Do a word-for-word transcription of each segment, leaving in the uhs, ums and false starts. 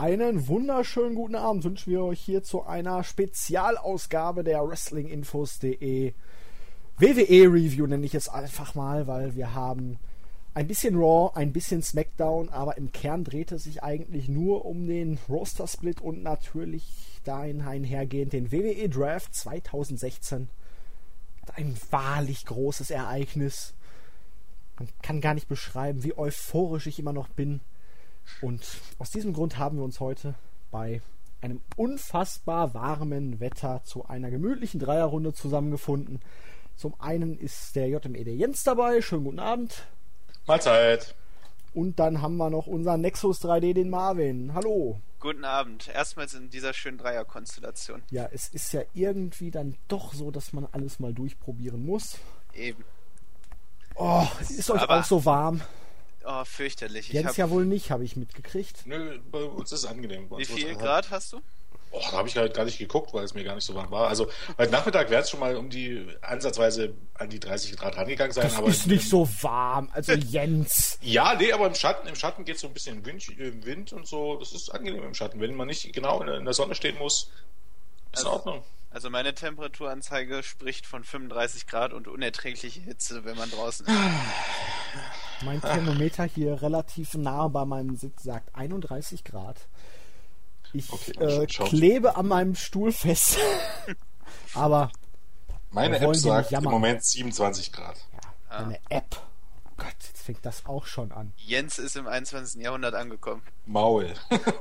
Einen wunderschönen guten Abend wünschen wir euch hier zu einer Spezialausgabe der Wrestlinginfos punkt de W W E-Review, nenne ich es einfach mal, weil wir haben ein bisschen Raw, ein bisschen SmackDown, aber im Kern dreht es sich eigentlich nur um den Roster-Split und natürlich dahin einhergehend den W W E-Draft zwanzig sechzehn. Ein wahrlich großes Ereignis. Man kann gar nicht beschreiben, wie euphorisch ich immer noch bin. Und aus diesem Grund haben wir uns heute bei einem unfassbar warmen Wetter zu einer gemütlichen Dreierrunde zusammengefunden. Zum einen ist der J M E der Jens dabei. Schönen guten Abend. Mahlzeit. Und dann haben wir noch unseren Nexus drei D, den Marvin. Hallo. Guten Abend. Erstmals in dieser schönen Dreierkonstellation. Ja, es ist ja irgendwie dann doch so, dass man alles mal durchprobieren muss. Eben. Oh, ist euch Aber- auch so warm? Oh, fürchterlich. Ich Jens hab, ja wohl nicht, habe ich mitgekriegt. Nö, bei uns ist es angenehm. Bei wie uns viel ist- Grad hast du? Oh, da habe ich halt gar nicht geguckt, weil es mir gar nicht so warm war. Also heute Nachmittag wäre es schon mal um die ansatzweise an die dreißig Grad rangegangen sein. Das aber ist im- nicht so warm. Also Jens. Ja, nee, aber im Schatten, im Schatten geht es so ein bisschen im Wind, im Wind und so. Das ist angenehm im Schatten. Wenn man nicht genau in der, in der Sonne stehen muss, ist in Also- Ordnung. Also meine Temperaturanzeige spricht von fünfunddreißig Grad und unerträgliche Hitze, wenn man draußen ist. Mein Thermometer hier relativ nah bei meinem Sitz sagt einunddreißig Grad. Ich Okay, äh, schau- klebe an meinem Stuhl fest. Aber Meine wir wollen App hier sagt nicht im jammern. Moment siebenundzwanzig Grad. Ah. eine App. Oh Gott, jetzt fängt das auch schon an. Jens ist im einundzwanzigsten Jahrhundert angekommen. Maul.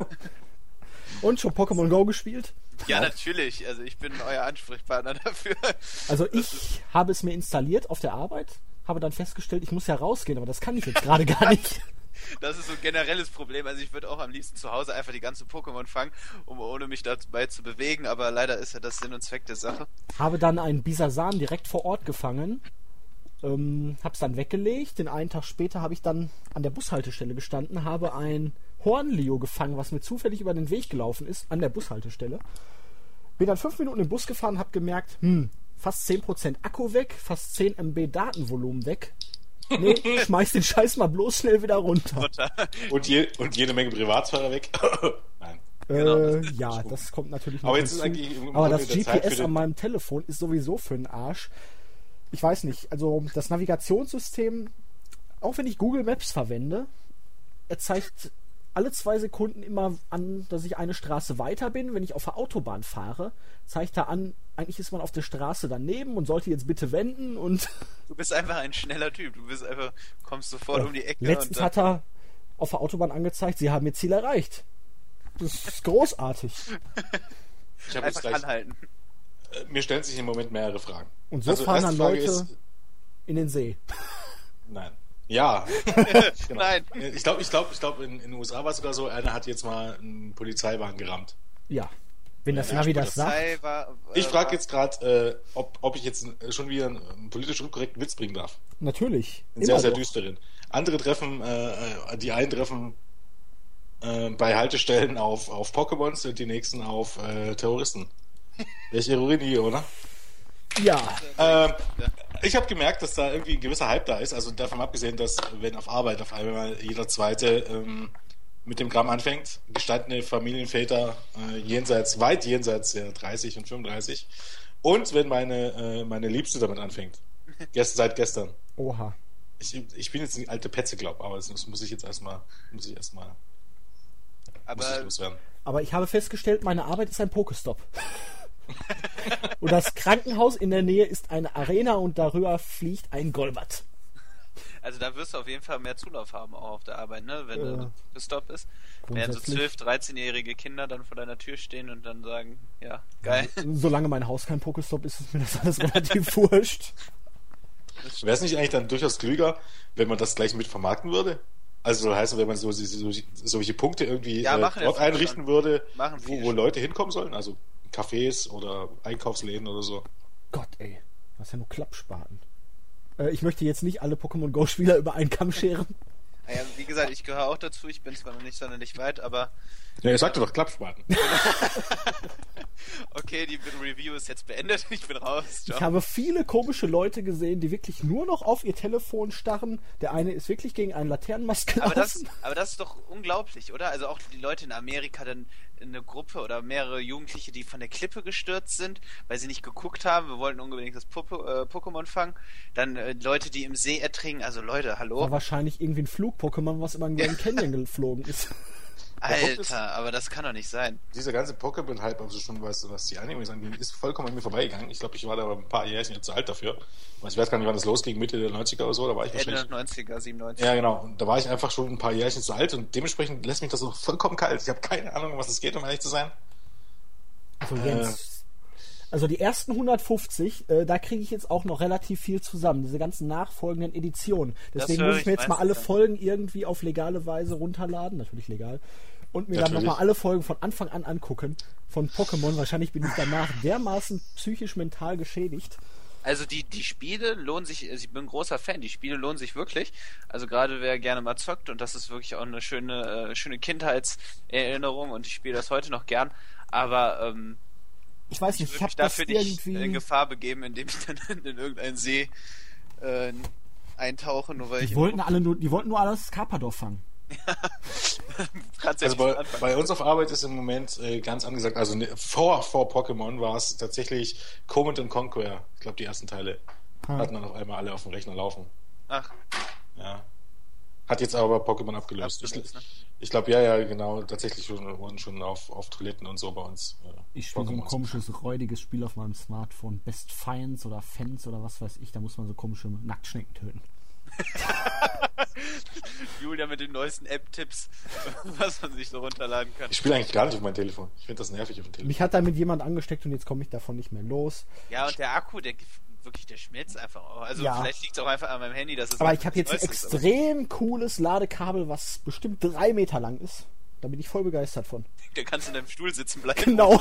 Und schon Pokémon Go gespielt? Ja, natürlich. Also ich bin euer Ansprechpartner dafür. Also ich habe es mir installiert auf der Arbeit, habe dann festgestellt, ich muss ja rausgehen, aber das kann ich jetzt gerade gar nicht. Das ist so ein generelles Problem. Also ich würde auch am liebsten zu Hause einfach die ganzen Pokémon fangen, um ohne mich dabei zu bewegen. Aber leider ist ja das Sinn und Zweck der Sache. Habe dann einen Bisasam direkt vor Ort gefangen, ähm, hab's dann weggelegt. Den einen Tag später habe ich dann an der Bushaltestelle gestanden, habe ein Hornlio gefangen, was mir zufällig über den Weg gelaufen ist, an der Bushaltestelle. Bin dann fünf Minuten im Bus gefahren, habe gemerkt, hm, fast zehn Prozent Akku weg, fast zehn Megabyte Datenvolumen weg. Nee, schmeiß den Scheiß mal bloß schnell wieder runter. Und, je, und jede Menge Privatsfahrer weg. Nein. Genau, Äh, das ja, das kommt natürlich noch Aber jetzt ist hinzu. eigentlich im Aber Grunde das der G Zeit P für S den- an meinem Telefon ist sowieso für den Arsch. Ich weiß nicht, also das Navigationssystem, auch wenn ich Google Maps verwende, er zeigt alle zwei Sekunden immer an, dass ich eine Straße weiter bin. Wenn ich auf der Autobahn fahre, zeigt er an, eigentlich ist man auf der Straße daneben und sollte jetzt bitte wenden und Du bist einfach ein schneller Typ. Du bist einfach, kommst sofort um die Ecke. letztens und hat er auf der Autobahn angezeigt, sie haben ihr Ziel erreicht. Das ist großartig. Ich habe jetzt einfach gleich, anhalten. äh, mir stellen sich im Moment mehrere Fragen. Und so Also, fahren erste dann Frage Leute ist- in den See. Nein. Ja. Genau. Nein. Ich glaube, ich glaube, ich glaube, in, in den U S A war es sogar so, einer hat jetzt mal einen Polizeiwagen gerammt. Ja. Wenn das Ja, Navi ja, das sagt. Polizei war, äh, Ich frage war- jetzt gerade, äh, ob, ob ich jetzt äh, schon wieder einen, einen politisch unkorrekten Witz bringen darf. Natürlich. Einen Immer sehr, sehr doch. düsteren. Andere treffen, äh, äh, die einen treffen äh, bei Haltestellen auf, auf Pokémons und die nächsten auf äh, Terroristen. Welche Ironie, oder? Ja. Ähm, ich habe gemerkt, dass da irgendwie ein gewisser Hype da ist. Also davon abgesehen, dass wenn auf Arbeit auf einmal jeder Zweite ähm, mit dem Gramm anfängt, gestandene Familienväter äh, jenseits, weit jenseits der dreißig und fünfunddreißig. Und wenn meine, äh, meine Liebste damit anfängt. Gest, seit gestern. Oha. Ich, ich bin jetzt eine alte Petze, glaub, aber das muss ich jetzt erstmal, muss ich erstmal, muss ich Aber loswerden. Aber ich habe festgestellt, meine Arbeit ist ein Pokestop. Und das Krankenhaus in der Nähe ist eine Arena und darüber fliegt ein Golbat. also da wirst du auf jeden Fall mehr Zulauf haben auch auf der Arbeit, ne? Wenn Ja. du gestoppt bist. Während so Grundsätzlich. zwölf-, dreizehnjährige Kinder dann vor deiner Tür stehen und dann sagen, ja, geil. Solange mein Haus kein Pokestop ist, ist mir das alles relativ wurscht. Wäre es nicht eigentlich dann durchaus klüger, wenn man das gleich mit vermarkten würde? Also so heißt, wenn man so, so, so solche Punkte irgendwie Ja, äh, machen dort ja viele einrichten schon. würde, Machen wo, viele wo schon. Leute hinkommen sollen, also Cafés oder Einkaufsläden oder so. Gott, ey. Das ist ja nur Klappspaten. Äh, ich möchte jetzt nicht alle Pokémon Go-Spieler über einen Kamm scheren. Naja, wie gesagt, ich gehöre auch dazu. Ich bin zwar noch nicht sonderlich weit, aber Ja, ihr sagte doch Klappspaten. Okay, die Review ist jetzt beendet. Ich bin raus. Ciao. Ich habe viele komische Leute gesehen, die wirklich nur noch auf ihr Telefon starren. Der eine ist wirklich gegen einen Laternenmast gelaufen. Aber das, aber das ist doch unglaublich, oder? Also auch die Leute in Amerika, dann eine Gruppe oder mehrere Jugendliche, die von der Klippe gestürzt sind, weil sie nicht geguckt haben. Wir wollten unbedingt das Puppe, äh, Pokémon fangen. Dann äh, Leute, die im See ertrinken. Also Leute, hallo? War wahrscheinlich irgendwie ein Flug-Pokémon, was über den Grand Canyon geflogen ist. Alter, aber das kann doch nicht sein. Dieser ganze Pokémon-Hype, also schon was, was die Animes angeht, ist vollkommen an mir vorbeigegangen. Ich glaube, ich war da aber ein paar Jährchen jetzt zu alt dafür. Ich weiß gar nicht, wann das losging, Mitte der neunziger oder so, da war ich Ende wahrscheinlich... neunziger, siebenundneunzig. Ja, genau. Und da war ich einfach schon ein paar Jährchen zu alt und dementsprechend lässt mich das so vollkommen kalt. Ich habe keine Ahnung, um was es geht, um ehrlich zu sein. Also Jens, äh, also die ersten hundertfünfzig, äh, da kriege ich jetzt auch noch relativ viel zusammen. Diese ganzen nachfolgenden Editionen. Deswegen muss ich mir jetzt mal alle Folgen irgendwie auf legale Weise runterladen. Natürlich legal. Und mir Natürlich. dann nochmal alle Folgen von Anfang an angucken von Pokémon. Wahrscheinlich bin ich danach dermaßen psychisch mental geschädigt. Also die, die Spiele lohnen sich, ich bin ein großer Fan, die Spiele lohnen sich wirklich. Also gerade wer gerne mal zockt, und das ist wirklich auch eine schöne, äh, schöne Kindheitserinnerung und ich spiele das heute noch gern. Aber ähm, ich weiß ich nicht, würde ich habe mich das dafür nicht irgendwie... in Gefahr begeben, indem ich dann in irgendeinen See äh, eintauche, nur weil Die ich... wollten alle nur, die wollten nur alles Carpador fangen. Kannst ja Also nicht bei, anfangen. bei uns auf Arbeit ist im Moment äh, ganz angesagt, also ne, vor, vor Pokémon war es tatsächlich Command and Conquer. Ich glaube, die ersten Teile Hm. hatten dann auf einmal alle auf dem Rechner laufen. Ach, Ja. Hat jetzt aber Pokémon abgelöst. Abgelöst, ne? Ich, ich glaube, ja, ja, genau. Tatsächlich schon, wurden schon auf, auf Toiletten und so bei uns. Äh, Ich spiele so ein Pokémons. komisches, räudiges Spiel auf meinem Smartphone. Best Finds oder Fans oder was weiß ich. Da muss man so komische Nacktschnecken töten. Julia mit den neuesten App-Tipps, was man sich so runterladen kann. Ich spiele eigentlich gar nicht auf mein Telefon. Ich finde das nervig auf dem Telefon. Mich hat damit jemand angesteckt und jetzt komme ich davon nicht mehr los. Ja, und der Akku, der wirklich, der schmilzt einfach auch. Also Ja. vielleicht liegt es auch einfach an meinem Handy, dass es Aber nicht ich habe jetzt ein Neues ist, aber extrem cooles Ladekabel, was bestimmt drei Meter lang ist. Da bin ich voll begeistert von. Da kannst du in deinem Stuhl sitzen bleiben. Genau.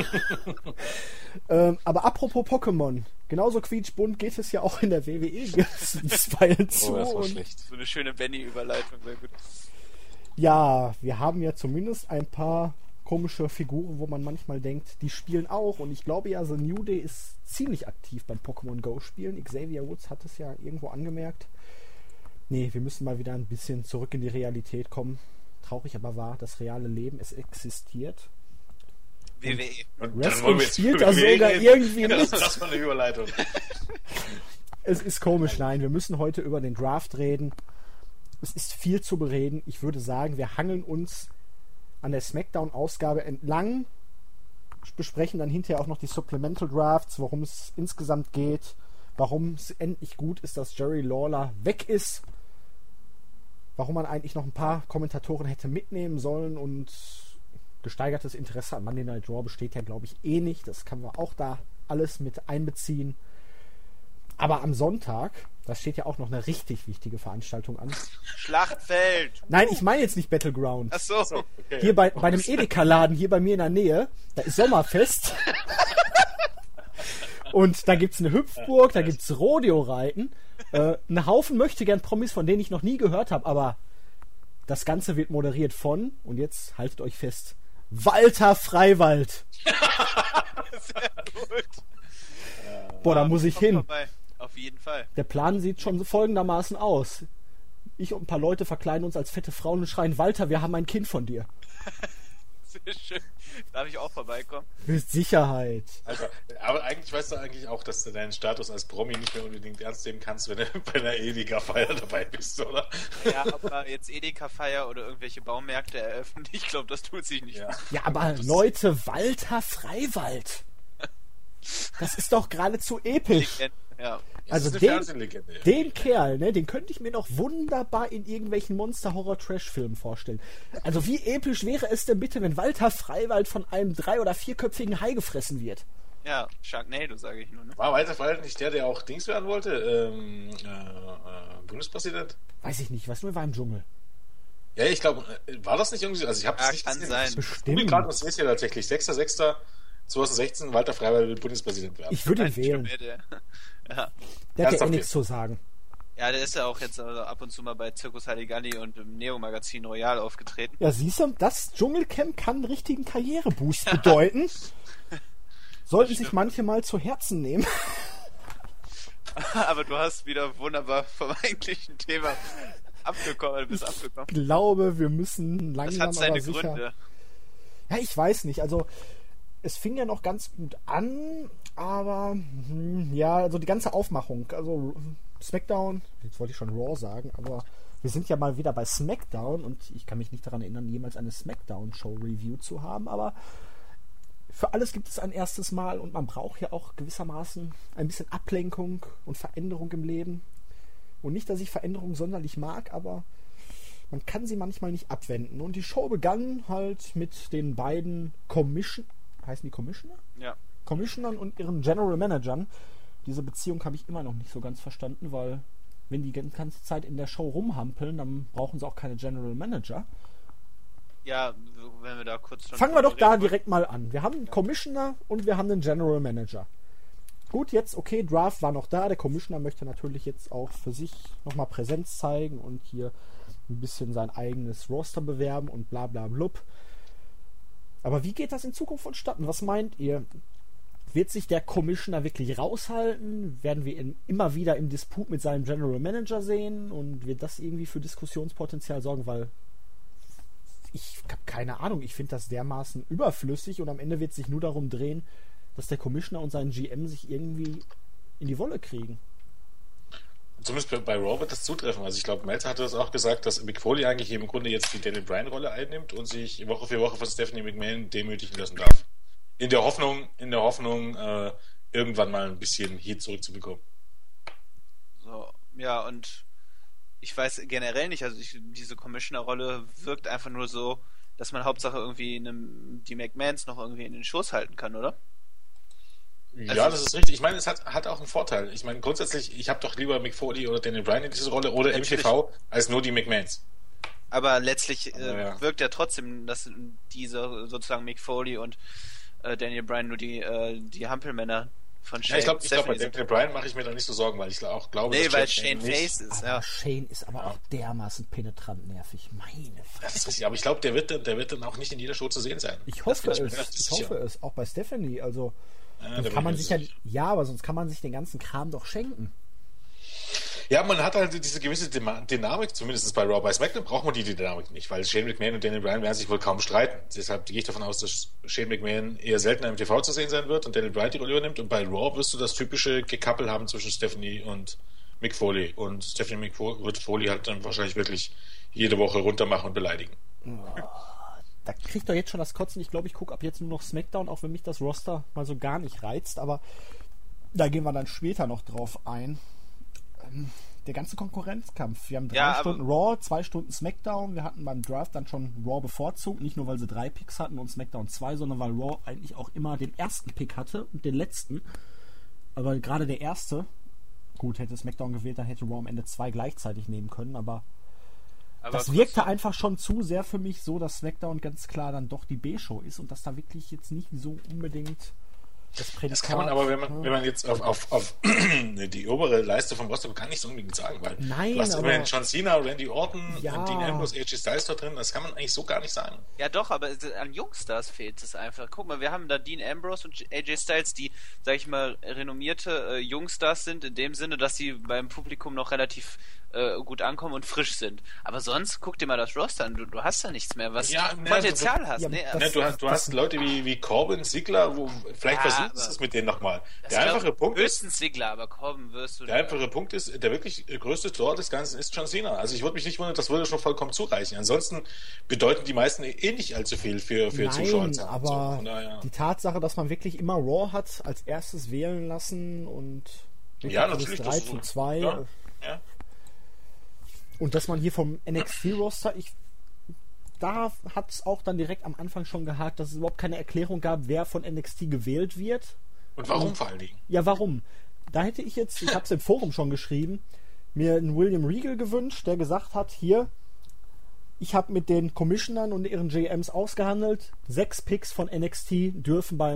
ähm, aber apropos Pokémon. Genauso quietschbunt geht es ja auch in der W W E bisweilen zu. Oh, das war und schlecht. So eine schöne Benny-Überleitung, sehr gut. ja, wir haben ja zumindest ein paar komische Figuren, wo man manchmal denkt, die spielen auch. Und ich glaube ja, The New Day ist ziemlich aktiv beim Pokémon Go spielen. Xavier Woods hat es ja irgendwo angemerkt. Nee, wir müssen mal wieder ein bisschen zurück in die Realität kommen. Traurig aber wahr, das reale Leben, es existiert. W W E. Und Wrestling jetzt spielt über da W W E sogar reden. irgendwie Ja, mit. das, das war eine Überleitung. Es ist komisch, nein, wir müssen heute über den Draft reden. Es ist viel zu bereden. Ich würde sagen, wir hangeln uns an der Smackdown-Ausgabe entlang, besprechen dann hinterher auch noch die Supplemental Drafts, worum es insgesamt geht, warum es endlich gut ist, dass Jerry Lawler weg ist, warum man eigentlich noch ein paar Kommentatoren hätte mitnehmen sollen und gesteigertes Interesse an Monday Night Raw besteht ja, glaube ich, eh nicht. Das kann man auch da alles mit einbeziehen. Aber am Sonntag, da steht ja auch noch eine richtig wichtige Veranstaltung an. Schlachtfeld! Nein, ich meine jetzt nicht Battleground. Ach so. So, okay. Hier bei, bei einem Edeka-Laden hier bei mir in der Nähe, da ist Sommerfest. Und da gibt's eine Hüpfburg, da gibt's Rodeo-Reiten. Äh, ein Haufen möchte gern Promis, von denen ich noch nie gehört habe, aber das Ganze wird moderiert von, und jetzt haltet euch fest, Walter Freiwald. Sehr gut. Boah, da muss ich Kommt hin. vorbei. Auf jeden Fall. Der Plan sieht schon folgendermaßen aus. Ich und ein paar Leute verkleiden uns als fette Frauen und schreien, Walter, wir haben ein Kind von dir. Sehr schön. Darf ich auch vorbeikommen? Mit Sicherheit. Also, aber eigentlich weißt du eigentlich auch, dass du deinen Status als Promi nicht mehr unbedingt ernst nehmen kannst, wenn du bei einer Edeka-Feier dabei bist, oder? Ja, aber jetzt Edeka-Feier oder irgendwelche Baumärkte eröffnen, ich glaube, das tut sich nicht. Ja. Ja, aber Leute, Walter Freiwald. Das ist doch geradezu episch. Ja. Also Das ist eine den, Fernsehlegende. den Kerl, ne, den könnte ich mir noch wunderbar in irgendwelchen Monster-Horror-Trash-Filmen vorstellen. Also wie episch wäre es denn bitte, wenn Walter Freiwald von einem drei- oder vierköpfigen Hai gefressen wird? Ja, Sharknado, sage ich nur. Ne? War Walter Freiwald nicht der, der auch Dings werden wollte? Ähm, äh, äh, Bundespräsident? Weiß ich nicht, was nur war im Dschungel. Ja, ich glaube, war das nicht irgendwie so? Also ich habe Ja, nicht kann gesehen. sein. Ich Bestimmt. google gerade, was ist ja tatsächlich. sechster sechster zweitausendsechzehn Walter Freiwald will Bundespräsident werden. Ich würde ihn Weiß nicht, wählen. wer der- Ja. Der hat ja eh Ernsthaft nichts jetzt? zu sagen. Ja, der ist ja auch jetzt also ab und zu mal bei Circus Halligalli und im Neo-Magazin Royal aufgetreten. Ja, siehst du, das Dschungelcamp kann einen richtigen Karriereboost bedeuten. Sollten sich manche mal zu Herzen nehmen. Aber du hast wieder wunderbar vom eigentlichen Thema abgekommen, du bist ich abgekommen. Ich glaube, wir müssen langsam Das hat seine aber sicher... Gründe. Ja, ich weiß nicht, also es fing ja noch ganz gut an, aber hm, ja, also die ganze Aufmachung, also SmackDown, jetzt wollte ich schon Raw sagen, aber wir sind ja mal wieder bei SmackDown und ich kann mich nicht daran erinnern, jemals eine SmackDown-Show-Review zu haben, aber für alles gibt es ein erstes Mal und man braucht ja auch gewissermaßen ein bisschen Ablenkung und Veränderung im Leben. Und nicht, dass ich Veränderung sonderlich mag, aber man kann sie manchmal nicht abwenden. Und die Show begann halt mit den beiden Commission... Heißen die Commissioner? Ja. Commissionern und ihren General Managern. Diese Beziehung habe ich immer noch nicht so ganz verstanden, weil wenn die ganze Zeit in der Show rumhampeln, dann brauchen sie auch keine General Manager. Ja, wenn wir da kurz... Fangen wir doch da direkt mal an. Wir haben einen Commissioner und wir haben einen General Manager. Gut, jetzt, okay, Draft war noch da. Der Commissioner möchte natürlich jetzt auch für sich nochmal Präsenz zeigen und hier ein bisschen sein eigenes Roster bewerben und bla bla blub. Aber wie geht das in Zukunft vonstatten? Was meint ihr? Wird sich der Commissioner wirklich raushalten? Werden wir ihn immer wieder im Disput mit seinem General Manager sehen? Und wird das irgendwie für Diskussionspotenzial sorgen? Weil ich habe keine Ahnung. Ich finde das dermaßen überflüssig und am Ende wird es sich nur darum drehen, dass der Commissioner und sein G M sich irgendwie in die Wolle kriegen. Zumindest bei, bei Raw wird das zutreffen. Also ich glaube, Meltzer hatte das auch gesagt, dass Mick Foley eigentlich im Grunde jetzt die Daniel Bryan-Rolle einnimmt und sich Woche für Woche von Stephanie McMahon demütigen lassen darf. In der Hoffnung, in der Hoffnung, äh, irgendwann mal ein bisschen Heat zurückzubekommen. So, ja, und ich weiß generell nicht, also ich, diese Commissioner-Rolle wirkt einfach nur so, dass man Hauptsache irgendwie einem, die McMahons noch irgendwie in den Schoß halten kann, oder? Ja, also, das ist richtig. Ich meine, es hat, hat auch einen Vorteil. Ich meine, grundsätzlich, ich habe doch lieber Mick Foley oder Daniel Bryan in diese Rolle oder M T V als nur die McMahons. Aber letztlich äh, Aber ja. wirkt ja trotzdem, dass diese sozusagen Mick Foley und äh, Daniel Bryan nur die, äh, die Hampelmänner von Shane. Ja, ich glaube, glaub, bei sind. Daniel Bryan mache ich mir da nicht so Sorgen, weil ich auch glaube, nee, dass weil Shane Shane Face ist, aber ja. Shane ist aber Ja. auch dermaßen penetrant nervig. Meine Fresse. Das ist richtig, aber ich glaube, der wird, dann- der wird dann auch nicht in jeder Show zu sehen sein. Ich hoffe Das bin es. ich mir Ich sicher. hoffe es. Auch bei Stephanie. Also, Ja, da sonst bin kann man ich sich mir ja, sicher. ja, aber sonst kann man sich den ganzen Kram doch schenken. Ja, man hat halt diese gewisse Dyma- Dynamik, zumindest bei Raw. Bei SmackDown braucht man die Dynamik nicht, weil Shane McMahon und Daniel Bryan werden sich wohl kaum streiten. Deshalb gehe ich davon aus, dass Shane McMahon eher seltener im T V zu sehen sein wird und Daniel Bryan die Rolle übernimmt. Und bei Raw wirst du das typische Gekappel haben zwischen Stephanie und Mick Foley. Und Stephanie Mick Foley wird Foley halt dann wahrscheinlich wirklich jede Woche runtermachen und beleidigen. Da kriegt doch jetzt schon das Kotzen. Ich glaube, ich gucke ab jetzt nur noch SmackDown, auch wenn mich das Roster mal so gar nicht reizt. Aber da gehen wir dann später noch drauf ein. Ähm, Der ganze Konkurrenzkampf. Wir haben drei Ja, aber- Stunden Raw, zwei Stunden SmackDown. Wir hatten beim Draft dann schon Raw bevorzugt. Nicht nur, weil sie drei Picks hatten und SmackDown zwei, sondern weil Raw eigentlich auch immer den ersten Pick hatte und den letzten. Aber gerade der erste, gut, hätte SmackDown gewählt, dann hätte Raw am Ende zwei gleichzeitig nehmen können. Aber Aber das kurz- wirkte einfach schon zu sehr für mich so, dass SmackDown ganz klar dann doch die B-Show ist und dass da wirklich jetzt nicht so unbedingt das Prädikat... Das kann man aber, wenn man, Ja. wenn man jetzt auf, auf, auf die obere Leiste vom Roster gar nicht so unbedingt sagen, weil Nein, du hast aber- immerhin John Cena, Randy Orton, Ja. Dean Ambrose, A J Styles da drin, das kann man eigentlich so gar nicht sagen. Ja doch, aber es- an Jungstars fehlt es einfach. Guck mal, wir haben da Dean Ambrose und A J Styles, die, sag ich mal, renommierte äh, Jungstars sind, in dem Sinne, dass sie beim Publikum noch relativ äh, gut ankommen und frisch sind. Aber sonst, guck dir mal das Roster an, du, du hast da nichts mehr, was Ja, ne, Potenzial also- hast. Ja, nee, das- Ne, du hast, du hast Leute wie, wie Corbin, Ziggler, wo vielleicht Ja, versuchst du aber- es mit denen nochmal. das Der einfache glaub- Punkt ist, höchstens Sigler, aber Corbin wirst du... der einfache Punkt ist, der wirklich größte Tor des Ganzen ist John Cena. Also ich würde mich nicht wundern, das würde schon vollkommen zureichen. Ansonsten bedeuten die meisten eh nicht allzu viel für, für Zuschauer. Nein, aber Von daher- die Tatsache, dass man wirklich immer Raw hat, als erstes wählen lassen und Ja, dieses natürlich, drei das- zu zwei ja, ja. und dass man hier vom N X T-Roster, ich da hat es auch dann direkt am Anfang schon gehakt, dass es überhaupt keine Erklärung gab, wer von N X T gewählt wird. Und warum vor allen Dingen? Ja, warum? Da hätte ich jetzt, ich habe es im Forum schon geschrieben, mir einen William Regal gewünscht, der gesagt hat, hier, ich habe mit den Commissionern und ihren G Ms ausgehandelt, sechs Picks von N X T dürfen beim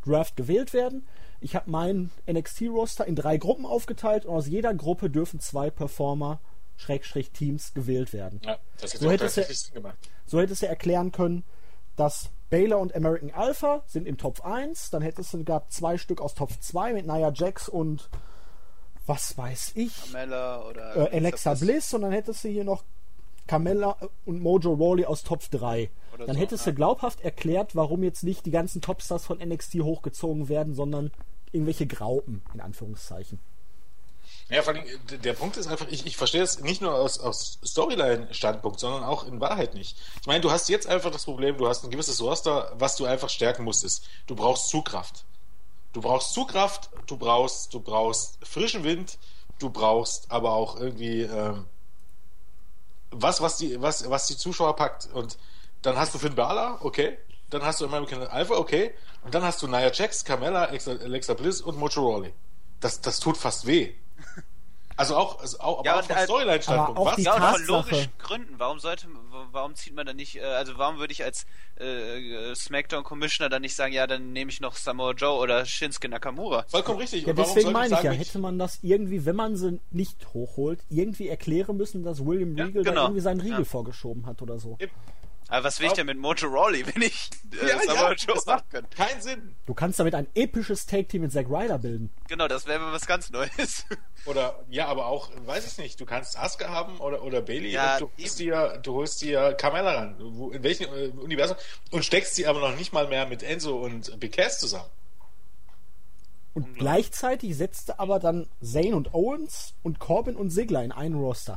Draft gewählt werden. Ich habe meinen N X T-Roster in drei Gruppen aufgeteilt und aus jeder Gruppe dürfen zwei Performer Schrägstrich Teams gewählt werden. Ja, das so, hättest du, so hättest du erklären können, dass Baylor und American Alpha sind im Top eins, dann hättest du gehabt zwei Stück aus Top zwei mit Nia Jax und was weiß ich, Carmella oder äh, Alexa Bliss, und dann hättest du hier noch Carmella und Mojo Rawley aus Top drei. Oder dann so, hättest ja. du glaubhaft erklärt, warum jetzt nicht die ganzen Topstars von N X T hochgezogen werden, sondern irgendwelche Graupen, in Anführungszeichen. Ja, vor allem, der Punkt ist einfach, ich, ich verstehe es nicht nur aus, aus Storyline-Standpunkt, sondern auch in Wahrheit nicht. Ich meine, du hast jetzt einfach das Problem, du hast ein gewisses Roster, was du einfach stärken musstest. Du brauchst Zugkraft. Du brauchst Zugkraft, du brauchst, du brauchst frischen Wind, du brauchst aber auch irgendwie ähm, was, was die, was, was die Zuschauer packt. Und dann hast du Finn Balor, okay. Dann hast du American Alpha, okay. Und dann hast du Nia Jax, Carmella, Alexa Bliss und Mojo Rawley. Das, das tut fast weh. Also auch, also auch, aber Ja, auch vom und, äh, Storyline-Standpunkt. aber auch Was? die Ja, und von Tatsache- logischen Gründen. Warum sollte, warum zieht man dann nicht, äh, also warum würde ich als äh, SmackDown-Commissioner dann nicht sagen, ja, dann nehme ich noch Samoa Joe oder Shinsuke Nakamura? Vollkommen richtig. Ja, Und warum deswegen sollte meine ich sagen, ja, wenn hätte man das irgendwie, wenn man sie nicht hochholt, irgendwie erklären müssen, dass William Ja, Regal da genau. irgendwie seinen Riegel Ja. vorgeschoben hat oder so. Aber was will ich denn mit Mojo Rawley, wenn ich äh, Ja, Samoa ja, Joe das machen macht kann? keinen Sinn. Du kannst damit ein episches Take-Team mit Zack Ryder bilden. Genau, das wäre was ganz Neues. Oder, ja, aber auch, weiß ich nicht, du kannst Asuka haben oder, oder Bailey Ja, und du holst dir, du holst dir Carmella ran. Wo, in welchem äh, Universum? Und steckst sie aber noch nicht mal mehr mit Enzo und Big Cass zusammen. Und gleichzeitig setzte aber dann Zayn und Owens und Corbin und Ziggler in einen Roster.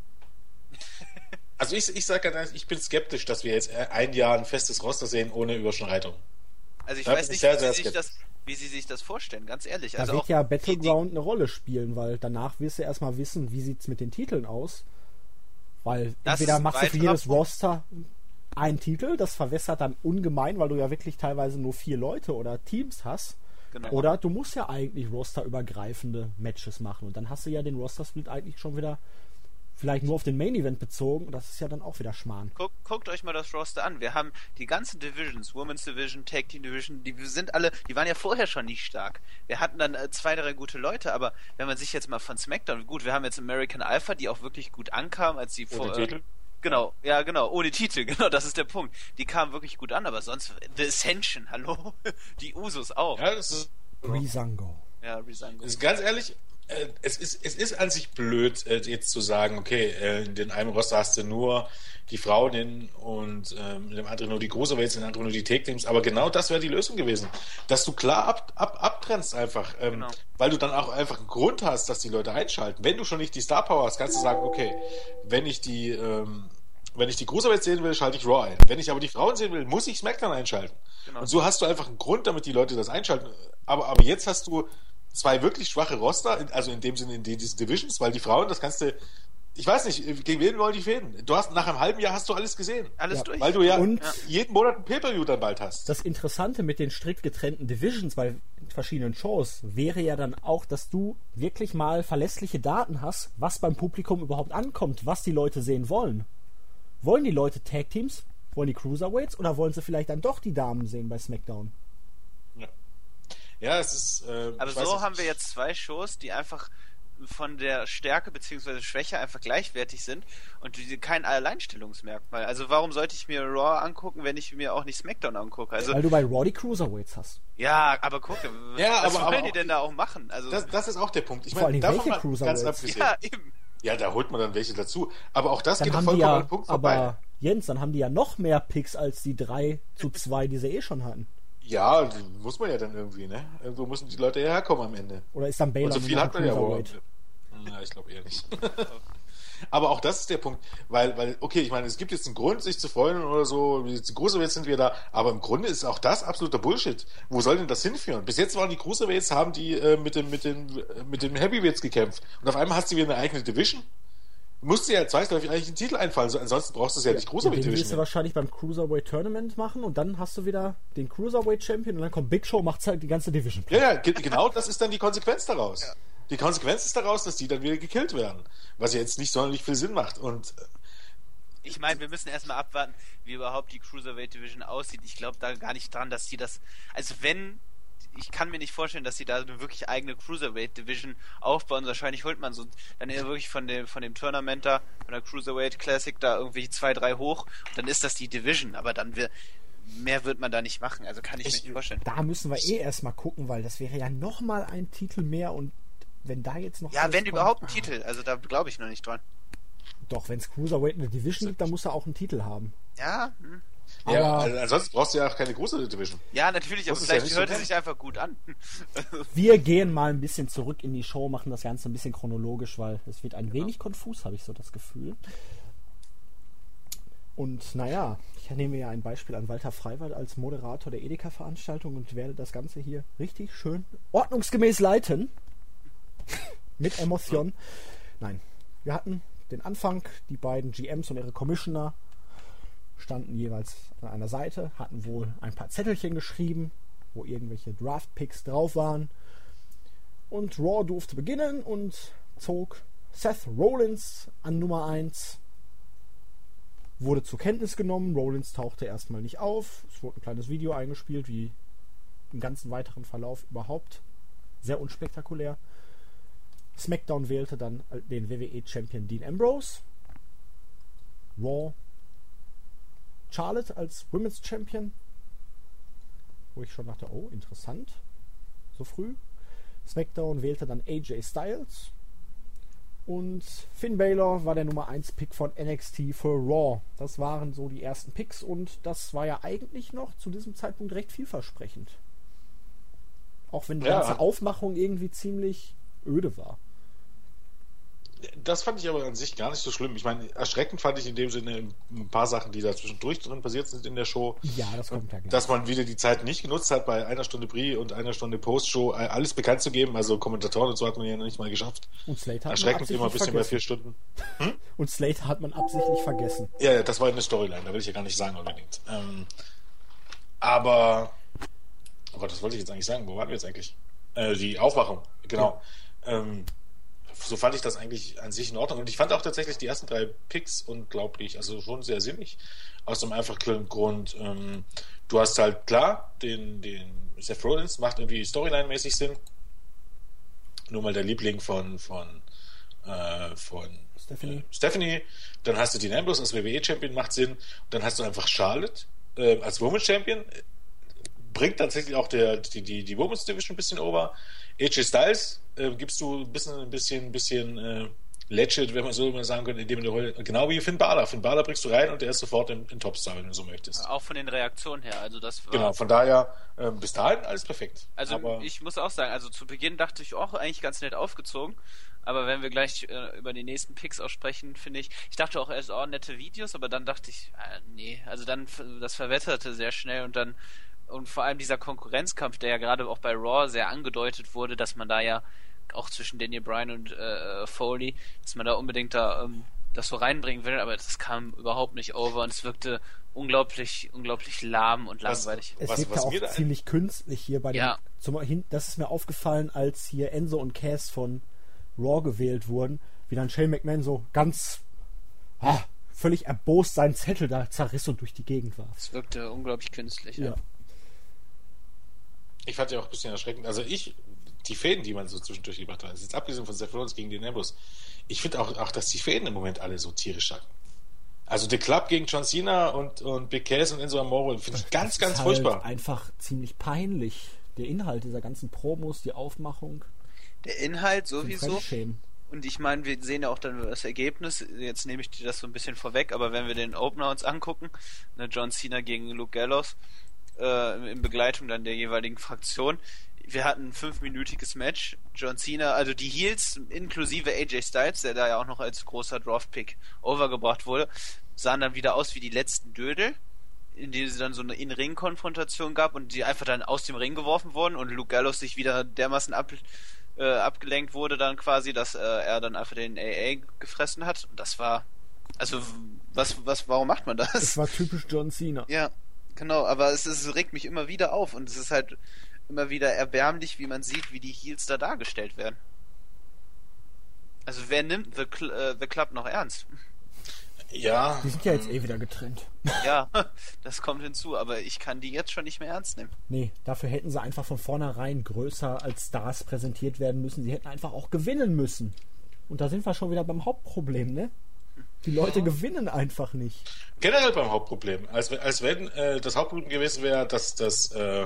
Also ich, ich sage ganz, ich bin skeptisch, dass wir jetzt ein Jahr ein festes Roster sehen ohne Überschreitung. Also ich Da weiß bin ich nicht, sehr, wie, sehr sie sich das, skeptisch. wie sie sich das vorstellen, ganz ehrlich. Da Also wird auch ja die- Battleground eine Rolle spielen, weil danach wirst du erstmal wissen, wie sieht's mit den Titeln aus. Weil Das entweder ist ein machst du für weiterer jedes Punkt. Roster einen Titel, das verwässert dann ungemein, weil du ja wirklich teilweise nur vier Leute oder Teams hast. Genau. Oder du musst ja eigentlich rosterübergreifende Matches machen und dann hast du ja den Roster-Split eigentlich schon wieder vielleicht nur auf den Main-Event bezogen und das ist ja dann auch wieder Schmarrn. Guckt, guckt euch mal das Roster an. Wir haben die ganzen Divisions, Women's Division, Tag Team Division, die sind alle, die waren ja vorher schon nicht stark. Wir hatten dann äh, zwei, drei gute Leute, aber wenn man sich jetzt mal von SmackDown, gut, wir haben jetzt American Alpha, die auch wirklich gut ankam, als sie vor... Titel? Äh, genau, ja genau, ohne Titel, genau, das ist der Punkt. Die kamen wirklich gut an, aber sonst, The Ascension, hallo? Die Usos auch. Ja, das ist, Breezango. Ja, Resango. ist ganz ehrlich, äh, es ist, es ist an sich blöd, äh, jetzt zu sagen, okay, äh, in den einen Roster hast du nur die Frauen in und ähm, in dem anderen nur die Cruiserweights, in dem anderen nur die Take-Teams, aber genau das wäre die Lösung gewesen, dass du klar ab, ab, abtrennst einfach, ähm, Genau. weil du dann auch einfach einen Grund hast, dass die Leute einschalten. Wenn du schon nicht die Star Power hast, kannst du sagen, okay, wenn ich die ähm, wenn ich die Cruiserweights sehen will, schalte ich Raw ein. Wenn ich aber die Frauen sehen will, muss ich SmackDown einschalten. Genau. Und so hast du einfach einen Grund, damit die Leute das einschalten. Aber, aber jetzt hast du zwei wirklich schwache Roster, also in dem Sinne in diesen Divisions, weil die Frauen, das kannst du, ich weiß nicht, gegen wen wollen die fäden? Du hast, nach einem halben Jahr hast du alles gesehen. Alles Ja, durch. Weil du ja Und- jeden Monat ein Pay-Per-View dann bald hast. Das Interessante mit den strikt getrennten Divisions bei verschiedenen Shows wäre ja dann auch, dass du wirklich mal verlässliche Daten hast, was beim Publikum überhaupt ankommt, was die Leute sehen wollen. Wollen die Leute Tag-Teams? Wollen die Cruiserweights? Oder wollen sie vielleicht dann doch die Damen sehen bei SmackDown? Ja, ja es ist... Äh, Aber ich weiß so nicht. haben wir jetzt zwei Shows, die einfach von der Stärke bzw. Schwäche einfach gleichwertig sind und die kein Alleinstellungsmerkmal. Also warum sollte ich mir Raw angucken, wenn ich mir auch nicht SmackDown angucke? Also Weil du bei Raw die Cruiserweights hast. ja, aber gucke, Ja, was aber- wollen aber die auch- denn da auch machen? Also Das, das ist auch der Punkt. Ich Vor meine, allem, davon welche mal ganz Cruiserweights? abgesehen. ja, eben. Ja, da holt man dann welche dazu. Aber auch das Dann geht doch haben die vollkommen an ja, den Punkt vorbei. aber Jens, dann haben die ja noch mehr Picks als die drei zu zwei, die sie eh schon hatten. Ja, muss man ja dann irgendwie, ne? Irgendwo müssen die Leute ja herkommen am Ende. Oder ist dann Baylor Und so nur viel noch hat ein man ja wohl. Cruiserweight? Na, ich glaube eher nicht. Aber auch das ist der Punkt, weil, weil, okay, ich meine, es gibt jetzt einen Grund, sich zu freuen oder so, die Cruiserweights sind wir da, aber im Grunde ist auch das absoluter Bullshit. Wo soll denn das hinführen? Bis jetzt waren die Cruiserweights, haben die äh, mit dem, mit den, äh, mit den Heavyweights gekämpft. Und auf einmal hast du wieder eine eigene Division. Musst du ja zwangsläufig eigentlich einen Titel einfallen, so, ansonsten brauchst du es ja nicht Den Cruiserweight wirst du Division. mehr. wahrscheinlich beim Cruiserweight Tournament machen und dann hast du wieder den Cruiserweight Champion und dann kommt Big Show, macht halt die ganze Division. Ja, ja, ge- genau das ist dann die Konsequenz daraus. Die Konsequenz ist daraus, dass die dann wieder gekillt werden. Was ja jetzt nicht sonderlich viel Sinn macht. Und äh, Ich meine, wir müssen erstmal abwarten, wie überhaupt die Cruiserweight Division aussieht. Ich glaube da gar nicht dran, dass die das, also wenn ich kann mir nicht vorstellen, dass sie da eine wirklich eigene Cruiserweight-Division aufbauen. Wahrscheinlich holt man so dann eher wirklich von dem, von dem Tournament da, von der Cruiserweight Classic da irgendwie zwei, drei hoch und dann ist das die Division, aber dann wir, mehr wird man da nicht machen, also kann ich, ich mir nicht vorstellen. Da müssen wir eh erstmal gucken, weil das wäre ja nochmal ein Titel mehr und wenn da jetzt noch... Ja, wenn kommt, überhaupt ein ah, Titel, also da glaube ich noch nicht dran. Doch, wenn es Cruiserweight eine Division gibt, dann muss er auch einen Titel haben. Ja, hm. Ja, aber also ansonsten brauchst du ja auch keine große Division. Ja, natürlich, aber vielleicht ja hört es so sich einfach gut an. Wir gehen mal ein bisschen zurück in die Show, machen das Ganze ein bisschen chronologisch, weil es wird ein genau. wenig konfus, habe ich so das Gefühl. Und naja, ich nehme ja ein Beispiel an Walter Freiwald als Moderator der Edeka-Veranstaltung und werde das Ganze hier richtig schön ordnungsgemäß leiten. Mit Emotion. Nein, wir hatten den Anfang, die beiden G Ms und ihre Commissioner standen jeweils an einer Seite, hatten wohl ein paar Zettelchen geschrieben, wo irgendwelche Draft-Picks drauf waren. Und Raw durfte beginnen und zog Seth Rollins an Nummer eins. Wurde zur Kenntnis genommen, Rollins tauchte erstmal nicht auf. Es wurde ein kleines Video eingespielt, wie im ganzen weiteren Verlauf überhaupt. Sehr unspektakulär. SmackDown wählte dann den W W E-Champion Dean Ambrose. Raw Charlotte als Women's Champion. Wo ich schon dachte, oh, interessant. So früh. SmackDown wählte dann A J Styles. Und Finn Balor war der Nummer eins Pick von N X T für Raw. Das waren so die ersten Picks und das war ja eigentlich noch zu diesem Zeitpunkt recht vielversprechend. Auch wenn die ja. ganze Aufmachung irgendwie ziemlich öde war. Das fand ich aber an sich gar nicht so schlimm. Ich meine, erschreckend fand ich in dem Sinne ein paar Sachen, die da zwischendurch drin passiert sind in der Show. Ja, das kommt ja gleich. Dass man wieder die Zeit nicht genutzt hat, bei einer Stunde Pre- und einer Stunde Post-Show alles bekannt zu geben. Also Kommentatoren und so hat man ja noch nicht mal geschafft. Und Slate hat erschreckend man immer ein bisschen vergessen. bei vier Stunden. Hm? Und Slate hat man absichtlich vergessen. Ja, ja, das war eine Storyline, da will ich ja gar nicht sagen unbedingt. Ähm, aber, oh Gott, was wollte ich jetzt eigentlich sagen? Wo waren wir jetzt eigentlich? Äh, die Aufmachung, genau. Ja. Ähm, so fand ich das eigentlich an sich in Ordnung. Und ich fand auch tatsächlich die ersten drei Picks unglaublich, also schon sehr sinnig. Aus dem einfachen Grund, ähm, du hast halt klar, den, den Seth Rollins macht irgendwie Storyline-mäßig Sinn. Nur mal der Liebling von, von, äh, von Stephanie. Äh, Stephanie. Dann hast du Dean Ambrose als W W E-Champion, macht Sinn. Und dann hast du einfach Charlotte äh, als Women's Champion. Bringt tatsächlich auch der, die, die, die Women's Division ein bisschen over. A J Styles äh, gibst du ein bisschen, ein bisschen, ein bisschen äh, legit, wenn man so mal sagen könnte, indem du Rolle, genau wie Finn Balor. Finn Balor bringst du rein und der ist sofort in, in Topstar, wenn du so möchtest. Auch von den Reaktionen her, also das war... Genau, von daher äh, bis dahin alles perfekt. Also aber ich muss auch sagen, also zu Beginn dachte ich auch eigentlich ganz nett aufgezogen, aber wenn wir gleich äh, über die nächsten Picks auch sprechen, finde ich, ich dachte auch erst, oh, nette Videos, aber dann dachte ich, äh, nee, also dann, das verwetterte sehr schnell und dann und vor allem dieser Konkurrenzkampf, der ja gerade auch bei Raw sehr angedeutet wurde, dass man da ja auch zwischen Daniel Bryan und äh, Foley, dass man da unbedingt da ähm, das so reinbringen will, aber das kam überhaupt nicht over und es wirkte unglaublich, unglaublich lahm und langweilig. Es was, wirkte was auch mir ziemlich künstlich hier bei dem, ja. zum, hin, das ist mir aufgefallen, als hier Enzo und Cass von Raw gewählt wurden, wie dann Shane McMahon so ganz ah, völlig erbost seinen Zettel da zerriss und durch die Gegend warf. Es wirkte unglaublich künstlich, ja. ja. Ich fand ja auch ein bisschen erschreckend. Also ich, die Fäden, die man so zwischendurch gebracht hat, jetzt abgesehen von Seth Rollins gegen den Ambrose, ich finde auch, auch, dass die Fäden im Moment alle so tierisch sind. Also der Club gegen John Cena und, und Big Cass und Enzo Amore finde ich ganz, das ganz ist furchtbar. Halt einfach ziemlich peinlich. Der Inhalt dieser ganzen Promos, die Aufmachung. Der Inhalt sowieso. Fremdschämen. Und ich meine, wir sehen ja auch dann das Ergebnis. Jetzt nehme ich dir das so ein bisschen vorweg, aber wenn wir den Opener uns angucken, ne, John Cena gegen Luke Gallows, äh, in Begleitung dann der jeweiligen Fraktion. Wir hatten ein fünfminütiges Match. John Cena, also die Heels inklusive A J Styles, der da ja auch noch als großer Draft-Pick overgebracht wurde, sahen dann wieder aus wie die letzten Dödel, in denen es dann so eine In-Ring-Konfrontation gab und die einfach dann aus dem Ring geworfen wurden und Luke Gallows sich wieder dermaßen ab, äh, abgelenkt wurde dann quasi, dass äh, er dann einfach den A A gefressen hat. Und das war, also was, was, warum macht man das? Das war typisch John Cena. Ja, genau, aber es, es regt mich immer wieder auf und es ist halt immer wieder erbärmlich, wie man sieht, wie die Heels da dargestellt werden. Also wer nimmt The, Cl- äh, The Club noch ernst? Ja. Die sind ja jetzt eh wieder getrennt. Ja, das kommt hinzu, aber ich kann die jetzt schon nicht mehr ernst nehmen. Nee, dafür hätten sie einfach von vornherein größer als Stars präsentiert werden müssen. Sie hätten einfach auch gewinnen müssen. Und da sind wir schon wieder beim Hauptproblem, ne? Die Leute ja. gewinnen einfach nicht. Generell beim Hauptproblem. Als, als wenn äh, das Hauptproblem gewesen wäre, dass das... Äh,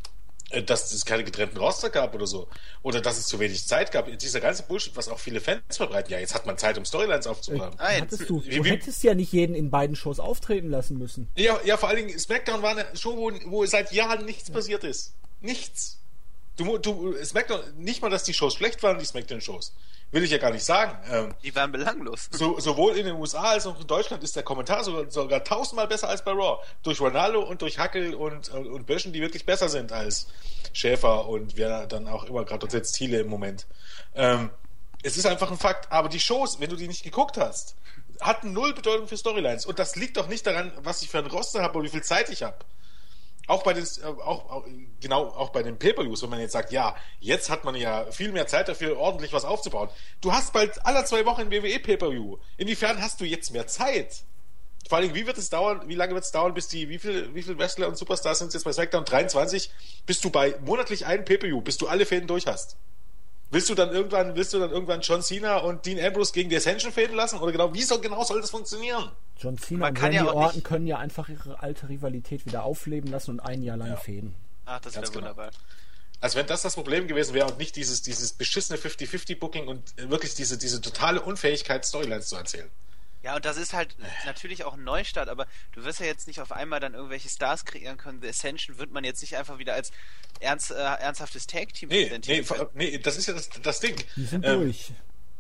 dass es keine getrennten Roster gab oder so. Oder dass es zu wenig Zeit gab. Dieser ganze Bullshit, was auch viele Fans verbreiten. Ja, jetzt hat man Zeit, um Storylines aufzubauen. Äh, hattest du, du hättest ja nicht jeden in beiden Shows auftreten lassen müssen. Ja, ja, vor allen Dingen, SmackDown war eine Show, wo, wo seit Jahren nichts ja. passiert ist. Nichts. Du, du, SmackDown, nicht mal, dass die Shows schlecht waren, die SmackDown-Shows. Will ich ja gar nicht sagen. Ähm, die waren belanglos. So, sowohl in den U S A als auch in Deutschland ist der Kommentar sogar, sogar tausendmal besser als bei Raw. Durch Ronaldo und durch Hackel und, und Böschen, die wirklich besser sind als Schäfer und wer dann auch immer gerade dort sitzt, Thiele im Moment. Ähm, es ist einfach ein Fakt. Aber die Shows, wenn du die nicht geguckt hast, hatten null Bedeutung für Storylines. Und das liegt doch nicht daran, was ich für ein Roster habe oder wie viel Zeit ich habe. Auch bei den, auch, auch, genau, auch bei den Pay-Per-Views, wenn man jetzt sagt, ja, jetzt hat man ja viel mehr Zeit dafür, ordentlich was aufzubauen. Du hast bald alle zwei Wochen ein W W E Pay-Per-View. Inwiefern hast du jetzt mehr Zeit? Vor allem, wie wird es dauern, wie lange wird es dauern, bis die, wie viel, wie viel Wrestler und Superstars sind jetzt bei SmackDown? dreiundzwanzig, bis du bei monatlich einen Pay-Per-View, bis du alle Fäden durch hast. Willst du dann irgendwann, willst du dann irgendwann John Cena und Dean Ambrose gegen die Ascension fäden lassen? Oder genau, wie soll, genau soll das funktionieren? John Cena und Randy ja Orton nicht... können ja einfach ihre alte Rivalität wieder aufleben lassen und ein Jahr lang ja. fäden. Ach, das wäre wunderbar. Genau. Als wenn das das Problem gewesen wäre und nicht dieses, dieses beschissene fifty fifty Booking und wirklich diese, diese totale Unfähigkeit, Storylines zu erzählen. Ja, und das ist halt natürlich auch ein Neustart, aber du wirst ja jetzt nicht auf einmal dann irgendwelche Stars kreieren können. The Ascension wird man jetzt nicht einfach wieder als ernst, äh, ernsthaftes Tag-Team nee, präsentieren nee, nee, das ist ja das, das Ding. Die sind ähm, durch.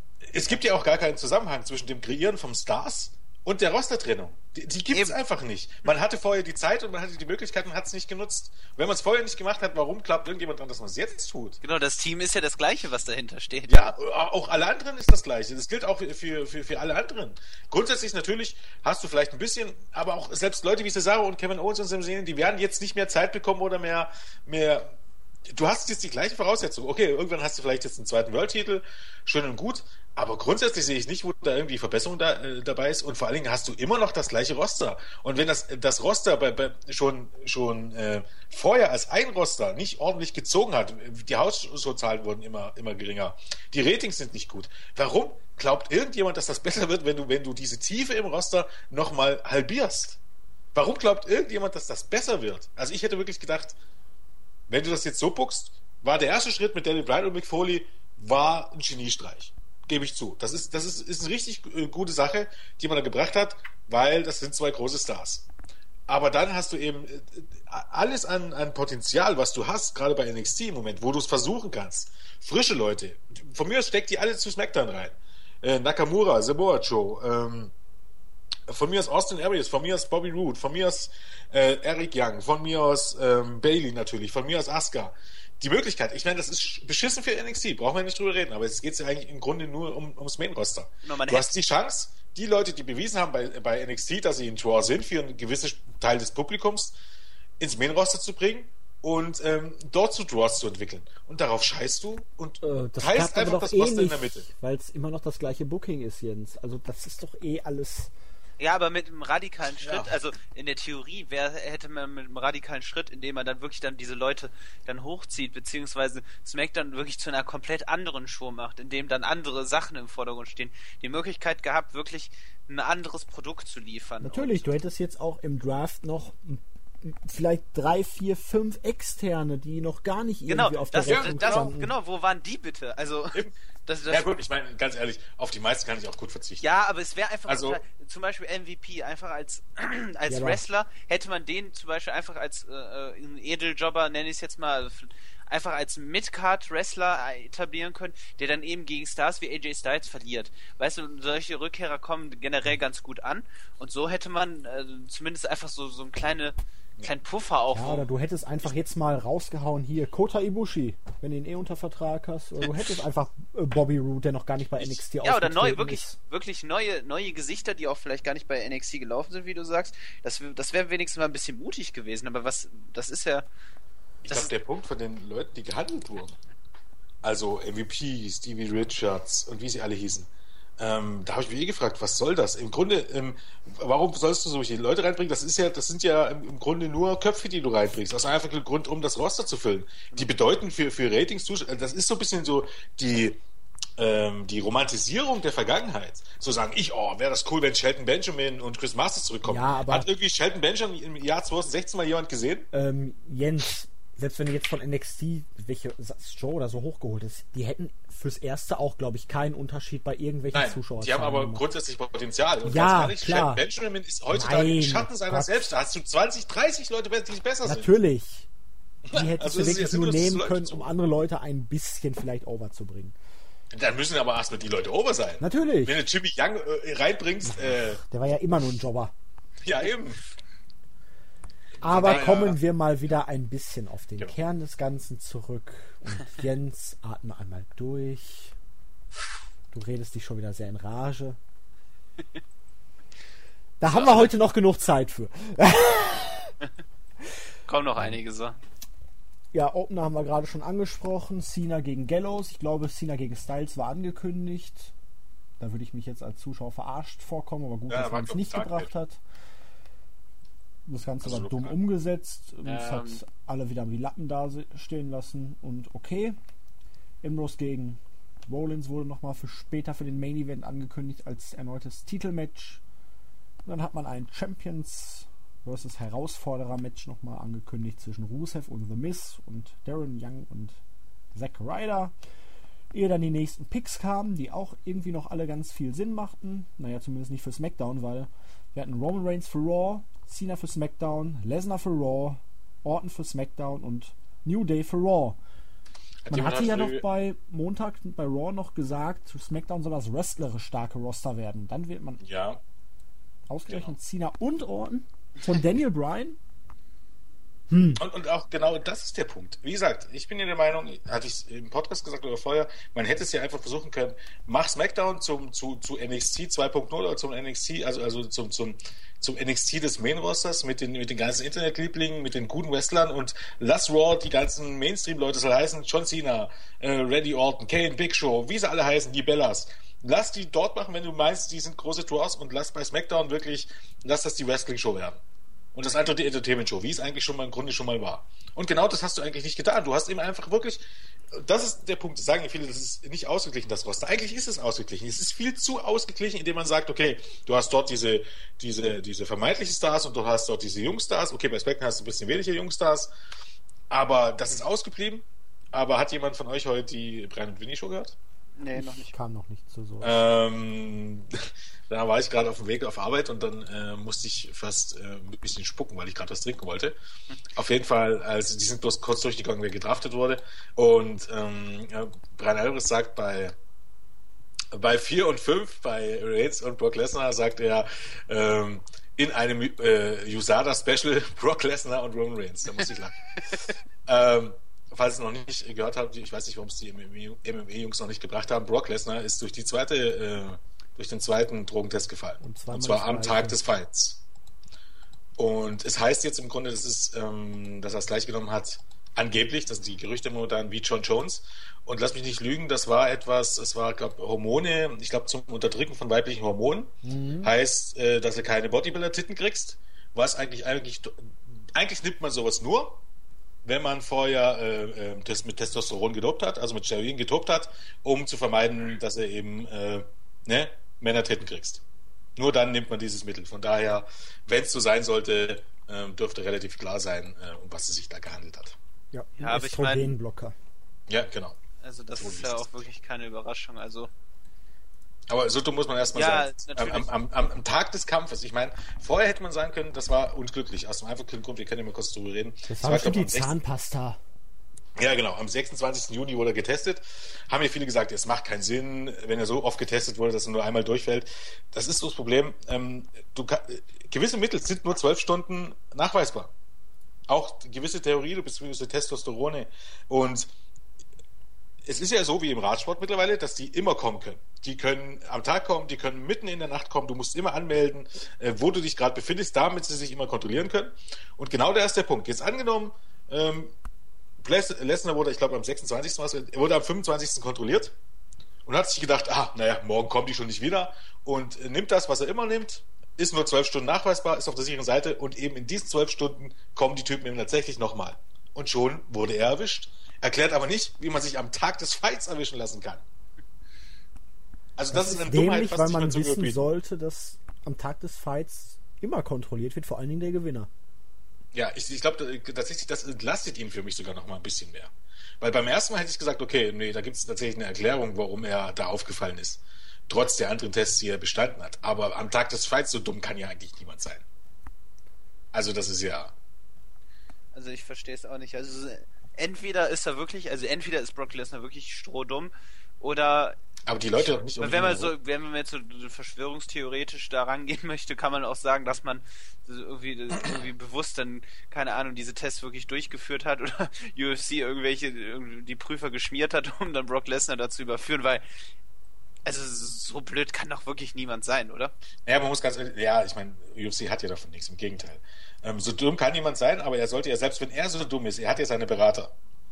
Es gibt ja auch gar keinen Zusammenhang zwischen dem Kreieren von Stars und der Rostertrennung. Die, die gibt es einfach nicht. Man hatte vorher die Zeit und man hatte die Möglichkeit und hat es nicht genutzt. Und wenn man es vorher nicht gemacht hat, warum glaubt irgendjemand dran, dass man es jetzt tut? Genau, das Team ist ja das Gleiche, was dahinter steht. Ja, auch alle anderen ist das Gleiche. Das gilt auch für, für, für alle anderen. Grundsätzlich natürlich hast du vielleicht ein bisschen, aber auch selbst Leute wie Cesaro und Kevin Owens und Sami Zayn, die werden jetzt nicht mehr Zeit bekommen oder mehr, mehr du hast jetzt die gleiche Voraussetzung. Okay, irgendwann hast du vielleicht jetzt einen zweiten World-Titel, schön und gut, aber grundsätzlich sehe ich nicht, wo da irgendwie Verbesserung da, äh, dabei ist und vor allen Dingen hast du immer noch das gleiche Roster. Und wenn das, das Roster bei, bei schon, schon äh, vorher als ein Roster nicht ordentlich gezogen hat, die Hausshow-Zahlen wurden immer, immer geringer, die Ratings sind nicht gut. Warum glaubt irgendjemand, dass das besser wird, wenn du, wenn du diese Tiefe im Roster nochmal halbierst? Warum glaubt irgendjemand, dass das besser wird? Also ich hätte wirklich gedacht, wenn du das jetzt so bookst, war der erste Schritt mit Daniel Bryan und Mick Foley war ein Geniestreich. Gebe ich zu. Das ist, das ist, ist eine richtig äh, gute Sache, die man da gebracht hat, weil das sind zwei große Stars. Aber dann hast du eben äh, alles an, an Potenzial, was du hast, gerade bei N X T im Moment, wo du es versuchen kannst. Frische Leute. Von mir aus steckt die alle zu SmackDown rein. Äh, Nakamura, Samoa Joe, ähm, von mir aus Austin Aries, von mir aus Bobby Roode, von mir aus äh, Eric Young, von mir aus ähm, Bayley natürlich, von mir aus Asuka. Die Möglichkeit, ich meine, das ist beschissen für N X T, brauchen wir nicht drüber reden, aber jetzt geht es ja eigentlich im Grunde nur um, ums Main-Roster. No, du hast die Chance, die Leute, die bewiesen haben bei, bei N X T, dass sie ein Draw sind für einen gewissen Teil des Publikums, ins Main-Roster zu bringen und ähm, dort zu Draws zu entwickeln. Und darauf scheißt du und äh, das teilst einfach das Roster eh in der Mitte. Weil es immer noch das gleiche Booking ist, Jens. Also das ist doch eh alles... Ja, aber mit einem radikalen Schritt, ja. Also in der Theorie wär, hätte man mit einem radikalen Schritt, indem man dann wirklich dann diese Leute dann hochzieht, beziehungsweise SmackDown wirklich zu einer komplett anderen Show macht, in dem dann andere Sachen im Vordergrund stehen, die Möglichkeit gehabt, wirklich ein anderes Produkt zu liefern. Natürlich, du hättest jetzt auch im Draft noch vielleicht drei, vier, fünf Externe, die noch gar nicht irgendwie genau, auf der das, Rechnung das, standen. Genau, wo waren die bitte? Also... Das, das ja gut, ich meine, ganz ehrlich, auf die meisten kann ich auch gut verzichten. Ja, aber es wäre einfach, also, zum Beispiel M V P, einfach als, als ja, Wrestler, hätte man den zum Beispiel einfach als äh, einen Edeljobber, nenne ich es jetzt mal, einfach als Mid-Card-Wrestler etablieren können, der dann eben gegen Stars wie A J Styles verliert. Weißt du, solche Rückkehrer kommen generell ganz gut an und so hätte man äh, zumindest einfach so, so eine kleine Kein Puffer auf. Ja, oder du hättest einfach jetzt mal rausgehauen, hier, Kota Ibushi, wenn du ihn eh unter Vertrag hast. Oder du hättest einfach äh, Bobby Roode, der noch gar nicht bei N X T ja, oder neu, ist. wirklich, wirklich neue, neue Gesichter, die auch vielleicht gar nicht bei N X T gelaufen sind, wie du sagst. Das, das wäre wenigstens mal ein bisschen mutig gewesen, aber was, das ist ja... Ich glaube, der Punkt von den Leuten, die gehandelt wurden, also M V P, Stevie Richards und wie sie alle hießen, Ähm, da habe ich mich eh gefragt, was soll das? Im Grunde, ähm, warum sollst du solche Leute reinbringen? Das ist ja, das sind ja im, im Grunde nur Köpfe, die du reinbringst, aus einem einfachen Grund, um das Roster zu füllen. Die bedeuten für, für Ratings, das ist so ein bisschen so die, ähm, die Romantisierung der Vergangenheit. So sagen, ich, oh, wäre das cool, wenn Shelton Benjamin und Chris Masters zurückkommen. Ja, aber hat irgendwie Shelton Benjamin im Jahr zwanzig sechzehn mal jemand gesehen? Ähm, Jens, selbst wenn du jetzt von N X T welche Show oder so hochgeholt ist, die hätten fürs Erste auch, glaube ich, keinen Unterschied bei irgendwelchen Nein, Zuschauern. die haben aber gemacht. Grundsätzlich Potenzial. Und ja, ganz ehrlich, klar. Benjamin ist heutzutage Nein, im Schatten seiner Gott. selbst. Da hast du zwanzig, dreißig Leute, die besser sind. Natürlich. Die hättest Also du es ist wirklich jetzt nur nur, dass nehmen Leute können, zu- um andere Leute ein bisschen vielleicht over zu bringen. Dann müssen aber erstmal die Leute over sein. Natürlich. Wenn du Jimmy Young äh, reinbringst, äh, Der war ja immer nur ein Jobber. ja eben. Aber daher- kommen wir mal wieder ein bisschen auf den Ja. Kern des Ganzen zurück. Und Jens, atme einmal durch. Du redest dich schon wieder sehr in Rage. Da haben wir heute noch genug Zeit für. Kommen noch einige so. Ja, Opener haben wir gerade schon angesprochen. Cena gegen Gallows. Ich glaube, Cena gegen Styles war angekündigt. Da würde ich mich jetzt als Zuschauer verarscht vorkommen, aber gut, Ja, dass war man es glaub nicht ich, Tag gebracht hat. Das Ganze Also war dumm lokal. umgesetzt. Es Ähm. hat alle wieder wie Lappen da se- stehen lassen. Und okay. Ambrose gegen Rollins wurde nochmal für später für den Main Event angekündigt als erneutes Titelmatch. Und dann hat man ein Champions versus Herausforderer Match nochmal angekündigt zwischen Rusev und The Miz und Darren Young und Zack Ryder. Ehe dann die nächsten Picks kamen, die auch irgendwie noch alle ganz viel Sinn machten. Naja, zumindest nicht für SmackDown, weil wir hatten Roman Reigns für Raw, Cena für SmackDown, Lesnar für Raw, Orton für SmackDown und New Day für Raw. Hat Man jemand hatte ja hat- noch bei Montag bei Raw noch gesagt, für SmackDown soll das wrestlerisch starke Roster werden. Dann wird man Ja. ausgerechnet Cena und Orton von Daniel Bryan. Und, und auch genau das ist der Punkt. Wie gesagt, ich bin ja der Meinung, hatte ich es im Podcast gesagt oder vorher, man hätte es ja einfach versuchen können, mach SmackDown zum, zu, zu N X T zwei Punkt null oder zum N X T, also, also zum, zum, zum N X T des Main-Rosters mit den, mit den ganzen Internet-Lieblingen, mit den guten Wrestlern und lass Raw die ganzen Mainstream-Leute soll heißen, John Cena, äh, Randy Orton, Kane, Big Show, wie sie alle heißen, die Bellas. Lass die dort machen, wenn du meinst, die sind große Draws und lass bei SmackDown wirklich, lass das die Wrestling-Show werden. Und das andere die Entertainment-Show, wie es eigentlich schon mal im Grunde schon mal war. Und genau das hast du eigentlich nicht getan. Du hast eben einfach wirklich, das ist der Punkt, das sagen ja viele, das ist nicht ausgeglichen, das Roster. Eigentlich ist es ausgeglichen. Es ist viel zu ausgeglichen, indem man sagt, okay, du hast dort diese, diese, diese vermeintlichen Stars und du hast dort diese Jungstars. Okay, bei SmackDown hast du ein bisschen weniger Jungstars. Aber das ist ausgeblieben. Aber hat jemand von euch heute die Brian und Winnie Show gehört? Nee, noch nicht. Kam noch nicht zu so. Ähm, da war ich gerade auf dem Weg auf Arbeit und dann äh, musste ich fast äh, ein bisschen spucken, weil ich gerade was trinken wollte. Auf jeden Fall, also die sind bloß kurz durchgegangen, wer gedraftet wurde. Und ähm, ja, Brian Alvarez sagt bei bei vier und fünf, bei Reigns und Brock Lesnar, sagt er ähm, in einem äh, U S A D A-Special Brock Lesnar und Roman Reigns. Da muss ich lachen. ähm, Falls ihr noch nicht gehört habt, ich weiß nicht, warum es die M M A-Jungs noch nicht gebracht haben, Brock Lesnar ist durch die zweite, äh, durch den zweiten Drogentest gefallen. Und, Und zwar am Tag des Fights. Und es heißt jetzt im Grunde, dass, es, ähm, dass er es gleich genommen hat, angeblich, das sind die Gerüchte momentan, wie John Jones. Und lass mich nicht lügen, das war etwas, es war, glaube Hormone, ich glaube zum Unterdrücken von weiblichen Hormonen. Mhm. Heißt, äh, dass du keine Bodybuilder-Titten kriegst. Was eigentlich, eigentlich, eigentlich nimmt man sowas nur, wenn man vorher äh, äh, das mit Testosteron gedopt hat, also mit Steroiden gedopt hat, um zu vermeiden, dass er eben äh, ne, Männertitten kriegst. Nur dann nimmt man dieses Mittel. Von daher, wenn es so sein sollte, äh, dürfte relativ klar sein, äh, um was es sich da gehandelt hat. Ja, ein Ja, aber ich mein- Östrogenblocker. Ja, genau. Also das So ist ist ja es. auch wirklich keine Überraschung. Also Aber so dumm muss man erstmal Ja, sein. natürlich. Am, am, am, am Tag des Kampfes. Ich meine, vorher hätte man sagen können, das war unglücklich. Aus dem einfachen Grund, wir können ja mal kurz drüber reden. Das Es war bestimmt glaub, die am sechsten Zahnpasta. Ja, genau. Am sechsundzwanzigsten Juni wurde er getestet. Haben ja viele gesagt, es macht keinen Sinn, wenn er so oft getestet wurde, dass er nur einmal durchfällt. Das ist so das Problem. Ähm, du kann, gewisse Mittel sind nur zwölf Stunden nachweisbar. Auch gewisse Theorien bzw. Testosterone. Und es ist ja so wie im Radsport mittlerweile, dass die immer kommen können. Die können am Tag kommen, die können mitten in der Nacht kommen. Du musst immer anmelden, äh, wo du dich gerade befindest, damit sie sich immer kontrollieren können. Und genau da ist der Punkt. Jetzt angenommen, ähm, Les- Lesnar wurde, ich glaube, am sechsundzwanzigsten war es, er wurde am fünfundzwanzigsten kontrolliert und hat sich gedacht, ah, naja, morgen kommt die schon nicht wieder und äh, nimmt das, was er immer nimmt, ist nur zwölf Stunden nachweisbar, ist auf der sicheren Seite und eben in diesen zwölf Stunden kommen die Typen eben tatsächlich nochmal. Und schon wurde er erwischt. Erklärt aber nicht, wie man sich am Tag des Fights erwischen lassen kann. Also das, das ist eine dämlich, Dummheit, fast weil man nicht mehr zu wissen überbieten. sollte, dass am Tag des Fights immer kontrolliert wird, vor allen Dingen der Gewinner. Ja, ich, ich glaube tatsächlich, das entlastet ihn für mich sogar noch mal ein bisschen mehr. Weil beim ersten Mal hätte ich gesagt, okay, nee, da gibt es tatsächlich eine Erklärung, warum er da aufgefallen ist. Trotz der anderen Tests, die er bestanden hat. Aber am Tag des Fights so dumm kann ja eigentlich niemand sein. Also das ist ja... Also ich verstehe es auch nicht. Also entweder ist er wirklich, also entweder ist Brock Lesnar wirklich strohdumm oder... Aber die Leute doch nicht... Wenn man so, wenn man jetzt so verschwörungstheoretisch da rangehen möchte, kann man auch sagen, dass man irgendwie, irgendwie bewusst dann, keine Ahnung, diese Tests wirklich durchgeführt hat oder U F C irgendwelche, die Prüfer geschmiert hat, um dann Brock Lesnar dazu überführen, weil also so blöd kann doch wirklich niemand sein, oder? Ja, man muss ganz ehrlich, ja, ich meine, U F C hat ja davon nichts, im Gegenteil. Ähm, so dumm kann niemand sein, aber er sollte ja, selbst wenn er so dumm ist, er hat ja seine Berater.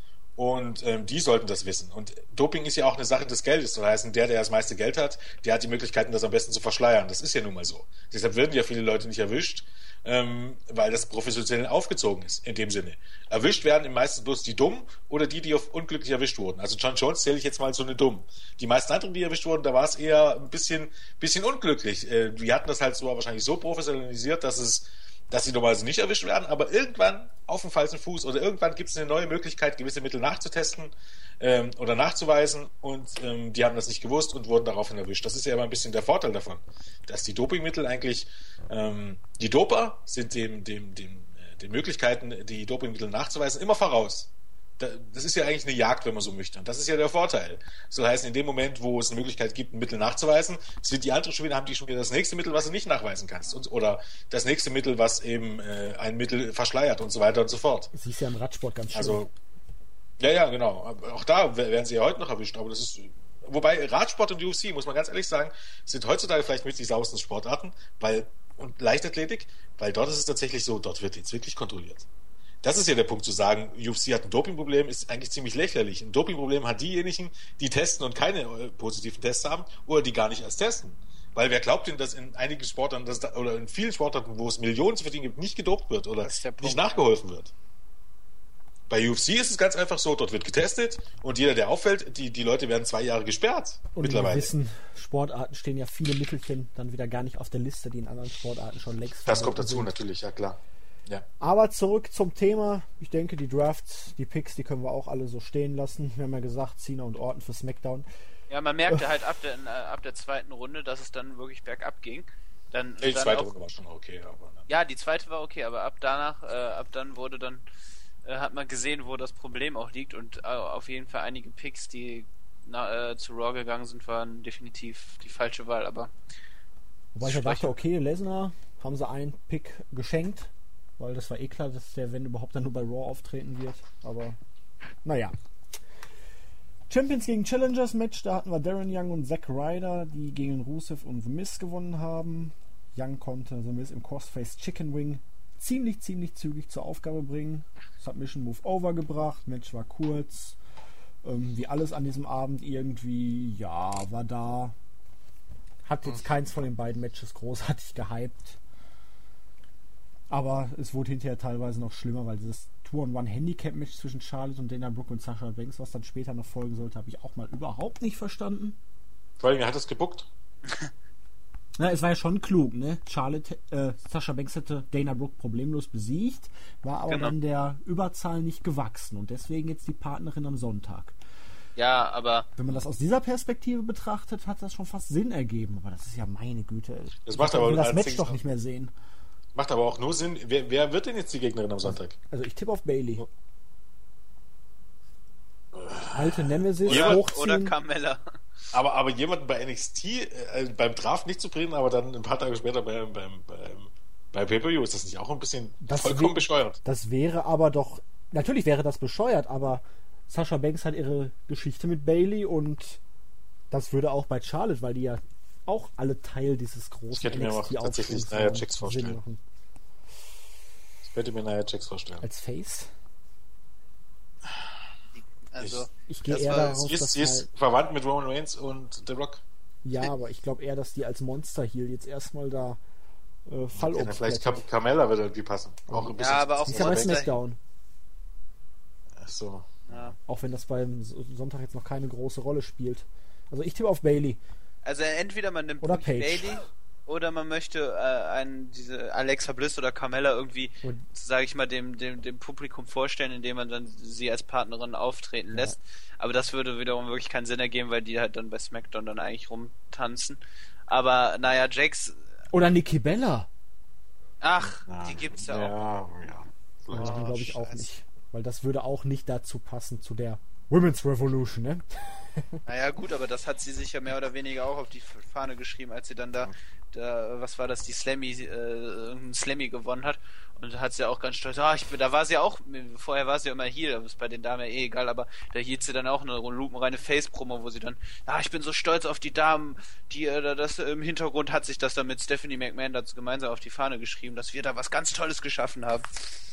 Und ähm, die sollten das wissen. Und Doping ist ja auch eine Sache des Geldes. Das heißt, der, der das meiste Geld hat, der hat die Möglichkeiten, das am besten zu verschleiern. Das ist ja nun mal so. Deshalb werden ja viele Leute nicht erwischt, ähm, weil das professionell aufgezogen ist, in dem Sinne. Erwischt werden meistens bloß die Dummen oder die, die auf unglücklich erwischt wurden. Also John Jones zähle ich jetzt mal so eine Dumm. Die meisten anderen, die erwischt wurden, da war es eher ein bisschen, bisschen unglücklich. Äh, die hatten das halt so wahrscheinlich so professionalisiert, dass es dass sie normalerweise nicht erwischt werden, aber irgendwann auf dem falschen Fuß oder irgendwann gibt es eine neue Möglichkeit, gewisse Mittel nachzutesten ähm, oder nachzuweisen und ähm, die haben das nicht gewusst und wurden daraufhin erwischt. Das ist ja immer ein bisschen der Vorteil davon, dass die Dopingmittel eigentlich, ähm, die Doper sind dem, dem, dem, äh, den Möglichkeiten, die Dopingmittel nachzuweisen, immer voraus. Das ist ja eigentlich eine Jagd, wenn man so möchte. Und das ist ja der Vorteil. Das heißt, in dem Moment, wo es eine Möglichkeit gibt, ein Mittel nachzuweisen, sind die anderen schon wieder, haben die schon wieder das nächste Mittel, was du nicht nachweisen kannst. Und, oder das nächste Mittel, was eben äh, ein Mittel verschleiert und so weiter und so fort. Das ist ja im Radsport ganz schön. Also, ja, ja, genau. Auch da werden sie ja heute noch erwischt. Aber das ist, wobei Radsport und U F C, muss man ganz ehrlich sagen, sind heutzutage vielleicht mit die saubersten Sportarten, weil, und Leichtathletik, weil dort ist es tatsächlich so, dort wird jetzt wirklich kontrolliert. Das ist ja der Punkt, zu sagen, U F C hat ein Dopingproblem, ist eigentlich ziemlich lächerlich. Ein Dopingproblem hat diejenigen, die testen und keine äh, positiven Tests haben oder die gar nicht erst testen. Weil wer glaubt denn, dass in einigen Sportarten dass da, oder in vielen Sportarten, wo es Millionen zu verdienen gibt, nicht gedopt wird oder nicht nachgeholfen wird? Bei U F C ist es ganz einfach so, dort wird getestet und jeder, der auffällt, die, die Leute werden zwei Jahre gesperrt. Und mittlerweile. in gewissen Sportarten stehen ja viele Mittelchen dann wieder gar nicht auf der Liste, die in anderen Sportarten schon längst Das kommt dazu, sind. natürlich, ja klar. Ja. Aber zurück zum Thema. Ich denke, die Drafts, die Picks, die können wir auch alle so stehen lassen. Wir haben ja gesagt, Cena und Orton für SmackDown. Ja, man merkte halt ab der, äh, ab der zweiten Runde, dass es dann wirklich bergab ging. Dann, Die dann zweite auch, Runde war schon okay. Aber, ne. Ja, die zweite war okay, aber ab danach, äh, ab dann wurde dann, äh, hat man gesehen, wo das Problem auch liegt und äh, auf jeden Fall einige Picks, die na, äh, zu Raw gegangen sind, waren definitiv die falsche Wahl, aber Wobei ich ja dachte, okay, Lesnar haben sie einen Pick geschenkt, weil das war eh klar, dass der, wenn überhaupt, dann nur bei Raw auftreten wird. Aber, naja. Champions gegen Challengers Match, da hatten wir Darren Young und Zack Ryder, die gegen Rusev und The Miz gewonnen haben. Young konnte The Miz im Crossface Chicken Wing ziemlich, ziemlich zügig zur Aufgabe bringen. Submission Move over gebracht, Match war kurz. Ähm, wie alles an diesem Abend irgendwie, ja, war da. Hat jetzt keins von den beiden Matches großartig gehypt. Aber es wurde hinterher teilweise noch schlimmer, weil dieses Two-on-One-Handicap-Match zwischen Charlotte und Dana Brooke und Sasha Banks, was dann später noch folgen sollte, habe ich auch mal überhaupt nicht verstanden. Vor allem, er hat es gebuckt. Na, es war ja schon klug, ne? Charlotte, äh, Sasha Banks hätte Dana Brooke problemlos besiegt, war aber Genau. dann der Überzahl nicht gewachsen und deswegen jetzt die Partnerin am Sonntag. ja, aber Wenn man das aus dieser Perspektive betrachtet, hat das schon fast Sinn ergeben, aber das ist ja meine Güte. Das macht ich aber will das als Match Ding- doch nicht mehr sehen. Macht aber auch nur Sinn. Wer, wer wird denn jetzt die Gegnerin am Sonntag? Also ich tippe auf Bailey. Alte Nemesis Ja, hochziehen. oder Carmella. Aber, aber jemanden bei N X T äh, beim Draft nicht zu bringen, aber dann ein paar Tage später beim, beim, beim, bei Pay-Per-View, ist das nicht auch ein bisschen Das vollkommen we- bescheuert? Das wäre aber doch, natürlich wäre das bescheuert, aber Sasha Banks hat ihre Geschichte mit Bailey und das würde auch bei Charlotte, weil die ja auch alle Teil dieses großen Ich könnte mir auch tatsächlich N X T-Aufschwungs Nia waren, Jax Sinn vorstellen. machen. Ich könnte mir Nia Jax vorstellen. Als Face? Also, Ich gehe Das eher war, darauf, sie ist, dass sie ist halt, verwandt mit Roman Reigns und The Rock. ja, aber ich glaube eher, dass die als Monster Heal jetzt erstmal da äh, Ja, Fallobst vielleicht rettet. Cam Carmella würde irgendwie passen. Auch ein bisschen Ja, aber auch Die ist ja bei Monster- SmackDown. Ach so. ja. Auch wenn das beim Sonntag jetzt noch keine große Rolle spielt. Also ich tippe auf Bailey. Also entweder man nimmt Oder Nikki Paige. Bailey oder man möchte äh, einen, diese Alexa Bliss oder Carmella irgendwie, Und- sage ich mal, dem, dem, dem Publikum vorstellen, indem man dann sie als Partnerin auftreten lässt. Aber das würde wiederum wirklich keinen Sinn ergeben, weil die halt dann bei SmackDown dann eigentlich rumtanzen. Aber naja, Jax, Oder Nikki Bella. ach, Ja, die gibt's ja, ja, auch. ja. Ja, Vielleicht. glaube ich auch Scheiße. nicht. Weil das würde auch nicht dazu passen zu der Women's Revolution, ne? Naja gut, aber das hat sie sich ja mehr oder weniger auch auf die Fahne geschrieben, als sie dann da, da was war das, die Slammy, äh, irgendein Slammy gewonnen hat. Und da hat sie auch ganz stolz, ah, ich bin, da war sie auch, vorher war sie ja immer Heel, aber ist bei den Damen ja eh egal, aber da hielt sie dann auch eine lupenreine Face-Promo, wo sie dann, ah, ich bin so stolz auf die Damen, die, äh, das im Hintergrund hat sich das dann mit Stephanie McMahon dazu gemeinsam auf die Fahne geschrieben, dass wir da was ganz Tolles geschaffen haben.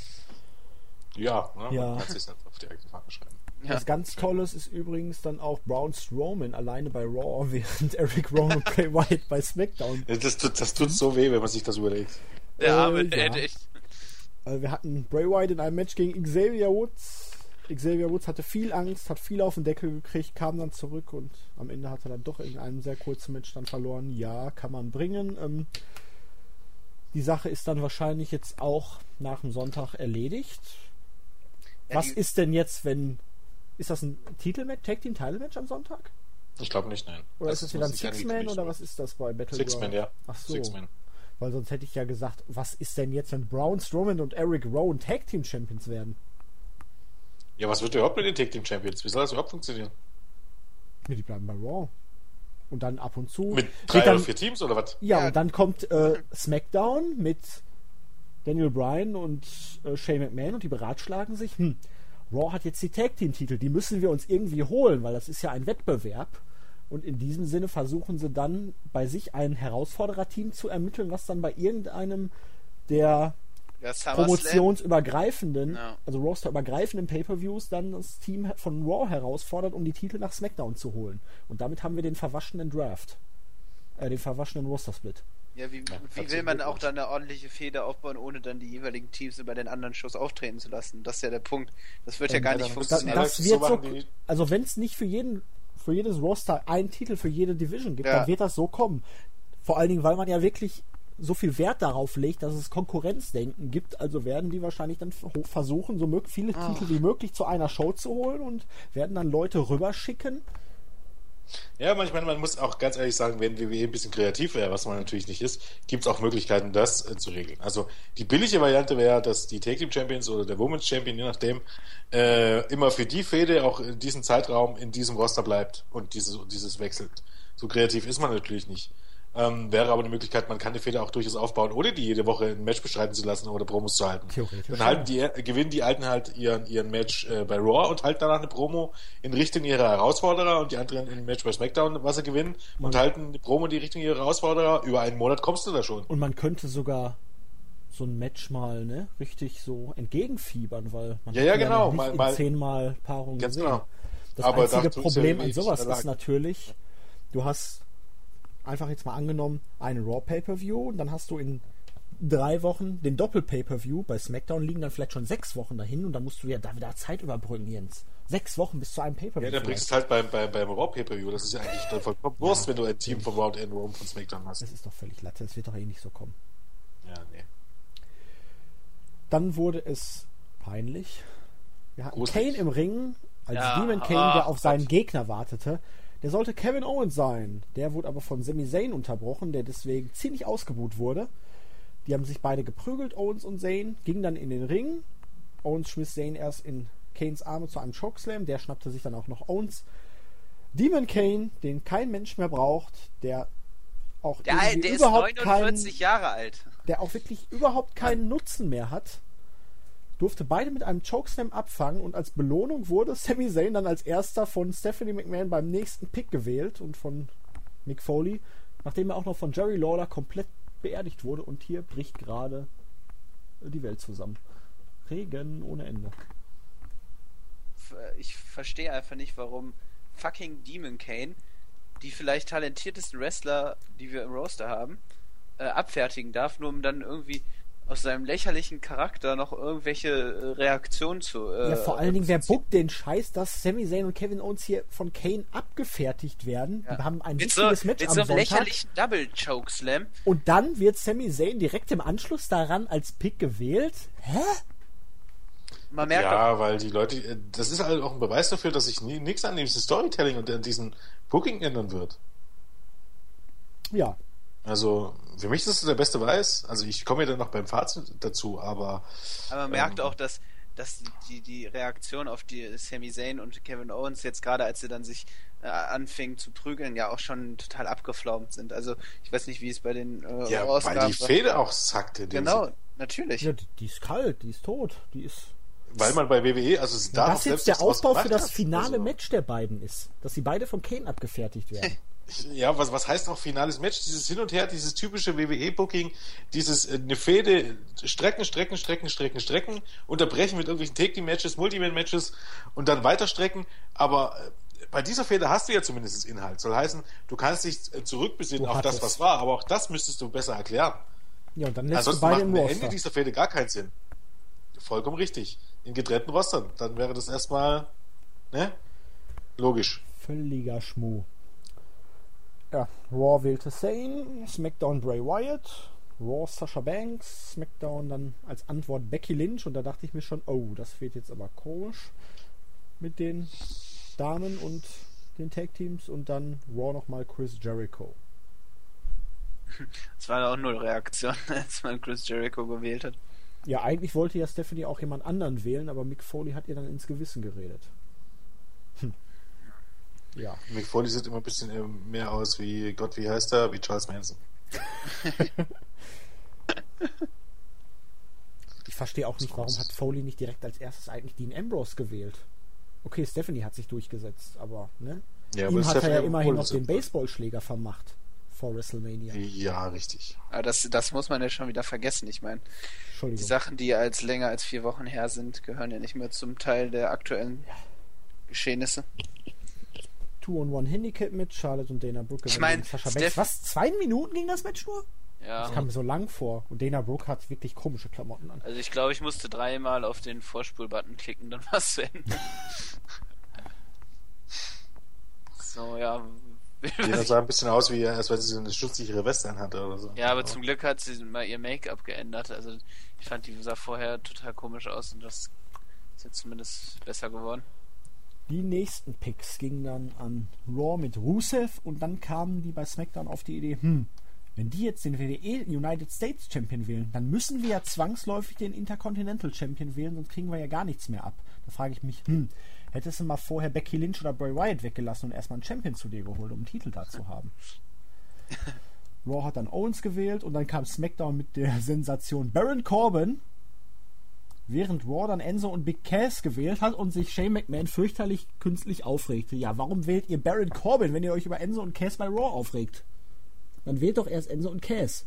Ja, ne? Ja. Man kann sich halt auf die eigene Fahne schreiben. Ja. Was ganz Tolles ist übrigens dann auch Braun Strowman alleine bei Raw, während Eric Rowan und Bray Wyatt bei SmackDown. Das tut, das tut so weh, wenn man sich das überlegt. Der arme, Äh, der ja. hätte echt. Also wir hatten Bray Wyatt in einem Match gegen Xavier Woods. Xavier Woods hatte viel Angst, hat viel auf den Deckel gekriegt, kam dann zurück und am Ende hat er dann doch in einem sehr kurzen Match dann verloren. Ja, kann man bringen. Ähm, die Sache ist dann wahrscheinlich jetzt auch nach dem Sonntag erledigt. Ja, Was die- ist denn jetzt, wenn... Ist das ein Titelmatch, Tag Team Title Match am Sonntag? Ich glaube nicht, nein. Oder ist das wieder ein muss ich Six-Man eigentlich oder nicht was ist das bei Battle Six-Man, ja. Ach so. Six-Man. Weil sonst hätte ich ja gesagt, was ist denn jetzt, wenn Braun Strowman und Eric Rowan Tag Team Champions werden? Ja, was wird überhaupt mit den Tag Team Champions? Wie soll das überhaupt funktionieren? Nee, die bleiben bei Raw. Und dann ab und zu. Mit geht drei dann, oder vier Teams oder was? Ja, Ja. und dann kommt äh, SmackDown mit Daniel Bryan und äh, Shane McMahon und die beratschlagen sich, hm, Raw hat jetzt die Tag Team Titel, die müssen wir uns irgendwie holen, weil das ist ja ein Wettbewerb. Und in diesem Sinne versuchen sie dann bei sich ein Herausfordererteam zu ermitteln, was dann bei irgendeinem der Ja, SummerSlam. promotionsübergreifenden, Ja. also rosterübergreifenden Pay-Per-Views dann das Team von Raw herausfordert, um die Titel nach SmackDown zu holen. Und damit haben wir den verwaschenen Draft. Äh, den verwaschenen Roster-Split. Ja, wie, wie herzlichen will man auch Glückwunsch. dann eine ordentliche Fehde aufbauen, ohne dann die jeweiligen Teams über den anderen Shows auftreten zu lassen? Das ist ja der Punkt. Das wird ja Ähm, gar ja, nicht dann müssen Da, sie funktionieren. das so wird so, machen, die- also wenn es nicht für jeden, für jedes Roster einen Titel für jede Division gibt, Ja. dann wird das so kommen. Vor allen Dingen, weil man ja wirklich so viel Wert darauf legt, dass es Konkurrenzdenken gibt, also werden die wahrscheinlich dann f- versuchen, so mög- viele Ah. Titel wie möglich zu einer Show zu holen und werden dann Leute rüberschicken. Ja, manchmal, man muss auch ganz ehrlich sagen, wenn W W E ein bisschen kreativ wäre, was man natürlich nicht ist, gibt es auch Möglichkeiten, das äh, zu regeln. Also die billige Variante wäre, dass die Tag Team Champions oder der Women's Champion, je nachdem, äh, immer für die Fehde auch in diesem Zeitraum in diesem Roster bleibt und dieses, dieses wechselt. So kreativ ist man natürlich nicht. Ähm, wäre aber eine Möglichkeit, man kann die Fehde auch durchaus aufbauen, ohne die jede Woche ein Match bestreiten zu lassen oder Promos zu halten. Theoretisch, Dann halten die, äh, gewinnen die Alten halt ihren, ihren Match äh, bei Raw und halten danach eine Promo in Richtung ihrer Herausforderer und die anderen ein Match bei SmackDown, was sie gewinnen, und halten eine Promo in die Richtung ihrer Herausforderer. Über einen Monat kommst du da schon. Und man könnte sogar so ein Match mal ne, richtig so entgegenfiebern, weil man Ja, hat ja, die genau, noch nicht mal- in mal- zehnmal Paarungen Ganz gesehen. genau. Das Aber einzige dazu ist ja Problem W W E an nicht sowas in der ist Lage. natürlich, du hast einfach jetzt mal angenommen eine Raw Pay-Per-View und dann hast du in drei Wochen den Doppel-Pay-Per-View. Bei SmackDown liegen dann vielleicht schon sechs Wochen dahin und dann musst du ja da wieder Zeit überbrücken, Jens. Sechs Wochen bis zu einem Pay-Per-View. Ja, dann bringst du es halt beim, beim, beim Raw Pay-Per-View. Das ist ja eigentlich dann vollkommen Wurst, wenn du ein Team von Raw und Raw von SmackDown hast. Das ist doch völlig Latte, das wird doch eh nicht so kommen. Ja, nee. Dann wurde es peinlich. Wir hatten Gruselig. Kane im Ring, als Ja, Demon Kane, der ach auf seinen Gegner wartete. Der sollte Kevin Owens sein. Der wurde aber von Sami Zayn unterbrochen, der deswegen ziemlich ausgebuht wurde. Die haben sich beide geprügelt, Owens und Zayn, gingen dann in den Ring. Owens schmiss Zayn erst in Kanes Arme zu einem Chokeslam. Der schnappte sich dann auch noch Owens. Demon Kane, den kein Mensch mehr braucht, der auch Der, irgendwie der ist überhaupt neunundvierzig keinen, Jahre alt. der auch wirklich überhaupt keinen Nutzen mehr hat, durfte beide mit einem Chokeslam abfangen und als Belohnung wurde Sami Zayn dann als erster von Stephanie McMahon beim nächsten Pick gewählt und von Mick Foley, nachdem er auch noch von Jerry Lawler komplett beerdigt wurde und hier bricht gerade die Welt zusammen. Regen ohne Ende. ich verstehe einfach nicht, warum fucking Demon Kane die vielleicht talentiertesten Wrestler, die wir im Roster haben, äh, abfertigen darf, nur um dann irgendwie aus seinem lächerlichen Charakter noch irgendwelche äh, Reaktionen zu... Äh, ja, vor allen Dingen, wer bookt den Scheiß, dass Sami Zayn und Kevin Owens hier von Kane abgefertigt werden. Ja. Die haben ein mit wichtiges so, Match mit am so einem Sonntag. lächerlichen Double-Choke-Slam. Und dann wird Sami Zayn direkt im Anschluss daran als Pick gewählt. Hä? Man merkt ja, auch, weil die Leute, das ist halt auch ein Beweis dafür, dass sich nie, nichts an diesem Storytelling und an diesem Booking ändern wird. Ja. Also, für mich ist das der beste Beweis. Also, ich komme ja dann noch beim Fazit dazu, aber... aber man merkt ähm, auch, dass, dass die, die Reaktion auf die Sami Zayn und Kevin Owens jetzt gerade, als sie dann sich äh, anfingen zu prügeln, ja auch schon total abgeflaumt sind. Also, ich weiß nicht, wie es bei den äh, ja, Ausgaben weil die Fehde auch sackte. Genau, natürlich. Ja, die, die ist kalt, die ist tot, die ist... Weil man bei W W E, also es da das jetzt der Aufbau für das hat. finale also, Match der beiden ist, dass sie beide von Kane abgefertigt werden. Ja, was, was heißt auch finales Match? Dieses Hin und Her, dieses typische W W E-Booking, dieses äh, eine Fehde, Strecken, Strecken, Strecken, Strecken, Strecken, unterbrechen mit irgendwelchen Take-Team-Matches, Multiman-Matches und dann weiter strecken, aber äh, bei dieser Fehde hast du ja zumindest Inhalt. Soll heißen, du kannst dich äh, zurückbesinnen Du auf das, hattest. was war, aber auch das müsstest du besser erklären. Ja, und dann lässt Ansonsten du beide macht im ein Roster. Ende dieser Fehde gar keinen Sinn. Vollkommen richtig. In getrennten Rostern. Dann wäre das erstmal, ne? Logisch. Völliger Schmuh. Ja, Raw wählte Zayn, SmackDown Bray Wyatt, Raw Sasha Banks, SmackDown dann als Antwort Becky Lynch und da dachte ich mir schon, oh, das wird jetzt aber komisch mit den Damen und den Tag-Teams und dann Raw nochmal Chris Jericho. Es war auch null Reaktion, als man Chris Jericho gewählt hat. Ja, eigentlich wollte ja Stephanie auch jemand anderen wählen, aber Mick Foley hat ihr dann ins Gewissen geredet. Hm. Ja. Mick Foley sieht immer ein bisschen äh, mehr aus wie, Gott, wie heißt er? Wie Charles Manson. Ich verstehe auch nicht, warum hat Foley nicht direkt als erstes eigentlich Dean Ambrose gewählt. Okay, Stephanie hat sich durchgesetzt, aber ne? Ja, Ihm aber hat er ja Stephanie immerhin noch Ambrose- den Baseballschläger vermacht vor WrestleMania. Ja, richtig. Aber das, das muss man ja schon wieder vergessen. Ich meine, die Entschuldigung. Sachen, die als länger als vier Wochen her sind, gehören ja nicht mehr zum Teil der aktuellen Geschehnisse. Two-on-One Handicap-Match, Charlotte und Dana Brooke. Ich mein, gegen Sasha Banks. Steph- Was? Zwei Minuten ging das Match nur? Ja. Das kam mir so lang vor. Und Dana Brooke hat wirklich komische Klamotten an. Also ich glaube, ich musste dreimal auf den Vorspul-Button klicken, dann war es zu Ende. So, ja. Jeder sah ein bisschen aus, wie als wenn sie so eine schutzsichere Weste anhatte oder so. Ja, aber zum Glück hat sie mal ihr Make-up geändert. Also ich fand, die sah vorher total komisch aus und das ist jetzt zumindest besser geworden. Die nächsten Picks gingen dann an Raw mit Rusev und dann kamen die bei SmackDown auf die Idee, hm, wenn die jetzt den W W E United States Champion wählen, dann müssen wir ja zwangsläufig den Intercontinental Champion wählen, sonst kriegen wir ja gar nichts mehr ab. Da frage ich mich, hm, hättest du mal vorher Becky Lynch oder Bray Wyatt weggelassen und erstmal einen Champion zu dir geholt, um einen Titel da zu haben. Raw hat dann Owens gewählt und dann kam SmackDown mit der Sensation Baron Corbin, während Raw dann Enzo und Big Cass gewählt hat und sich Shane McMahon fürchterlich künstlich aufregte. Ja, warum wählt ihr Baron Corbin, wenn ihr euch über Enzo und Cass bei Raw aufregt? Dann wählt doch erst Enzo und Cass.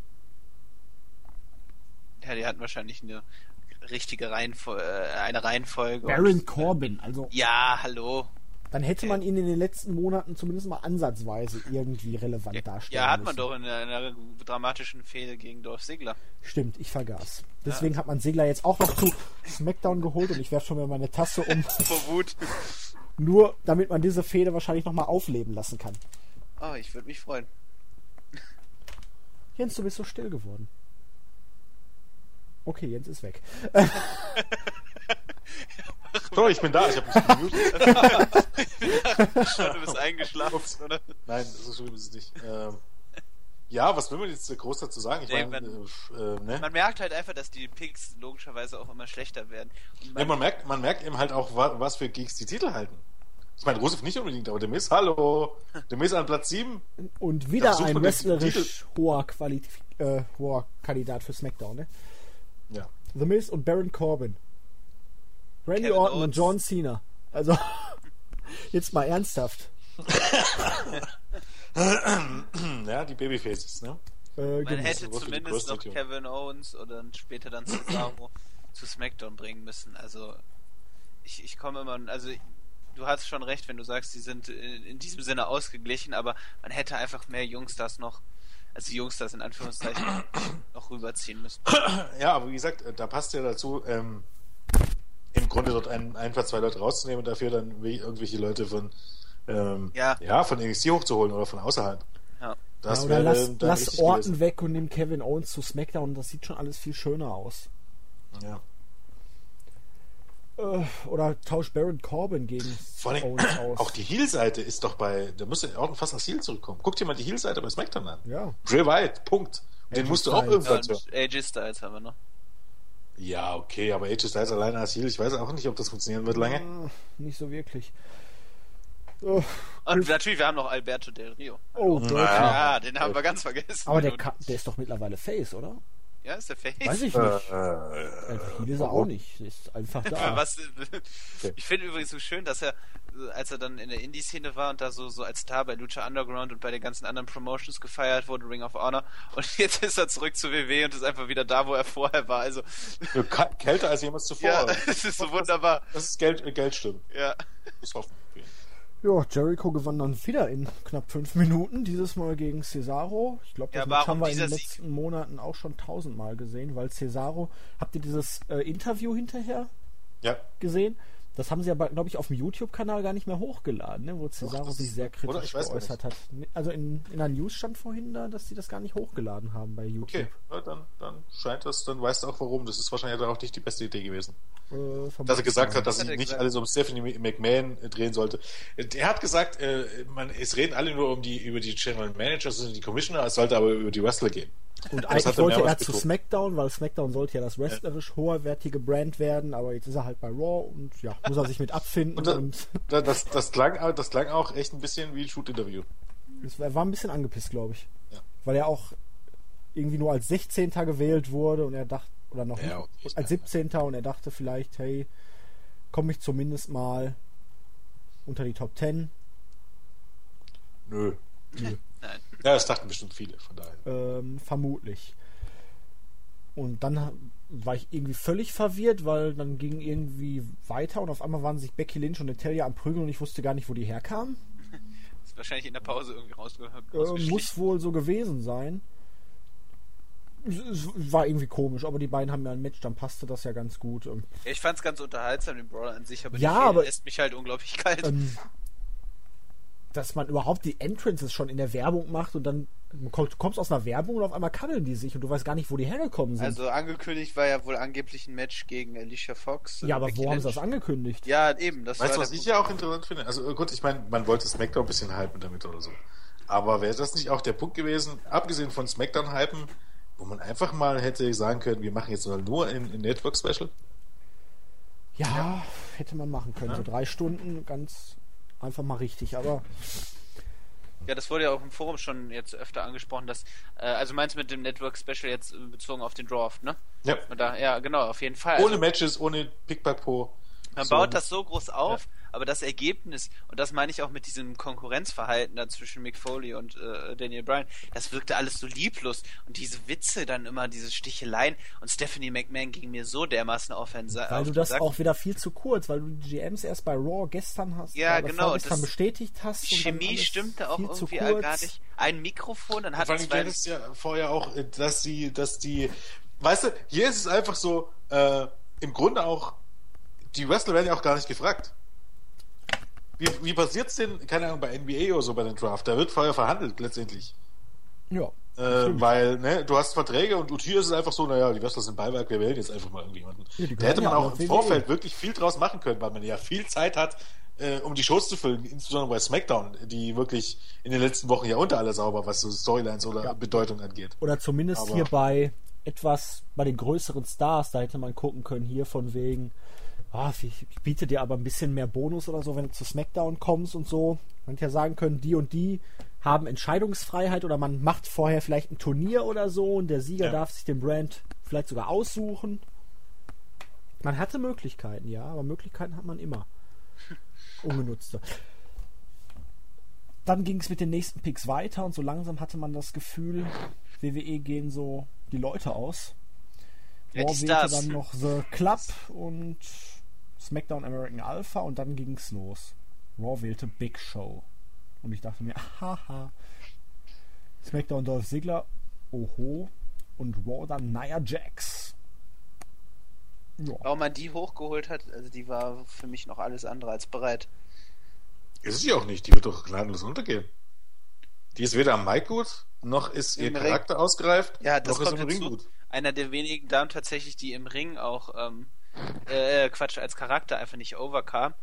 Ja, die hatten wahrscheinlich eine richtige Reihenfolge, äh, eine Reihenfolge. Baron und, Corbin, also Ja, hallo. dann hätte man ihn in den letzten Monaten zumindest mal ansatzweise irgendwie relevant Ja, darstellen ja, hat man müssen. doch in einer, einer dramatischen Fehde gegen Dolph Ziggler. Stimmt, ich vergaß. Deswegen hat man Ziggler jetzt auch noch zu SmackDown geholt und ich werfe schon mal meine Tasse um, Vor Wut. nur damit man diese Fehde wahrscheinlich nochmal aufleben lassen kann. Oh, ich würde mich freuen. Jens, du bist so still geworden. Okay, Jens ist weg. So, ich bin da, ich habe mich gemutet. Du bist eingeschlafen, oder? Nein, so schlimm ist es nicht. Ähm, ja, was will man jetzt groß dazu sagen? Ich Nee, meine, äh, äh, ne? Man merkt halt einfach, dass die Picks logischerweise auch immer schlechter werden. Und Ja, man merkt, man merkt eben halt auch, wa- was für Geeks die Titel halten. Ich meine, Rusev nicht unbedingt, aber der Miz, hallo. Der Miz an Platz sieben. Und wieder Ja, sucht ein man den wrestlerisch hoher, Quali- äh, hoher Kandidat für SmackDown, ne? Ja. The Miz und Baron Corbin. Randy Kevin Orton und Owens. John Cena. Also, jetzt mal ernsthaft. Ja, die Babyfaces, ne? Äh, man genau. hätte groß für die zumindest noch Prostitution. Kevin Owens oder dann später dann Cesaro zu SmackDown bringen müssen. Also ich, ich komme immer, also du hast schon recht, wenn du sagst, die sind in, in diesem Sinne ausgeglichen, aber man hätte einfach mehr Jungstars noch, also die Jungstars in Anführungszeichen, noch rüberziehen müssen. Ja, aber wie gesagt, da passt ja dazu, ähm, im Grunde dort ein, einfach zwei Leute rauszunehmen und dafür dann wie irgendwelche Leute von ähm, ja. ja, von N X T hochzuholen oder von außerhalb. Ja. Das ja, oder wäre lass, dann lass richtig Orton gewesen. weg und nimm Kevin Owens zu SmackDown, das sieht schon alles viel schöner aus. Ja. Äh, oder tausch Baron Corbin gegen Vor allem, Owens aus. auch die Heel-Seite ist doch bei, da müsste Orton fast als Heel zurückkommen. Guck dir mal die Heel-Seite bei SmackDown an. Ja. Bray Wyatt, Punkt. Und den A J musst du auch Styles. irgendwann Und hören. A J Styles haben wir noch. Ja, okay, aber A J Styles alleine als Heel, ich weiß auch nicht, ob das funktionieren wird lange. Ah, nicht so wirklich. Oh, Und natürlich, wir haben noch Alberto Del Rio. oh Ja. Dirty. Ja, den haben wir ganz vergessen. Aber der, kann, der ist doch mittlerweile Face, oder? Ja, ist der Face. Weiß ich Äh, nicht. äh, Äh, Viel ist er auch nicht. Ist einfach da. Was, ich finde übrigens so schön, dass er, als er dann in der Indie-Szene war und da so, so als Star bei Lucha Underground und bei den ganzen anderen Promotions gefeiert wurde, Ring of Honor, und jetzt ist er zurück zu W W und ist einfach wieder da, wo er vorher war. Also ka- kälter als jemals zuvor. ja, das ist so wunderbar. Das ist Geld, äh, Geldstimmen. Ja. Ich hoffe. Ja, Jericho gewann dann wieder in knapp fünf Minuten, dieses Mal gegen Cesaro. Ich glaube, das Ja, Match warum haben wir in den dieser Sieg? letzten Monaten auch schon tausendmal gesehen, weil Cesaro, habt ihr dieses äh, Interview hinterher Ja. gesehen? Das haben sie aber, glaube ich, auf dem YouTube-Kanal gar nicht mehr hochgeladen, ne? Wo Cesaro das sich ist- sehr oder? kritisch Ich weiß gar geäußert hat. Also in, in der News stand vorhin da, dass sie das gar nicht hochgeladen haben bei YouTube. Okay, ja, dann, dann scheint das, dann weißt du auch warum. Das ist wahrscheinlich dann auch nicht die beste Idee gewesen. Äh, Dass er gesagt hat, dass hat sich er nicht gesagt. alles um Stephanie McMahon äh, drehen sollte. Er hat gesagt, äh, man, es reden alle nur um die, über die General Managers und die Commissioner, es sollte aber über die Wrestler gehen. Und Das eigentlich hat er wollte er mehrmals zu betont. SmackDown, weil SmackDown sollte ja das wrestlerisch hoherwertige Brand werden, aber jetzt ist er halt bei Raw und ja, muss er sich mit abfinden Und und, da- Das, das, klang, das klang auch echt ein bisschen wie ein Shoot-Interview. es war war ein bisschen angepisst, glaube ich. Ja. Weil er auch irgendwie nur als sechzehnter gewählt wurde und er dachte, oder noch Ja, nicht, okay. als siebzehnter und er dachte vielleicht, hey, komme ich zumindest mal unter die Top zehn. Nö. Nö. Nein. Ja, das dachten bestimmt viele, von daher. Ähm, vermutlich. Und dann ha- war ich irgendwie völlig verwirrt, weil dann ging irgendwie weiter und auf einmal waren sich Becky Lynch und Natalia am Prügeln und ich wusste gar nicht, wo die herkamen. Ist wahrscheinlich in der Pause irgendwie rausge Äh, rausgeschlichen. muss wohl so gewesen sein. Es, es war irgendwie komisch, aber die beiden haben ja ein Match, dann passte das ja ganz gut. Ähm, Ja, ich fand's ganz unterhaltsam, den Brawler an sich, aber Ja, die Fehde aber- lässt mich halt unglaublich kalt. ähm, dass man überhaupt die Entrances schon in der Werbung macht und dann du kommst aus einer Werbung und auf einmal kaddeln die sich und du weißt gar nicht, wo die hergekommen sind. Also angekündigt war ja wohl angeblich ein Match gegen Alicia Fox. ja, äh, aber Becky wo haben sie Lynch. das angekündigt? Ja, eben. Das Weißt war du, was der ich ja auch interessant finde? Also gut, ich meine, man wollte SmackDown ein bisschen hypen damit oder so. Aber wäre das nicht auch der Punkt gewesen, abgesehen von SmackDown hypen, wo man einfach mal hätte sagen können, wir machen jetzt nur ein, ein Network-Special? Ja, hätte man machen können. So drei Stunden, ganz einfach mal richtig. Aber Ja, das wurde ja auch im Forum schon jetzt öfter angesprochen, dass, äh, also meinst du mit dem Network Special jetzt äh, bezogen auf den Draft, ne? Ja. Und da, ja, genau, auf jeden Fall. Ohne Also, Matches, ohne Pick-Back-Po. man So. baut das so groß auf, aber das Ergebnis, und das meine ich auch mit diesem Konkurrenzverhalten da zwischen Mick Foley und äh, Daniel Bryan, das wirkte alles so lieblos. Und diese Witze dann immer, diese Sticheleien, und Stephanie McMahon ging mir so dermaßen auf den Sa- weil auf du den das Sack. auch wieder viel zu kurz, weil du die G Ms erst bei Raw gestern hast, Ja, oder genau, gestern das- bestätigt hast. Die und dann Chemie alles stimmte auch viel zu irgendwie kurz. gar nicht. Ein Mikrofon, dann Vor hat allem, es du hattest ja vorher auch, äh, dass die, dass die, weißt du, hier ist es einfach so, äh, im Grunde auch, die Wrestler werden ja auch gar nicht gefragt. Wie, wie passiert's denn, keine Ahnung, bei N B A oder so bei den Draft? Da wird vorher verhandelt, letztendlich. Ja. Äh, weil, ne, du hast Verträge und hier ist es einfach so, naja, die Wrestler sind Beiwerk, wir wählen jetzt einfach mal irgendjemanden. Ja, die da hätte gehören man ja auch alle im W W E. Vorfeld wirklich viel draus machen können, weil man ja viel Zeit hat, äh, um die Shows zu füllen, insbesondere bei SmackDown, die wirklich in den letzten Wochen ja unter alle sauber, was so Storylines oder Ja. Bedeutung angeht. Oder zumindest Aber- hier bei etwas, bei den größeren Stars, da hätte man gucken können, hier von wegen, ah, ich, ich biete dir aber ein bisschen mehr Bonus oder so, wenn du zu SmackDown kommst und so. Man hätte ja sagen können, die und die haben Entscheidungsfreiheit oder man macht vorher vielleicht ein Turnier oder so und der Sieger Ja. darf sich den Brand vielleicht sogar aussuchen. Man hatte Möglichkeiten, ja, aber Möglichkeiten hat man immer. Ungenutzte. Dann ging es mit den nächsten Picks weiter und so langsam hatte man das Gefühl, W W E gehen so die Leute aus. Ja, die Raw wählte Stars. dann noch The Club und SmackDown American Alpha und dann ging's los. Raw wählte Big Show. Und ich dachte mir, haha. SmackDown Dolph Ziggler, oho. Und Raw dann Nia Jax. Ja. Warum man die hochgeholt hat, also die war für mich noch alles andere als bereit. Ist sie auch nicht, die wird doch gnadenlos untergehen. Die ist weder am Mic gut, noch ist ihr Im Charakter Ring. ausgereift, ja, das noch ist kommt im Ring dazu. gut. Einer der wenigen Damen tatsächlich, die im Ring auch ähm, äh, Quatsch, als Charakter einfach nicht overkam.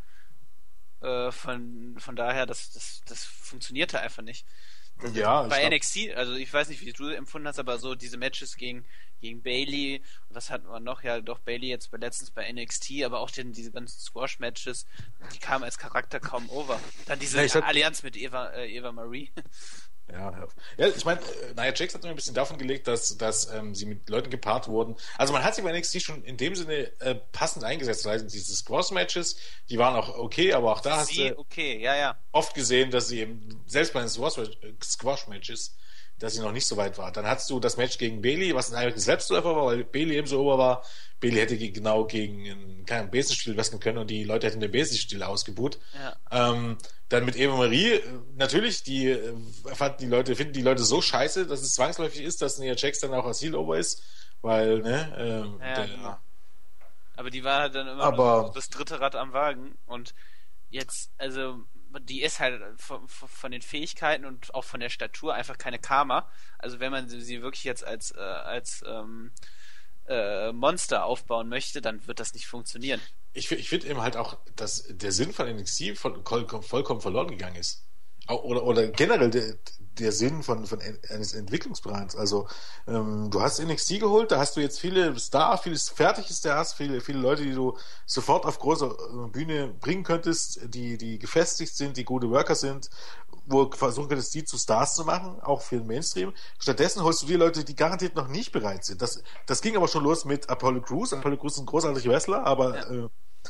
Äh, von, von daher, das, das, das funktionierte einfach nicht. Das Ja, bei ich N X T, also ich weiß nicht, wie du empfunden hast, aber so diese Matches gegen, gegen Bayley, was hatten wir noch? Ja, doch Bayley jetzt bei, letztens bei N X T, aber auch den, diese ganzen Squash-Matches, die kamen als Charakter kaum over. Dann diese Ja, hab... Allianz mit Eva, äh, Eva Marie. Ja, ja, ich meine, Nia Jax hat immer ein bisschen davon gelegt, dass, dass ähm, sie mit Leuten gepaart wurden. Also man hat sie bei N X T schon in dem Sinne äh, passend eingesetzt. Also diese Squash-Matches, die waren auch okay, aber auch da hast sie, du okay, ja, ja. oft gesehen, dass sie eben, selbst bei den Squash-Matches, dass sie noch nicht so weit war. Dann hattest du das Match gegen Bayley, was ein Selbstläufer war, weil Bayley eben so ober war. Bayley hätte genau gegen einen, keinen Besenstiel wresteln können und die Leute hätten den Besenstiel ausgebuht. Ja. Ähm, dann mit Eva Marie, natürlich, die, äh, fanden die Leute, finden die Leute so scheiße, dass es zwangsläufig ist, dass Nia Jax dann auch als Heel-Over ist, weil, ne, ähm, ja, der, genau. Aber die war halt dann immer aber, noch das dritte Rad am Wagen und jetzt, also die ist halt von, von den Fähigkeiten und auch von der Statur einfach keine Karma. Also wenn man sie wirklich jetzt als, äh, als ähm, äh, Monster aufbauen möchte, dann wird das nicht funktionieren. Ich, ich finde eben halt auch, dass der Sinn von N X T voll, vollkommen verloren gegangen ist. Oder, oder generell der, der Sinn von, von eines Entwicklungsplans. Also ähm, du hast N X T geholt, da hast du jetzt viele Star, vieles Fertiges, da hast viele, viele Leute, die du sofort auf großer Bühne bringen könntest, die, die gefestigt sind, die gute Worker sind, wo du versuchen könntest, die zu Stars zu machen, auch für den Mainstream. Stattdessen holst du die Leute, die garantiert noch nicht bereit sind. Das, das ging aber schon los mit Apollo Crews. Apollo Crews ist ein großartiger Wrestler, aber ja. äh,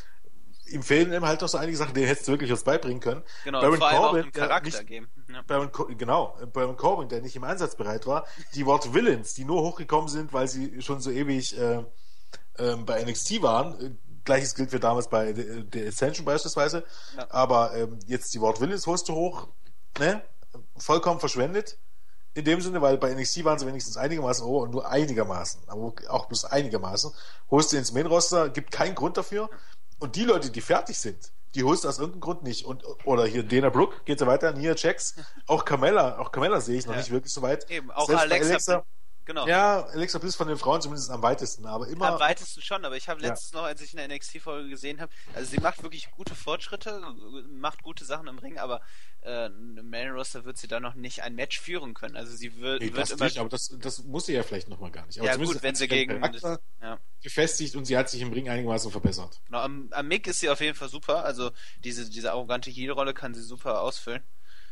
ihm fehlen eben halt noch so einige Sachen, denen hättest du wirklich was beibringen können. Genau, Baron vor allem Corbin, auch einen Charakter nicht, geben. Ja. Baron, genau, Baron Corbin, der nicht im Einsatz bereit war. Die Wort Villains, die nur hochgekommen sind, weil sie schon so ewig äh, äh, bei N X T waren. Gleiches gilt für damals bei der Ascension beispielsweise. Ja. Aber ähm, jetzt die Wort Villains holst du hoch, ne? Vollkommen verschwendet. In dem Sinne, weil bei N X T waren sie wenigstens einigermaßen hoch und nur einigermaßen, aber auch bloß einigermaßen. Holst du ins Main-Roster, gibt keinen Grund dafür. Und die Leute, die fertig sind, die holst du aus irgendeinem Grund nicht. Und, oder hier Dana Brooke, geht so weiter, Nia Jax, auch Carmella, auch Carmella sehe ich noch ja. nicht wirklich so weit. Eben, auch Selbst Alexa, Alexa, genau. Ja, Alexa Bliss von den Frauen zumindest am weitesten, aber immer... Am weitesten schon, aber ich habe letztens ja. noch, als ich eine N X T-Folge gesehen habe, also sie macht wirklich gute Fortschritte, macht gute Sachen im Ring, aber äh, im Main-Roster wird sie da noch nicht ein Match führen können. Also sie wird, nee, wird das immer... nicht, aber das, das muss sie ja vielleicht noch mal gar nicht. Aber ja gut, wenn sie gegen... Das, ja. gefestigt und sie hat sich im Ring einigermaßen verbessert. Genau, am, am Mick ist sie auf jeden Fall super, also diese, diese arrogante Heel-Rolle kann sie super ausfüllen.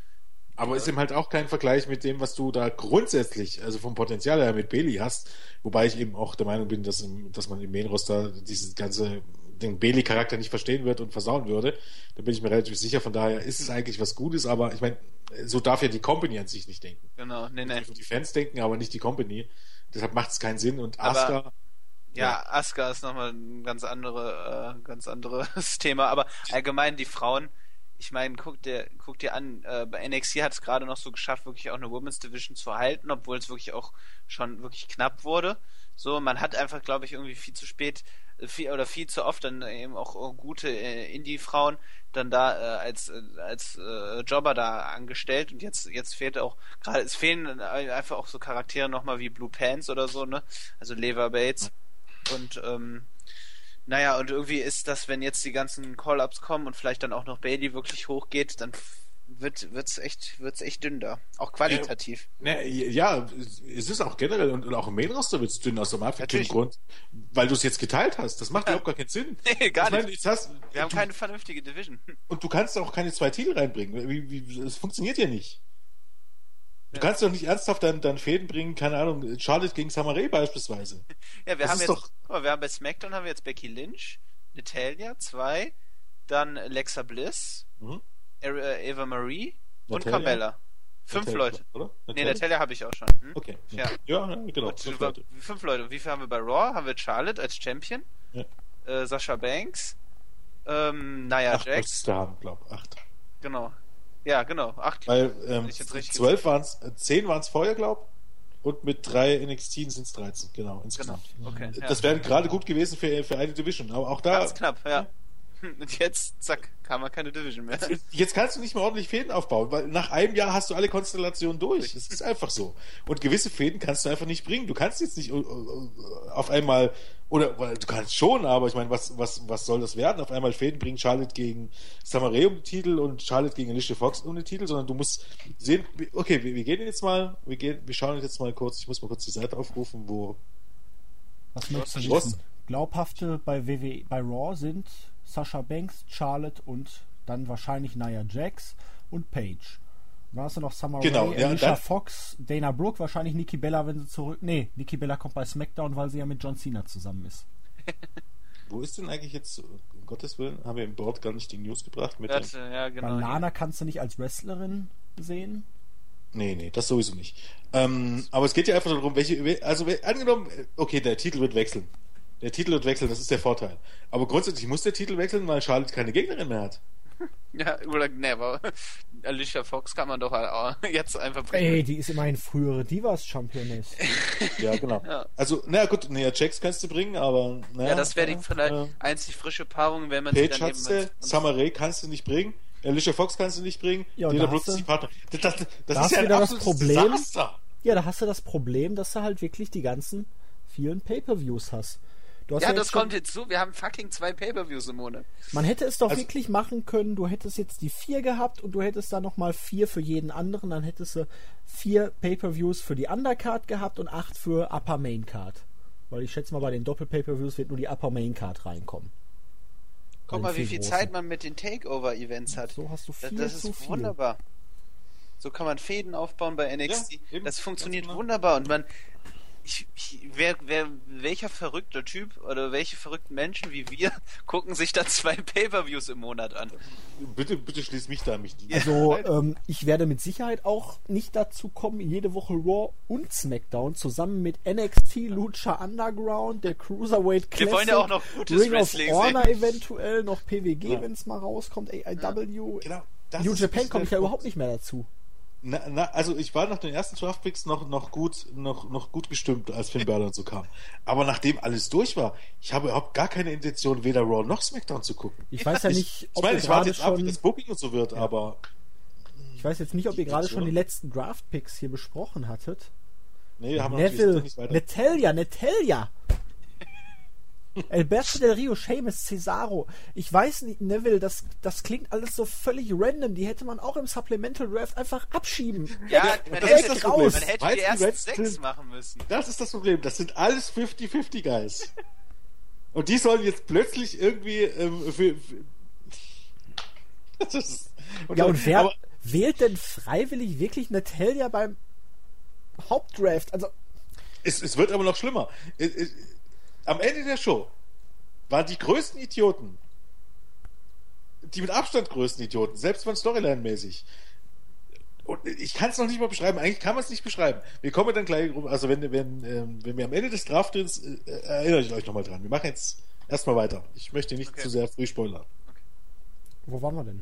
Aber ist eben halt auch kein Vergleich mit dem, was du da grundsätzlich, also vom Potenzial her mit Bayley hast, wobei ich eben auch der Meinung bin, dass, im, dass man im Main-Roster dieses ganze, den Bayley-Charakter nicht verstehen wird und versauen würde. Da bin ich mir relativ sicher, von daher ist es eigentlich was Gutes, aber ich meine, so darf ja die Company an sich nicht denken. Genau, nee, nee. Die Fans denken, aber nicht die Company. Deshalb macht es keinen Sinn und Asuka... Aber ja, Asuka ist nochmal ein ganz andere, äh, ganz anderes Thema, aber allgemein die Frauen, ich meine, guck dir, guck dir an, äh, bei N X T hat es gerade noch so geschafft, wirklich auch eine Women's Division zu halten, obwohl es wirklich auch schon wirklich knapp wurde. So, man hat einfach, glaube ich, irgendwie viel zu spät viel, oder viel zu oft dann eben auch gute äh, Indie-Frauen dann da äh, als äh, als äh, Jobber da angestellt und jetzt jetzt fehlt auch gerade, es fehlen einfach auch so Charaktere nochmal wie Blue Pants oder so, ne? Also Leva Bates und ähm, naja, und irgendwie ist das, wenn jetzt die ganzen Call-Ups kommen und vielleicht dann auch noch Bayley wirklich hochgeht, dann wird wird's echt wird's echt dünn da. Auch qualitativ. Ja, ja, es ist auch generell und auch im Main-Roster wird's dünn aus dem einfachen Grund, weil du es jetzt geteilt hast. Das macht ja überhaupt gar keinen Sinn. Nee, gar ich meine, nicht. Jetzt hast, Wir haben du, keine vernünftige Division. Und du kannst auch keine zwei Titel reinbringen. Wie, wie, das funktioniert ja nicht. Du ja. kannst doch nicht ernsthaft dann, dann Fäden bringen, keine Ahnung, Charlotte gegen Samaray beispielsweise. Ja, wir das haben jetzt, doch... oh, wir haben bei SmackDown haben wir jetzt Becky Lynch, Natalya, zwei, dann Alexa Bliss, mhm. Eva Marie und Natalya? Carmella. Fünf Natalya, Leute. Oder? Nee, Natalya habe ich auch schon. Hm? Okay. Ja, ja genau. Und, fünf Leute. Fünf Leute. Wie viel haben wir bei Raw? Haben wir Charlotte als Champion, ja. äh, Sasha Banks, ähm, Nia Acht Jax. müsstest du haben, glaub, acht. Genau. Ja, genau. Acht. Weil ähm, Hätte ich jetzt richtig zwölf waren es, zehn waren es vorher, glaub. Und mit drei N X T sind es dreizehn, genau, insgesamt. Genau. Okay. Ja. Das wäre gerade gut gewesen für, für eine Division, aber auch da... Ganz knapp, ja. Und jetzt, zack, kam man keine Division mehr. Jetzt kannst du nicht mehr ordentlich Fäden aufbauen, weil nach einem Jahr hast du alle Konstellationen durch. Es ist einfach so. Und gewisse Fäden kannst du einfach nicht bringen. Du kannst jetzt nicht auf einmal, oder du kannst schon, aber ich meine, was, was, was soll das werden? Auf einmal Fäden bringen Charlotte gegen Summer Rae um den Titel und Charlotte gegen Alicia Fox um den Titel, sondern du musst sehen, okay, wir, wir gehen jetzt mal, wir gehen, wir schauen jetzt mal kurz, ich muss mal kurz die Seite aufrufen, wo... Was möchtest du Was? wissen? Glaubhafte bei W W E, bei Raw sind Sasha Banks, Charlotte und dann wahrscheinlich Nia Jax und Paige. Und dann hast du noch Summer Genau, Rae, ja, Alicia dann- Fox, Dana Brooke, wahrscheinlich Nikki Bella, wenn sie zurück... Nee, Nikki Bella kommt bei SmackDown, weil sie ja mit John Cena zusammen ist. Wo ist denn eigentlich jetzt, um Gottes Willen, haben wir im Board gar nicht die News gebracht mit dem... Das, ja, genau. Weil Lana kannst du nicht als Wrestlerin sehen. Nee, nee, das sowieso nicht. Ähm, aber es geht ja einfach darum, welche, also angenommen, okay, der Titel wird wechseln. Der Titel wird wechseln, das ist der Vorteil. Aber grundsätzlich muss der Titel wechseln, weil Charlotte keine Gegnerin mehr hat. Ja, oder never. Alicia Fox kann man doch auch jetzt einfach bringen. Ey, die ist immerhin frühere Divas-Championess. Ja, genau. Ja. Also, naja, gut, Nia Jax kannst du bringen, aber naja, Ja, das wäre die äh, vielleicht äh, einzig frische Paarung, wenn man sie Paige dann hast eben... du, Summer Rae kannst du nicht bringen, Alicia Fox kannst du nicht bringen, Ja, und Dana da Brooke hast ist du- die Partner. Das, das, das da ist hast ja du ein wieder das absolutes Problem. Desaster. Ja, da hast du das Problem, dass du halt wirklich die ganzen vielen Pay-Per-Views hast. Du hast Ja, jetzt das schon- kommt jetzt zu. Wir haben fucking zwei Pay-Per-Views im Monat. Man hätte es doch Also- wirklich machen können, du hättest jetzt die vier gehabt und du hättest da nochmal vier für jeden anderen, dann hättest du vier Pay-Per-Views für die Undercard gehabt und acht für Upper Main Card. Weil ich schätze mal, bei den Doppel-Pay-Per-Views wird nur die Upper Main Card reinkommen. Bei Guck den mal, wie vier viel großen. Zeit man mit den Takeover-Events hat. So hast du Das, viel das ist zu viel. wunderbar. So kann man Fäden aufbauen bei N X T. Ja, eben. Das funktioniert Ganz genau. wunderbar. Und man, ich, ich, wer, wer, welcher verrückter Typ oder welche verrückten Menschen wie wir gucken sich da zwei Pay-Per-Views im Monat an? Bitte, bitte schließ mich da an mich. Also, ähm, ich werde mit Sicherheit auch nicht dazu kommen, jede Woche Raw und SmackDown zusammen mit N X T, Lucha Underground, der Cruiserweight Classic, Wir wollen ja auch noch gutes Ring of Wrestling Honor sehen. eventuell, noch P W G, Ja. wenn es mal rauskommt, A I W. Genau, das New ist- Japan ist komme ich der ja Punkt. überhaupt nicht mehr dazu. Na, na, also ich war nach den ersten Draftpicks noch, noch gut, noch, noch gut gestimmt, als Finn Balor und so kam. Aber nachdem alles durch war, ich habe überhaupt gar keine Intention, weder Raw noch SmackDown zu gucken. Ich weiß ja Ich, nicht, ich ob meine, ihr ich warte gerade jetzt ab, wie schon, das Booking und so wird, aber ich weiß jetzt nicht, ob ihr Die gerade Intention? schon die letzten Draft-Picks hier besprochen hattet. nee, haben wir noch Neville, nicht weiter. Natalia, Natalia. Alberto Del Rio, Sheamus, Cesaro. Ich weiß nicht, Neville, das, das klingt alles so völlig random. Die hätte man auch im Supplemental Draft einfach abschieben. Ja, Ja, man, das hätte, ist das man Problem. hätte Weißt die du, ersten Red sechs Pill- machen müssen. Das ist das Problem. Das sind alles fünfzig fünfzig Guys. Und die sollen jetzt plötzlich irgendwie ähm, für, für das ist, Ja, und wer aber, wählt denn freiwillig wirklich Natalia beim Hauptdraft? Also, es, es wird aber noch schlimmer. Es, es, am Ende der Show waren die größten Idioten, die mit Abstand größten Idioten, selbst von Storyline-mäßig. Und ich kann es noch nicht mal beschreiben. Eigentlich kann man es nicht beschreiben. Wir kommen dann gleich rum. Also wenn, wenn, ähm, wenn wir am Ende des Draftins, äh, erinnere ich euch nochmal dran. Wir machen jetzt erstmal weiter. Ich möchte nicht Okay. zu sehr früh spoilern. wo waren wir denn?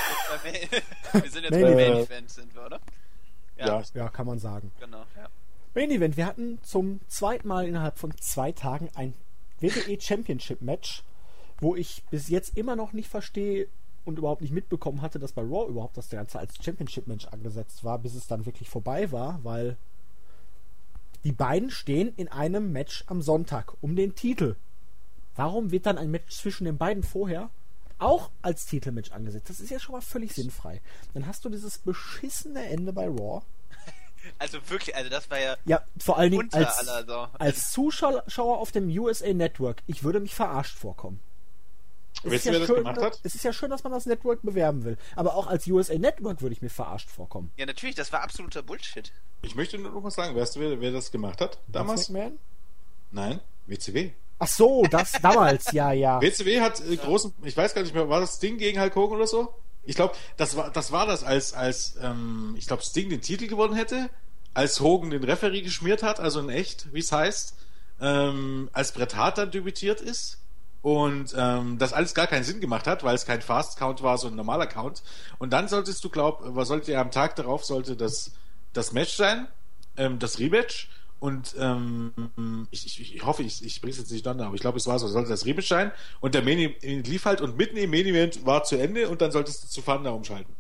Wir sind jetzt Main beim Event. Main Event, sind wir, oder? Ja. Ja, kann man sagen. Genau, ja. Main Event, wir hatten zum zweiten Mal innerhalb von zwei Tagen ein W W E Championship Match, wo ich bis jetzt immer noch nicht verstehe und überhaupt nicht mitbekommen hatte, dass bei Raw überhaupt das Ganze als Championship Match angesetzt war, bis es dann wirklich vorbei war, weil die beiden stehen in einem Match am Sonntag um den Titel. Warum wird dann ein Match zwischen den beiden vorher auch als Titelmatch angesetzt? Das ist ja schon mal völlig sinnfrei. Dann hast du dieses beschissene Ende bei Raw. Also wirklich, also das war ja Ja, vor allen Dingen unter als, aller Sau. als Zuschauer auf dem U S A Network, ich würde mich verarscht vorkommen. Es Weißt ist, du, ja wer das schön, gemacht hat? es ist ja schön, dass man das Network bewerben will. Aber auch als U S A Network würde ich mir verarscht vorkommen. Ja, natürlich, das war absoluter Bullshit. Ich möchte nur noch was sagen. Weißt du, wer, wer das gemacht hat damals? Vince McMahon? Nein, W C W. Ach so, das damals, ja, ja. W C W hat äh, großen, ich weiß gar nicht mehr, war das Sting gegen Hulk Hogan oder so? Ich glaube, das war das war das, als als ähm, ich glaube Sting den Titel gewonnen hätte, als Hogan den Referee geschmiert hat, also in echt, wie es heißt, ähm, als Bret Hart dann debütiert ist und ähm, das alles gar keinen Sinn gemacht hat, weil es kein Fast-Count war, sondern ein normaler Count. Und dann solltest du, glaub, was sollte ja am Tag darauf sollte das, das Match sein, ähm, das Rematch. Und ähm, ich, ich, ich hoffe, ich, ich bringe es jetzt nicht durcheinander, aber ich glaube, es war so, sollte das Rematch sein. Und der Main Event lief halt und mitten im Main Event war zu Ende und dann solltest du zu Thunder umschalten.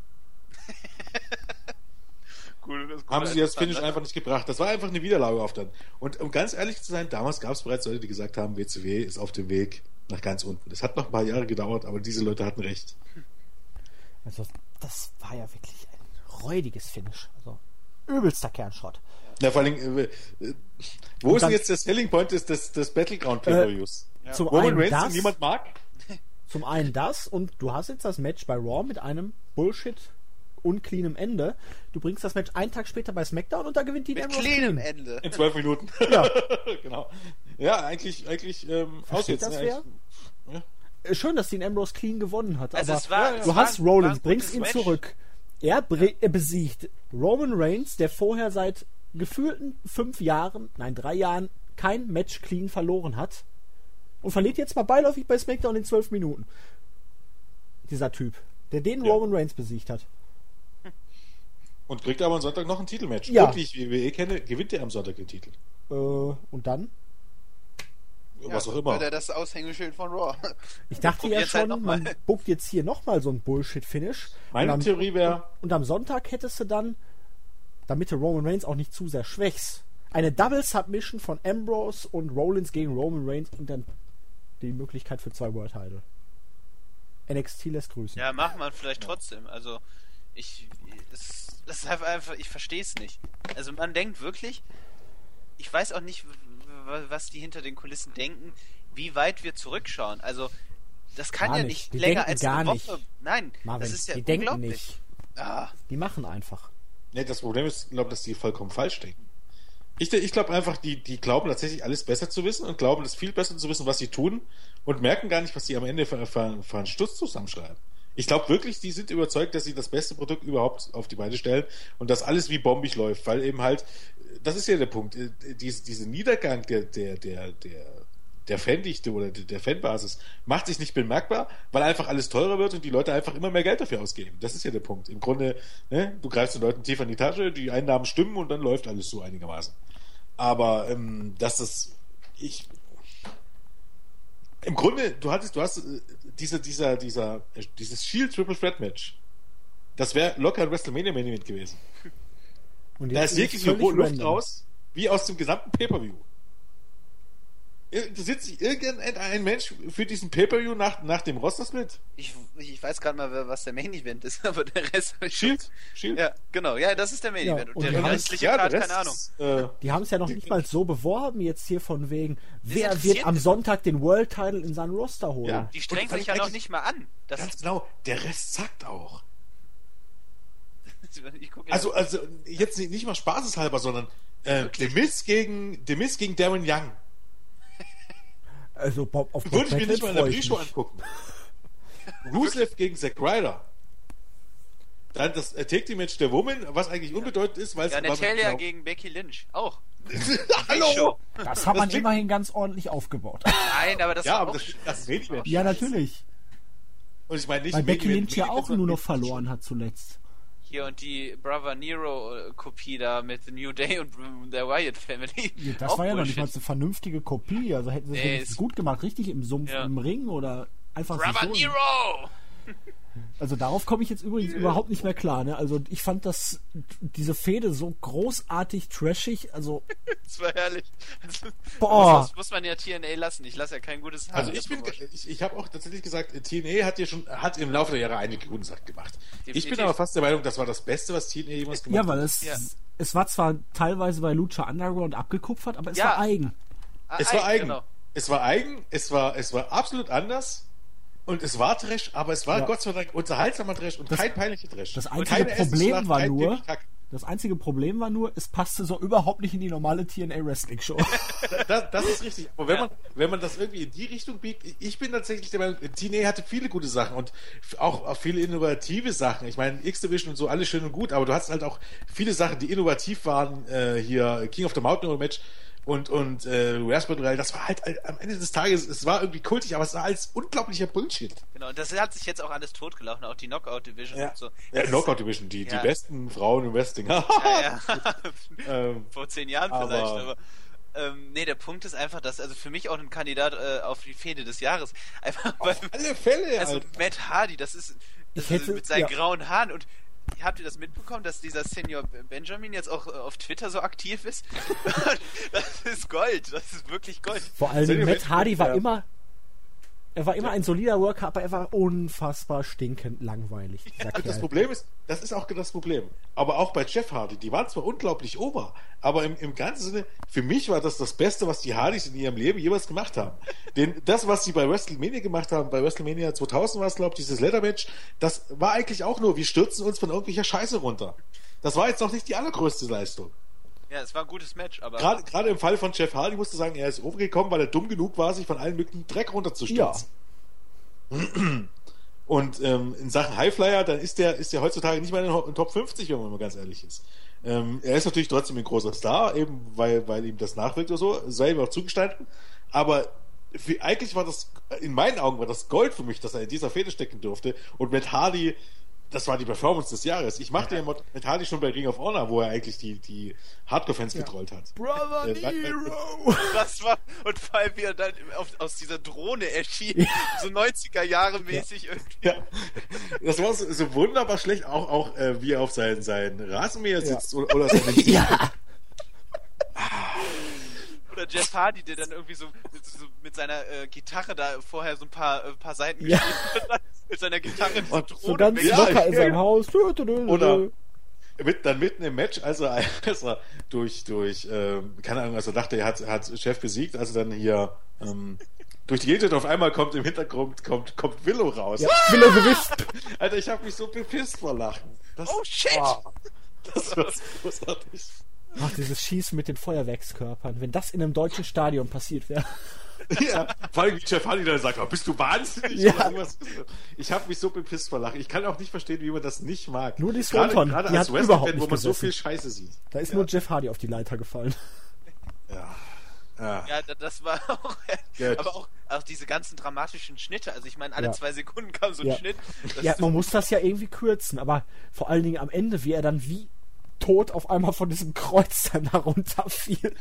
Cool, das haben sie das Finish einfach nicht gebracht. Das war einfach eine Niederlage auf dann. Und um ganz ehrlich zu sein, damals gab es bereits Leute, die gesagt haben, W C W ist auf dem Weg nach ganz unten. Das hat noch ein paar Jahre gedauert, aber diese Leute hatten recht. Also das war ja wirklich ein räudiges Finish. Also übelster Kernshot. Ja, vor allem, äh, äh, wo Und ist dann, denn jetzt der Selling Point des, des, des Battleground Pay-Per-Views? Äh, ja. Zum Roman einen Reigns, das, den niemand mag? Zum einen das, und du hast jetzt das Match bei Raw mit einem Bullshit uncleanem Ende. Du bringst das Match einen Tag später bei SmackDown und da gewinnt die mit Ambrose cleanem clean. Ende. In zwölf Minuten. Ja. Genau. Ja, eigentlich, eigentlich ähm, aus jetzt. Das Ne? wär? Ja. Schön, dass den Ambrose clean gewonnen hat. Also aber es war, du es hast war, Rollins, war ein bringst gutes ihn Match. zurück. Er, bre- er besiegt Roman Reigns, der vorher seit gefühlten fünf Jahren, nein, drei Jahren kein Match clean verloren hat. Und verliert jetzt mal beiläufig bei SmackDown in zwölf Minuten. Dieser Typ, der den Ja. Roman Reigns besiegt hat. Und kriegt aber am Sonntag noch ein Titelmatch. Ja. Und wie ich W W E kenne, gewinnt er am Sonntag den Titel. Äh, und dann? Was Ja, auch immer. Wird er das Aushängeschild von Raw. Ich dachte ja Probier's halt schon, noch mal. man buckt jetzt hier nochmal so ein Bullshit-Finish. Meine und am, Theorie wäre, Und am Sonntag hättest du dann, damit du Roman Reigns auch nicht zu sehr schwächst, eine Double Submission von Ambrose und Rollins gegen Roman Reigns und dann die Möglichkeit für zwei World Title. N X T lässt grüßen. Ja, macht man vielleicht trotzdem. Also, ich, das, das ist einfach, ich verstehe es nicht. Also, man denkt wirklich, ich weiß auch nicht, w- was die hinter den Kulissen denken, wie weit wir zurückschauen. Also, das kann Gar ja nicht. nicht Die länger denken als gar eine nicht. Woche. Nein, Marvin, das ist ja die denken unglaublich. nicht. Ah, Die machen einfach. ne, das Problem ist, glaube dass die vollkommen falsch denken. Ich, ich glaube einfach, die, die glauben tatsächlich alles besser zu wissen und glauben es viel besser zu wissen, was sie tun und merken gar nicht, was sie am Ende für, für, für einen Stutz zusammenschreiben. Ich glaube wirklich, die sind überzeugt, dass sie das beste Produkt überhaupt auf die Beine stellen und dass alles wie bombig läuft, weil eben halt, das ist ja der Punkt, diese, diese Niedergang der, der, der, der, der Fandichte oder der Fanbasis macht sich nicht bemerkbar, weil einfach alles teurer wird und die Leute einfach immer mehr Geld dafür ausgeben. Das ist ja der Punkt. Im Grunde, ne, du greifst den Leuten tiefer in die Tasche, die Einnahmen stimmen und dann läuft alles so einigermaßen. Aber ähm, dass das ich im Grunde, du hattest, du hast äh, diese, dieser, dieser, äh, dieses Shield Triple Threat Match. Das wäre locker ein WrestleMania Main Event gewesen. Und Da jetzt ist wirklich völlig nur Luft random. raus, wie aus dem gesamten Pay-Per-View. Interessiert sich irgendein Mensch für diesen Pay-Per-View nach, nach dem Roster-Split? ich, ich weiß gerade mal, was der Main Event ist, aber der Rest hab ich schon- Shield? Shield? Ja, genau. Ja, das ist der Main Ja, Event. Und, und der die haben- restliche Ja, Card, der keine Ahnung. Rest ist, äh, Die haben es ja noch nicht mal so beworben, jetzt hier von wegen, wer interessiert wird am es? Sonntag den World Title in seinen Roster holen. Ja. Die strengen Und sich ja noch eigentlich- nicht mal an. Das ganz genau, der Rest zackt auch. ich guck ja- Also, also jetzt nicht, nicht mal spaßeshalber, sondern äh, The Miz gegen The Miz gegen Darren Young. Also Bob, auf Bob Würde ich mir nicht mal in der freu ich Pre-Show mich. angucken. Rusev gegen Zack Ryder. Dann das äh, Take-Team-Match der Woman, was eigentlich unbedeutend ist, weil es... ja, aber- Natalia genau. gegen Becky Lynch. Auch. Hallo! Show. Das hat man klingt- immerhin ganz ordentlich aufgebaut. Nein, aber das Ja, war aber auch das, das ist wenig Match. Ja, natürlich. Und ich meine nicht... Weil Becky Main Lynch Event, ja Main auch Event, nur noch sondern verloren hat zuletzt. hier und die Brother Nero-Kopie da mit The New Day und der Wyatt Family. Ja, das Auch war ja noch nicht mal Bullshit. eine vernünftige Kopie. Also hätten sie es Nee, wenigstens ist- gut gemacht, richtig im Sumpf, Ja. im Ring oder einfach sich Brother so. Nero! Also darauf komme ich jetzt übrigens überhaupt nicht mehr klar. Ne? Also ich fand das diese Fehde so großartig trashig. Also Das war herrlich. Das, Boah. Das muss man ja T N A lassen. Ich lasse ja kein gutes Haar. Also ich bin, ich, ich habe auch tatsächlich gesagt, T N A hat ja schon, hat im Laufe der Jahre einige gute Sachen gemacht. Ich bin Definitiv. aber fast der Meinung, das war das Beste, was T N A jemals gemacht ja, hat. weil es Ja. es war zwar teilweise bei Lucha Underground abgekupfert, aber es Ja. war eigen. Ah, Es war eigen. Genau. Es war eigen, es war, es war absolut anders und es war Trash, aber es war Ja. Gott sei Dank unterhaltsamer Trash und Das- kein peinlicher Trash. Das Und einzige keine Problem Essensschlacht, war kein nur, Pipi-Kack. das einzige Problem war nur, es passte so überhaupt nicht in die normale T N A Wrestling Show. Das, das ist richtig. Aber wenn Ja. man, wenn man das irgendwie in die Richtung biegt, ich bin tatsächlich der Meinung, T N A hatte viele gute Sachen und auch, auch viele innovative Sachen. Ich meine, X-Division und so, alles schön und gut, aber du hast halt auch viele Sachen, die innovativ waren. Äh, hier King of the Mountain Match und, und äh, Raspberry, das war halt, halt am Ende des Tages, es war irgendwie kultig, aber es war alles unglaublicher Bullshit. Genau, und das hat sich jetzt auch alles totgelaufen, auch die Knockout-Division Ja, und so. ja Knockout-Division, die, ja. die besten Frauen im Wrestling. Ja, ja. ähm, Vor zehn Jahren aber, vielleicht, aber ähm, nee, der Punkt ist einfach, dass also für mich auch ein Kandidat äh, auf die Fehde des Jahres. Einfach, auf weil, alle Fälle, also Alter. Matt Hardy, das ist, das hätte, ist mit seinen ja. grauen Haaren und habt ihr das mitbekommen, dass dieser Senior Benjamin jetzt auch auf Twitter so aktiv ist? Das ist Gold, das ist wirklich Gold. Vor allem Senior Matt Hardy war ja. immer Er war immer ja. ein solider Worker, aber er war unfassbar stinkend langweilig. Ja, das Problem ist, das ist auch das Problem. Aber auch bei Jeff Hardy, die waren zwar unglaublich ober, aber im, im ganzen Sinne, für mich war das das Beste, was die Hardys in ihrem Leben jemals gemacht haben. Denn das, was sie bei WrestleMania gemacht haben, bei WrestleMania zweitausend war es, glaube ich, dieses Leather-Match, das war eigentlich auch nur, wir stürzen uns von irgendwelcher Scheiße runter. Das war jetzt noch nicht die allergrößte Leistung. Ja, es war ein gutes Match, aber... Gerade, gerade im Fall von Jeff Hardy musste sagen, er ist overgekommen, weil er dumm genug war, sich von allen möglichen Dreck runterzustürzen. Ja. Und ähm, in Sachen Highflyer, dann ist der, ist der heutzutage nicht mehr in den Top fünfzig, wenn man mal ganz ehrlich ist. Ähm, er ist natürlich trotzdem ein großer Star, eben weil, weil ihm das nachwirkt oder so, sei ihm auch zugestanden. Aber für, eigentlich war das, in meinen Augen war das Gold für mich, dass er in dieser Fehde stecken durfte. Und Matt Hardy, das war die Performance des Jahres. Ich machte ja Matt Hardy schon bei Ring of Honor, wo er eigentlich die, die Hardcore-Fans ja. getrollt hat. Brother äh, Nero! Das war, und vor allem wie er dann auf, aus dieser Drohne erschien, ja. so neunziger-Jahre-mäßig ja. irgendwie. Ja. Das war so, so wunderbar schlecht, auch, auch äh, wie er auf seinen, seinen Rasenmäher sitzt ja. oder, oder seinen ja. Oder Jeff Hardy, der dann irgendwie so mit, so mit seiner äh, Gitarre da vorher so ein paar, äh, paar Seiten ja. gespielt hat, mit seiner Gitarre und so ganz locker in seinem Haus. Oder mit, dann mitten im Match, als er, als er durch, durch ähm, keine Ahnung, also dachte, er hat, hat Chef besiegt, also dann hier ähm, durch die Gegend und auf einmal kommt im Hintergrund kommt, kommt Willow raus. Ja, Willow gewischt. Alter, ich habe mich so bepisst vor Lachen. Das, oh shit! Oh, das war großartig. Ach, dieses Schießen mit den Feuerwerkskörpern. Wenn das in einem deutschen Stadion passiert wäre. Ja, vor allem wie Jeff Hardy dann sagt, oh, bist du wahnsinnig? Ja. Ich habe mich so bepisst vor Lachen. Ich kann auch nicht verstehen, wie man das nicht mag. Nur die Swanton, gerade, gerade die als hat überhaupt nicht wo man gesessen. so viel Scheiße sieht. Da ist ja. nur Jeff Hardy auf die Leiter gefallen. Ja. Ja, ja das war auch... Good. Aber auch, auch diese ganzen dramatischen Schnitte. Also ich meine, alle ja. zwei Sekunden kam so ein ja. Schnitt. Ja, man muss das ja irgendwie kürzen. Aber vor allen Dingen am Ende, wie er dann wie tot auf einmal von diesem Kreuz dann da runterfiel.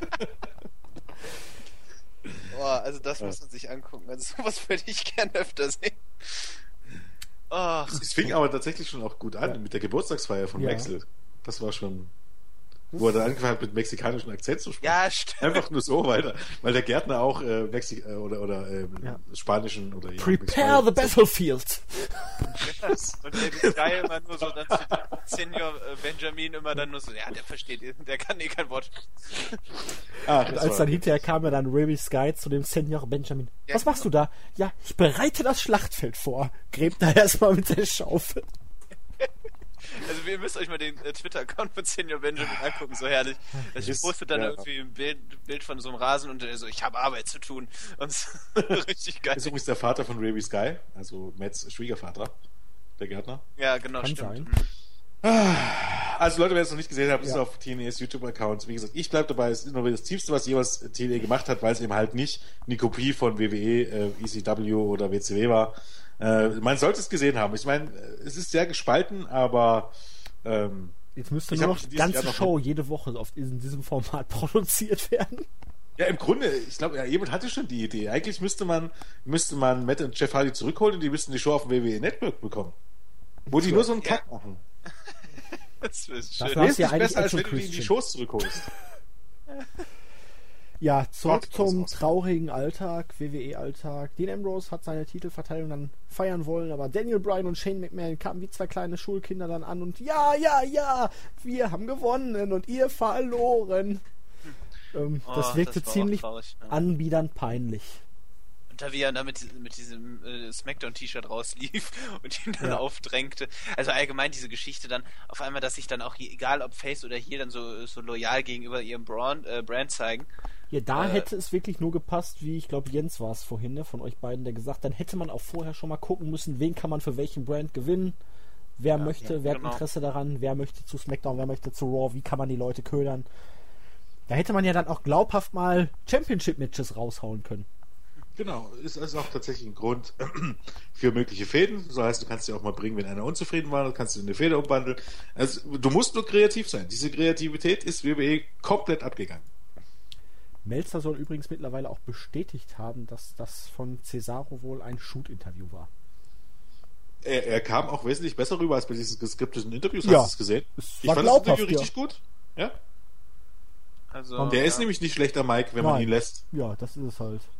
Boah, also das muss man sich angucken. Also sowas würde ich gerne öfter sehen. Oh. Es fing aber tatsächlich schon auch gut an ja. mit der Geburtstagsfeier von ja. Maxel. Das war schon... Wo er dann angefangen hat, mit mexikanischen Akzent zu sprechen. Ja, stimmt. Einfach nur so weiter. Weil der Gärtner auch äh, Mexik äh, oder, oder äh, ja. spanischen oder Prepare the battlefield! Und der Sky immer nur so, dann zu Senior äh, Benjamin immer dann nur so, ja, der versteht, der kann eh kein Wort. Ach, und als dann hinterher kam er dann Remy Sky zu dem Senior Benjamin. Ja, was machst genau. du da? Ja, ich bereite das Schlachtfeld vor. Gräbt da erstmal mit der Schaufel. Also ihr müsst euch mal den äh, Twitter-Account von Senior Benjamin angucken, so herrlich. Also ich postet dann ja. irgendwie ein Bild, Bild von so einem Rasen und er so, ich habe Arbeit zu tun. Und richtig geil. Das ist übrigens der Vater von Remy Sky, also Matts Schwiegervater, der Gärtner. Ja, genau, Kann stimmt. Sein. Also Leute, wer es noch nicht gesehen hat, das ja. ist auf T N A's YouTube-Account. Wie gesagt, ich bleibe dabei, es ist nur das Tiefste, was jemals T N A gemacht hat, weil es eben halt nicht eine Kopie von W W E, äh, E C W oder W C W war. Äh, man sollte es gesehen haben. Ich meine, es ist sehr gespalten, aber ähm, jetzt müsste nur noch die ganze noch Show jede Woche auf in diesem Format produziert werden. Ja, im Grunde, ich glaube, ja, jemand hatte schon die Idee. Eigentlich müsste man müsste man Matt und Jeff Hardy zurückholen und die müssten die Show auf dem W W E Network bekommen. Wo die ja. nur so einen Cut ja. machen. Das ist schön. Dafür hast du ja eigentlich besser, als wenn du die in die Shows zurückholst. Ja, zurück zum traurigen Alltag, W W E-Alltag. Dean Ambrose hat seine Titelverteilung dann feiern wollen, aber Daniel Bryan und Shane McMahon kamen wie zwei kleine Schulkinder dann an und ja, ja, ja, wir haben gewonnen und ihr verloren. Hm. Ähm, oh, das wirkte das ziemlich traurig, ja. anbiedernd peinlich. Und da wie er da mit, mit diesem äh, Smackdown-T-Shirt rauslief und ihn dann ja. aufdrängte. Also allgemein diese Geschichte dann auf einmal, dass sich dann auch, egal ob Face oder Heel, dann so, so loyal gegenüber ihrem Brand, äh, Brand zeigen. Ja, da äh, hätte es wirklich nur gepasst, wie ich glaube Jens war es vorhin, ne, von euch beiden, der gesagt, dann hätte man auch vorher schon mal gucken müssen, wen kann man für welchen Brand gewinnen, wer ja, möchte, ja, wer genau. hat Interesse daran, wer möchte zu SmackDown, wer möchte zu Raw, wie kann man die Leute ködern. Da hätte man ja dann auch glaubhaft mal Championship-Matches raushauen können. Genau, ist also auch tatsächlich ein Grund für mögliche Fäden. So heißt, du kannst sie auch mal bringen, wenn einer unzufrieden war, du kannst sie in eine Fäde umwandeln. Also, du musst nur kreativ sein. Diese Kreativität ist W W E komplett abgegangen. Meltzer soll übrigens mittlerweile auch bestätigt haben, dass das von Cesaro wohl ein Shoot-Interview war. Er, er kam auch wesentlich besser rüber als bei diesen geskripteten Interviews. Ja, hast du es gesehen? es Ich war fand das Interview glaubhaft, richtig ja. gut. Ja? Also, Der ja. ist nämlich nicht schlechter Mike, wenn man Nein. ihn lässt. Ja, das ist es halt.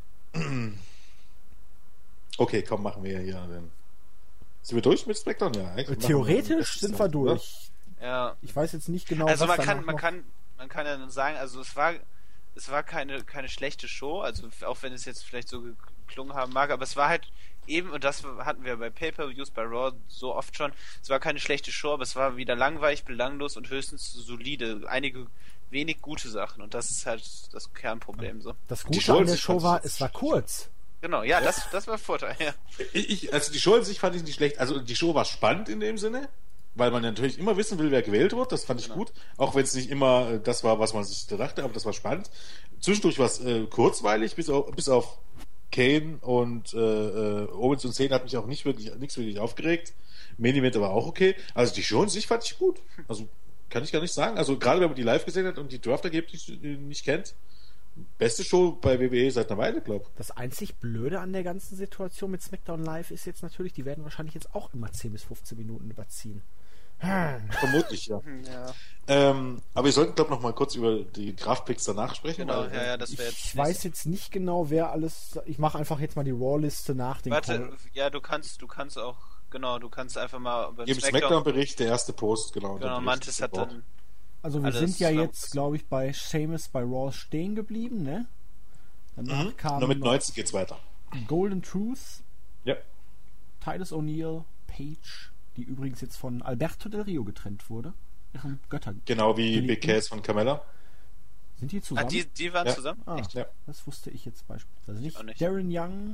Okay, komm, machen wir hier. Dann. Sind wir durch mit SmackDown? Ja, eigentlich machen Theoretisch wir- sind wir durch. Ja. Ich weiß jetzt nicht genau, Also was man kann, danach man noch- kann, man kann ja dann sagen, also es war, es war keine, keine schlechte Show, also auch wenn es jetzt vielleicht so geklungen haben mag, aber es war halt eben, und das hatten wir bei Pay-Per-Views, bei Raw so oft schon, es war keine schlechte Show, aber es war wieder langweilig, belanglos und höchstens solide. Einige wenig gute Sachen und das ist halt das Kernproblem so. Das Die Gute Show an an der sich Show fand war, ich- es war kurz. Genau, ja, das, das war Vorteil, ja. Ich, ich, also die Show an sich fand ich nicht schlecht. Also die Show war spannend in dem Sinne, weil man natürlich immer wissen will, wer gewählt wird. Das fand ich Genau. gut. Auch wenn es nicht immer äh, das war, was man sich dachte, aber das war spannend. Zwischendurch war es äh, kurzweilig, bis auf, bis auf Kane und äh, äh, Owens und Cena hat mich auch nicht wirklich, nichts wirklich aufgeregt. Main Event aber auch okay. Also die Show an sich fand ich gut. Also kann ich gar nicht sagen. Also gerade wenn man die live gesehen hat und die Draft-Ergebnisse nicht, nicht kennt, beste Show bei W W E seit einer Weile, glaube ich. Das einzig Blöde an der ganzen Situation mit SmackDown Live ist jetzt natürlich, die werden wahrscheinlich jetzt auch immer zehn bis fünfzehn Minuten überziehen. Vermutlich, ja. Ja, Ähm, aber wir sollten, glaube ich, noch mal kurz über die Draftpicks danach sprechen. genau, weil, ja, ja, das wäre Ich jetzt. weiß jetzt nicht genau, wer alles. Ich mache einfach jetzt mal die Raw-Liste nach dem Warte, Call. ja, du kannst, du kannst auch, genau, du kannst einfach mal beim Im Smackdown-Bericht, der erste Post, genau. der Genau, Bericht Mantis ist hat dort. dann. Also wir alles sind ja zusammen- jetzt, glaube ich, bei Sheamus bei Raw stehen geblieben, ne? Danach Mhm. kam Nur mit noch neunzig geht's weiter. Golden Truth, Ja. Titus O'Neil, Paige, die übrigens jetzt von Alberto Del Rio getrennt wurde. Ihrem Götter. Genau wie Geliebten. Big Cass von Carmella. Sind die Ah, zusammen? die, die waren Ja. zusammen? Ah, Echt? Ja. das wusste ich jetzt beispielsweise nicht. Auch nicht. Darren Young.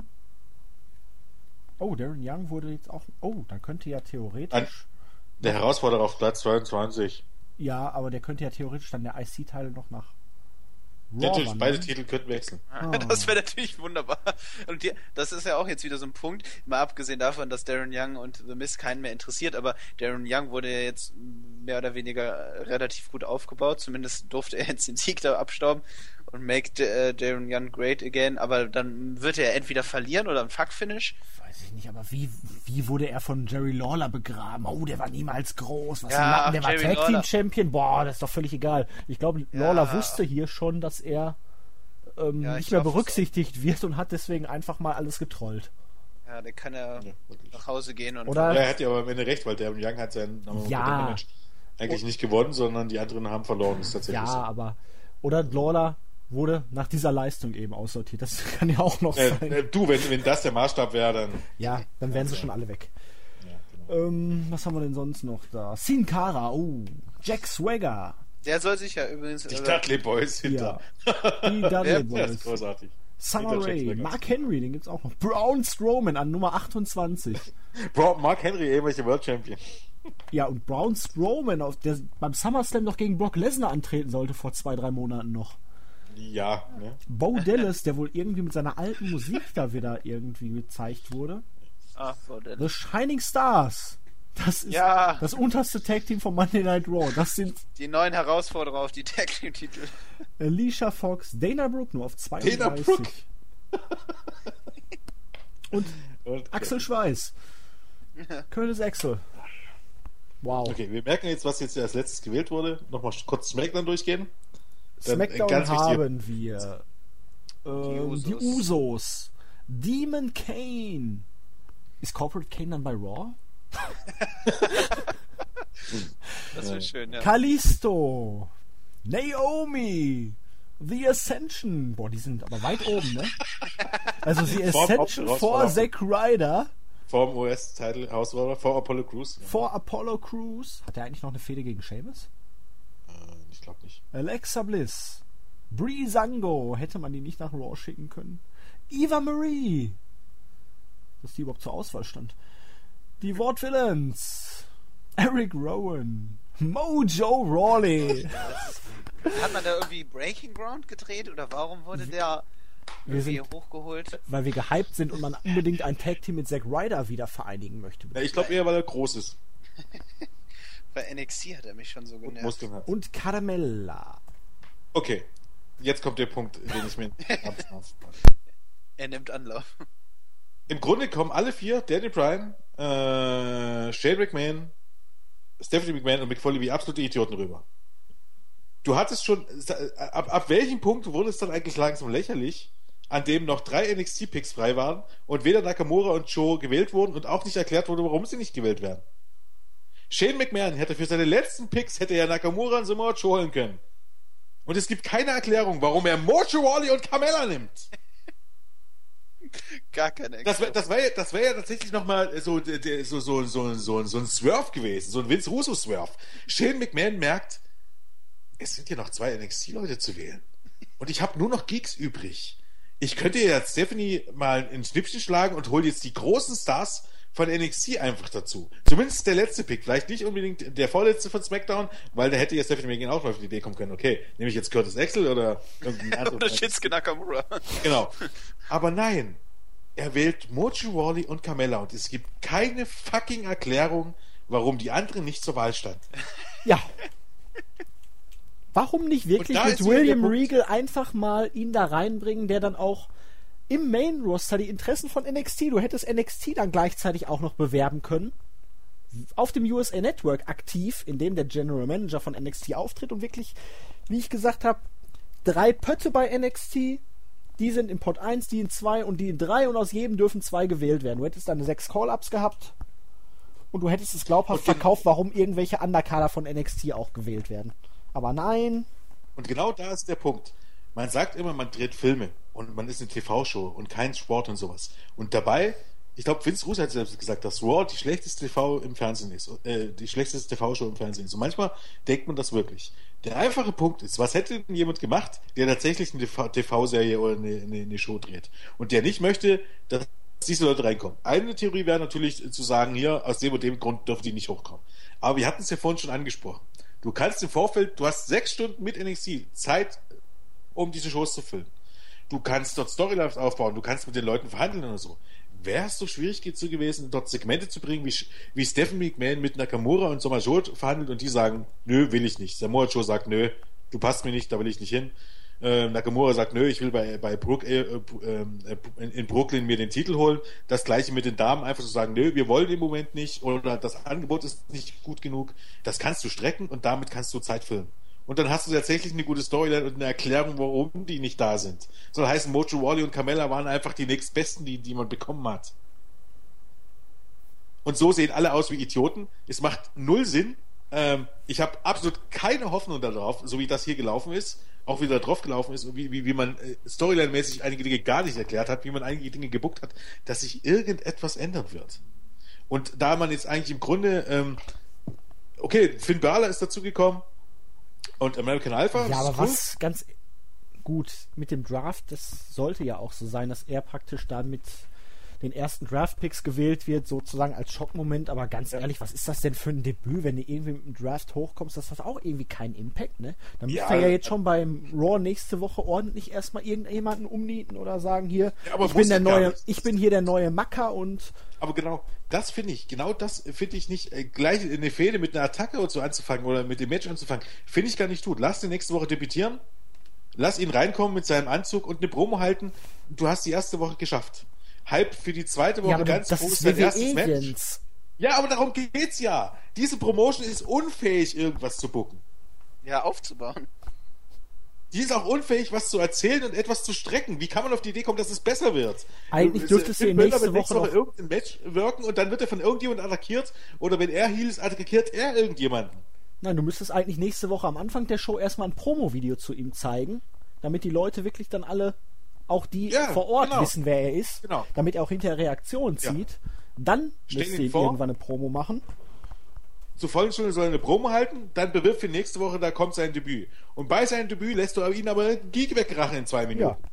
Oh, Darren Young wurde jetzt auch. Oh, dann könnte ja theoretisch. Ein- Der Herausforderer auf Platz zweiundzwanzig. Ja, aber der könnte ja theoretisch dann der I C-Teil noch nach Raw Natürlich, wandern. beide Titel könnten wechseln. Ah. Das wäre natürlich wunderbar. Und die, das ist ja auch jetzt wieder so ein Punkt, mal abgesehen davon, dass Darren Young und The Miz keinen mehr interessiert, aber Darren Young wurde ja jetzt mehr oder weniger relativ gut aufgebaut, zumindest durfte er jetzt den Sieg da abstauben und make äh, Darren Young great again, aber dann wird er entweder verlieren oder ein Fuck-Finish. Weiß ich nicht, aber wie, wie wurde er von Jerry Lawler begraben? Oh, der war niemals groß. Was Ja, ein Lappen, der ach, war Jerry Tag Team Lawler. Champion. Boah, das ist doch völlig egal. Ich glaube, Ja. Lawler wusste hier schon, dass er ähm, Ja, nicht ich mehr hoffe es berücksichtigt wird und hat deswegen einfach mal alles getrollt. Ja, der kann ja, Ja, wirklich. nach Hause gehen und Oder- Ja, er hat ja aber am Ende recht, weil Darren Young hat sein Ja. Match eigentlich nicht gewonnen, sondern die anderen haben verloren. Das ist tatsächlich Ja, so. aber. Oder Lawler wurde nach dieser Leistung eben aussortiert. Das kann ja auch noch Äh, sein. äh, du, wenn, wenn das der Maßstab wäre, dann. Ja, dann wären sie schon alle weg. Ja, genau. Ähm, was haben wir denn sonst noch da? Sin Cara, oh. Jack Swagger. der soll sich ja übrigens Die äh, Dudley Boys hinter. Die Dudley Ja, Das Boys. ist großartig. Summer Hinter Jack Rae, Swagger. Mark Henry, den gibt's auch noch. Braun Strowman an Nummer achtundzwanzig. Bro, Mark Henry, ehemaliger World Champion. Ja, und Braun Strowman, auf der beim SummerSlam doch gegen Brock Lesnar antreten sollte vor zwei, drei Monaten noch. Ja, ne? Bo Dallas, der wohl irgendwie mit seiner alten Musik da wieder irgendwie gezeigt wurde. ah, so, der, The Shining Stars. Das ist Ja. das unterste Tag-Team von Monday Night Raw. Das sind die neuen Herausforderer auf die Tag Team Titel. Alicia Fox, Dana Brooke nur auf zweiunddreißig. Brooke. Und Und, Axel Schweiß. Curtis Axel. Wow. Okay, wir merken jetzt, was jetzt als letztes gewählt wurde. Nochmal kurz SmackDown durchgehen. Dann, äh, SmackDown ganz wichtig- haben wir ähm, die, Usos. Usos. Demon Kane. Ist Corporate Kane dann bei Raw? Das wäre schön, ja. Kalisto. Naomi. The Ascension. Boah, die sind aber weit oben, ne? Also The Vor- Ascension Hauptraus- vor Zack Ryder, Vor dem U S-Title Herausforderer, vor Apollo Crews. vor Apollo Crews. Hat er eigentlich noch eine Fehde gegen Sheamus? Äh, ich glaube nicht. Alexa Bliss. Breezango. Hätte man die nicht nach Raw schicken können? Eva Marie. Dass die überhaupt zur Auswahl stand. Die Vaudevillains. Eric Rowan. Mojo Rawley. Hat man da irgendwie Breaking Ground gedreht oder warum wurde der wir sind, hochgeholt? Weil wir gehypt sind und man unbedingt ein Tag-Team mit Zack Ryder wieder vereinigen möchte. Ja, ich glaube eher, weil er groß ist. Bei N X T hat er mich schon so genervt. Und, und Caramella. Okay, jetzt kommt der Punkt, den ich mir... Er nimmt Anlauf. Im Grunde kommen alle vier, Daniel Bryan, äh, Shane McMahon, Stephanie McMahon und Mick Foley wie absolute Idioten rüber. Du hattest schon, ab, ab welchem Punkt wurde es dann eigentlich langsam lächerlich, an dem noch drei N X T-Picks frei waren und weder Nakamura und Joe gewählt wurden und auch nicht erklärt wurde, warum sie nicht gewählt werden. Shane McMahon hätte für seine letzten Picks hätte er Nakamura und Samoa Joe holen können. Und es gibt keine Erklärung, warum er Mojo Rawley und Carmella nimmt. Gar keine Das wäre das wär, das wär ja tatsächlich nochmal so, so, so, so, so, so ein Swerve gewesen, so ein Vince Russo-Swerve. Shane McMahon merkt, es sind ja noch zwei N X T-Leute zu wählen. Und ich habe nur noch Geeks übrig. Ich könnte jetzt Stephanie mal ins Schnippchen schlagen und hole jetzt die großen Stars von N X T einfach dazu. Zumindest der letzte Pick. Vielleicht nicht unbedingt der vorletzte von SmackDown, weil da hätte ja Stephanie McMahon auch noch auf die Idee kommen können, okay, nehme ich jetzt Curtis Axel oder irgendeinen anderen. Oder Shinsuke Nakamura. Genau. Aber nein, er wählt Mojo Rawley und Carmella und es gibt keine fucking Erklärung, warum die anderen nicht zur Wahl standen. Ja. Warum nicht wirklich mit William Regal einfach mal ihn da reinbringen, der dann auch im Main-Roster die Interessen von N X T, du hättest N X T dann gleichzeitig auch noch bewerben können, auf dem U S A Network aktiv, in dem der General Manager von N X T auftritt und wirklich, wie ich gesagt habe, drei Pötte bei N X T, die sind in Pot eins, die in zwei und die in drei und aus jedem dürfen zwei gewählt werden. Du hättest dann sechs Call-Ups gehabt und du hättest es glaubhaft verkauft, warum irgendwelche Underkader von N X T auch gewählt werden. Aber nein. Und genau da ist der Punkt. Man sagt immer, man dreht Filme und man ist eine T V-Show und kein Sport und sowas. Und dabei, ich glaube, Vince Russo hat selbst gesagt, dass Raw die schlechteste T V im Fernsehen ist, äh, die schlechteste T V-Show im Fernsehen ist. Und manchmal denkt man das wirklich. Der einfache Punkt ist, was hätte denn jemand gemacht, der tatsächlich eine T V-Serie oder eine, eine, eine Show dreht und der nicht möchte, dass diese Leute reinkommen. Eine Theorie wäre natürlich zu sagen, hier, aus dem und dem Grund dürfen die nicht hochkommen. Aber wir hatten es ja vorhin schon angesprochen. Du kannst im Vorfeld, du hast sechs Stunden mit N X T Zeit, um diese Shows zu füllen. Du kannst dort Storylines aufbauen, du kannst mit den Leuten verhandeln oder so. Wäre es so schwierig gewesen, dort Segmente zu bringen, wie, wie Stephanie McMahon mit Nakamura und Samoa Joe verhandelt und die sagen, nö, will ich nicht. Samoa Joe sagt, nö, du passt mir nicht, da will ich nicht hin. Äh, Nakamura sagt, nö, ich will bei, bei Brook, äh, äh, in, in Brooklyn mir den Titel holen. Das gleiche mit den Damen, einfach zu sagen, nö, wir wollen im Moment nicht oder das Angebot ist nicht gut genug. Das kannst du strecken und damit kannst du Zeit füllen. Und dann hast du tatsächlich eine gute Storyline und eine Erklärung, warum die nicht da sind. Soll heißen, Mojo Rawley und Carmella waren einfach die nächstbesten, die, die man bekommen hat. Und so sehen alle aus wie Idioten. Es macht null Sinn. Ähm, ich habe absolut keine Hoffnung darauf, so wie das hier gelaufen ist, auch wie da drauf gelaufen ist und wie, wie, wie man äh, Storyline-mäßig einige Dinge gar nicht erklärt hat, wie man einige Dinge gebuckt hat, dass sich irgendetwas ändern wird. Und da man jetzt eigentlich im Grunde, ähm, okay, Finn Balor ist dazu gekommen, und American Alpha. Ja, aber cool. Was ganz gut mit dem Draft, das sollte ja auch so sein, dass er praktisch da mit den ersten Draft-Picks gewählt wird, sozusagen als Schockmoment, aber ganz ja. ehrlich, was ist das denn für ein Debüt, wenn du irgendwie mit dem Draft hochkommst, das hat auch irgendwie keinen Impact, ne? Dann müsst ihr ja, ja jetzt schon beim Raw nächste Woche ordentlich erstmal irgendjemanden umnieten oder sagen, hier, ja, ich bin der neue, ich bin hier der neue Macker und aber genau, das finde ich, genau das finde ich nicht, äh, gleich eine Fehde mit einer Attacke oder so anzufangen oder mit dem Match anzufangen, finde ich gar nicht gut. Lass den nächste Woche debütieren, lass ihn reinkommen mit seinem Anzug und eine Promo halten, du hast die erste Woche geschafft. Hype für die zweite Woche, ja, ganz groß dein erstes Match. Ja, aber darum geht's ja. Diese Promotion ist unfähig, irgendwas zu booken. Ja, aufzubauen. Die ist auch unfähig, was zu erzählen und etwas zu strecken. Wie kann man auf die Idee kommen, dass es besser wird? Eigentlich dürfte es hier nächste Woche noch irgendein Match wirken und dann wird er von irgendjemandem attackiert oder wenn er Heel ist, attackiert er irgendjemanden. Nein, du müsstest eigentlich nächste Woche am Anfang der Show erstmal ein Promo-Video zu ihm zeigen, damit die Leute wirklich dann alle, auch die ja, vor Ort genau. wissen, wer er ist, genau. damit er auch hinterher Reaktionen zieht. Ja. Dann müsste ihn irgendwann eine Promo machen. Zur vollen Stunde soll er eine Promo halten, dann bewirft ihn nächste Woche, da kommt sein Debüt. Und bei seinem Debüt lässt du ihn aber einen Geek wegrachen in zwei Minuten. Ja.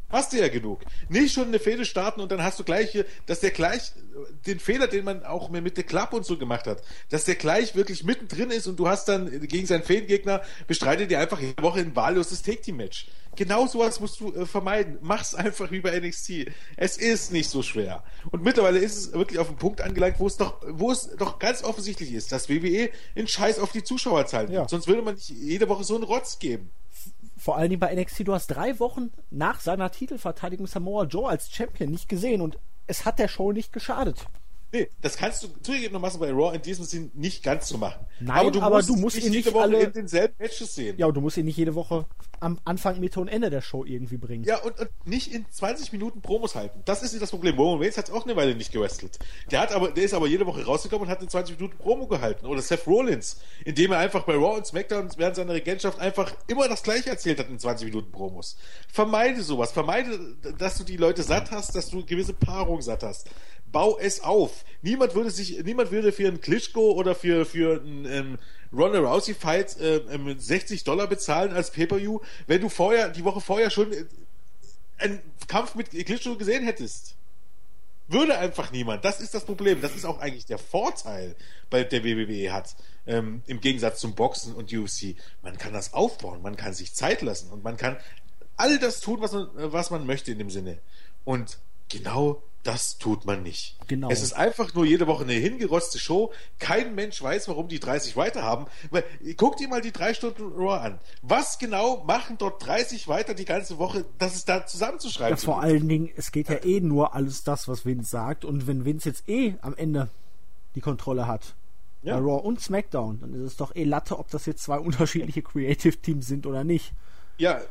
Hast du ja genug. Nicht schon eine Fehde starten und dann hast du gleich hier, dass der gleich den Fehler, den man auch mit der Club und so gemacht hat, dass der gleich wirklich mittendrin ist und du hast dann gegen seinen Fehdengegner, bestreitet dir einfach jede Woche ein wahlloses Take-Team-Match. Genau sowas musst du äh, vermeiden. Mach's einfach wie bei N X T. Es ist nicht so schwer. Und mittlerweile ist es wirklich auf den Punkt angelangt, wo es doch, wo es doch ganz offensichtlich ist, dass W W E einen Scheiß auf die Zuschauerzahlen ja. gibt. Sonst würde man nicht jede Woche so einen Rotz geben. Vor allen Dingen bei N X T, du hast drei Wochen nach seiner Titelverteidigung Samoa Joe als Champion nicht gesehen und es hat der Show nicht geschadet. Nee, das kannst du zugegebenermaßen bei Raw in diesem Sinn nicht ganz so machen. Nein, aber du aber musst, du musst nicht ihn jede nicht Woche alle... in denselben Matches sehen. Ja, und du musst ihn nicht jede Woche am Anfang, Mitte und Ende der Show irgendwie bringen. Ja, und, und nicht in zwanzig Minuten Promos halten. Das ist nicht das Problem. Roman Reigns hat auch eine Weile nicht gewrestelt. Der hat aber, der ist aber jede Woche rausgekommen und hat eine zwanzig Minuten Promo gehalten. Oder Seth Rollins, indem er einfach bei Raw und SmackDown während seiner Regentschaft einfach immer das Gleiche erzählt hat in zwanzig Minuten Promos. Vermeide sowas. Vermeide, dass du die Leute satt hast, dass du gewisse Paarung satt hast. Bau es auf. Niemand würde sich, niemand würde für einen Klitschko oder für, für einen ähm, Ronda Rousey Fight äh, sechzig Dollar bezahlen als Pay-Per-View, wenn du vorher, die Woche vorher schon äh, einen Kampf mit Klitschko gesehen hättest. Würde einfach niemand. Das ist das Problem. Das ist auch eigentlich der Vorteil, bei der W W E hat. Ähm, im Gegensatz zum Boxen und U F C. Man kann das aufbauen, man kann sich Zeit lassen und man kann all das tun, was man, was man möchte in dem Sinne. Und genau das tut man nicht. Genau. Es ist einfach nur jede Woche eine hingerotzte Show. Kein Mensch weiß, warum die dreißig weiter haben. Guck dir mal die drei Stunden Raw an. Was genau machen dort dreißig weiter die ganze Woche, dass es da zusammenzuschreiben Ja, vor allen Dingen, es geht ja eh nur alles das, was Vince sagt. Und wenn Vince jetzt eh am Ende die Kontrolle hat, ja. bei Raw und SmackDown, dann ist es doch eh Latte, ob das jetzt zwei unterschiedliche Creative Teams sind oder nicht. Ja,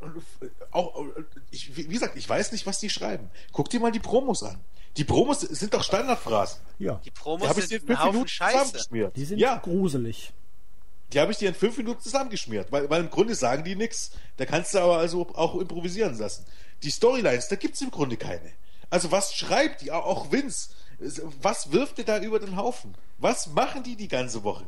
auch, ich, wie gesagt, ich weiß nicht, was die schreiben. Guck dir mal die Promos an. Die Promos sind doch Standardphrasen. Ja. Die Promos die sind ein ein Haufen Minuten Scheiße. Die sind ja. gruselig. Die habe ich dir in fünf Minuten zusammengeschmiert, weil, weil im Grunde sagen die nichts. Da kannst du aber also auch improvisieren lassen. Die Storylines, da gibt es im Grunde keine. Also was schreibt die, auch Vince, was wirft der da über den Haufen? Was machen die die ganze Woche?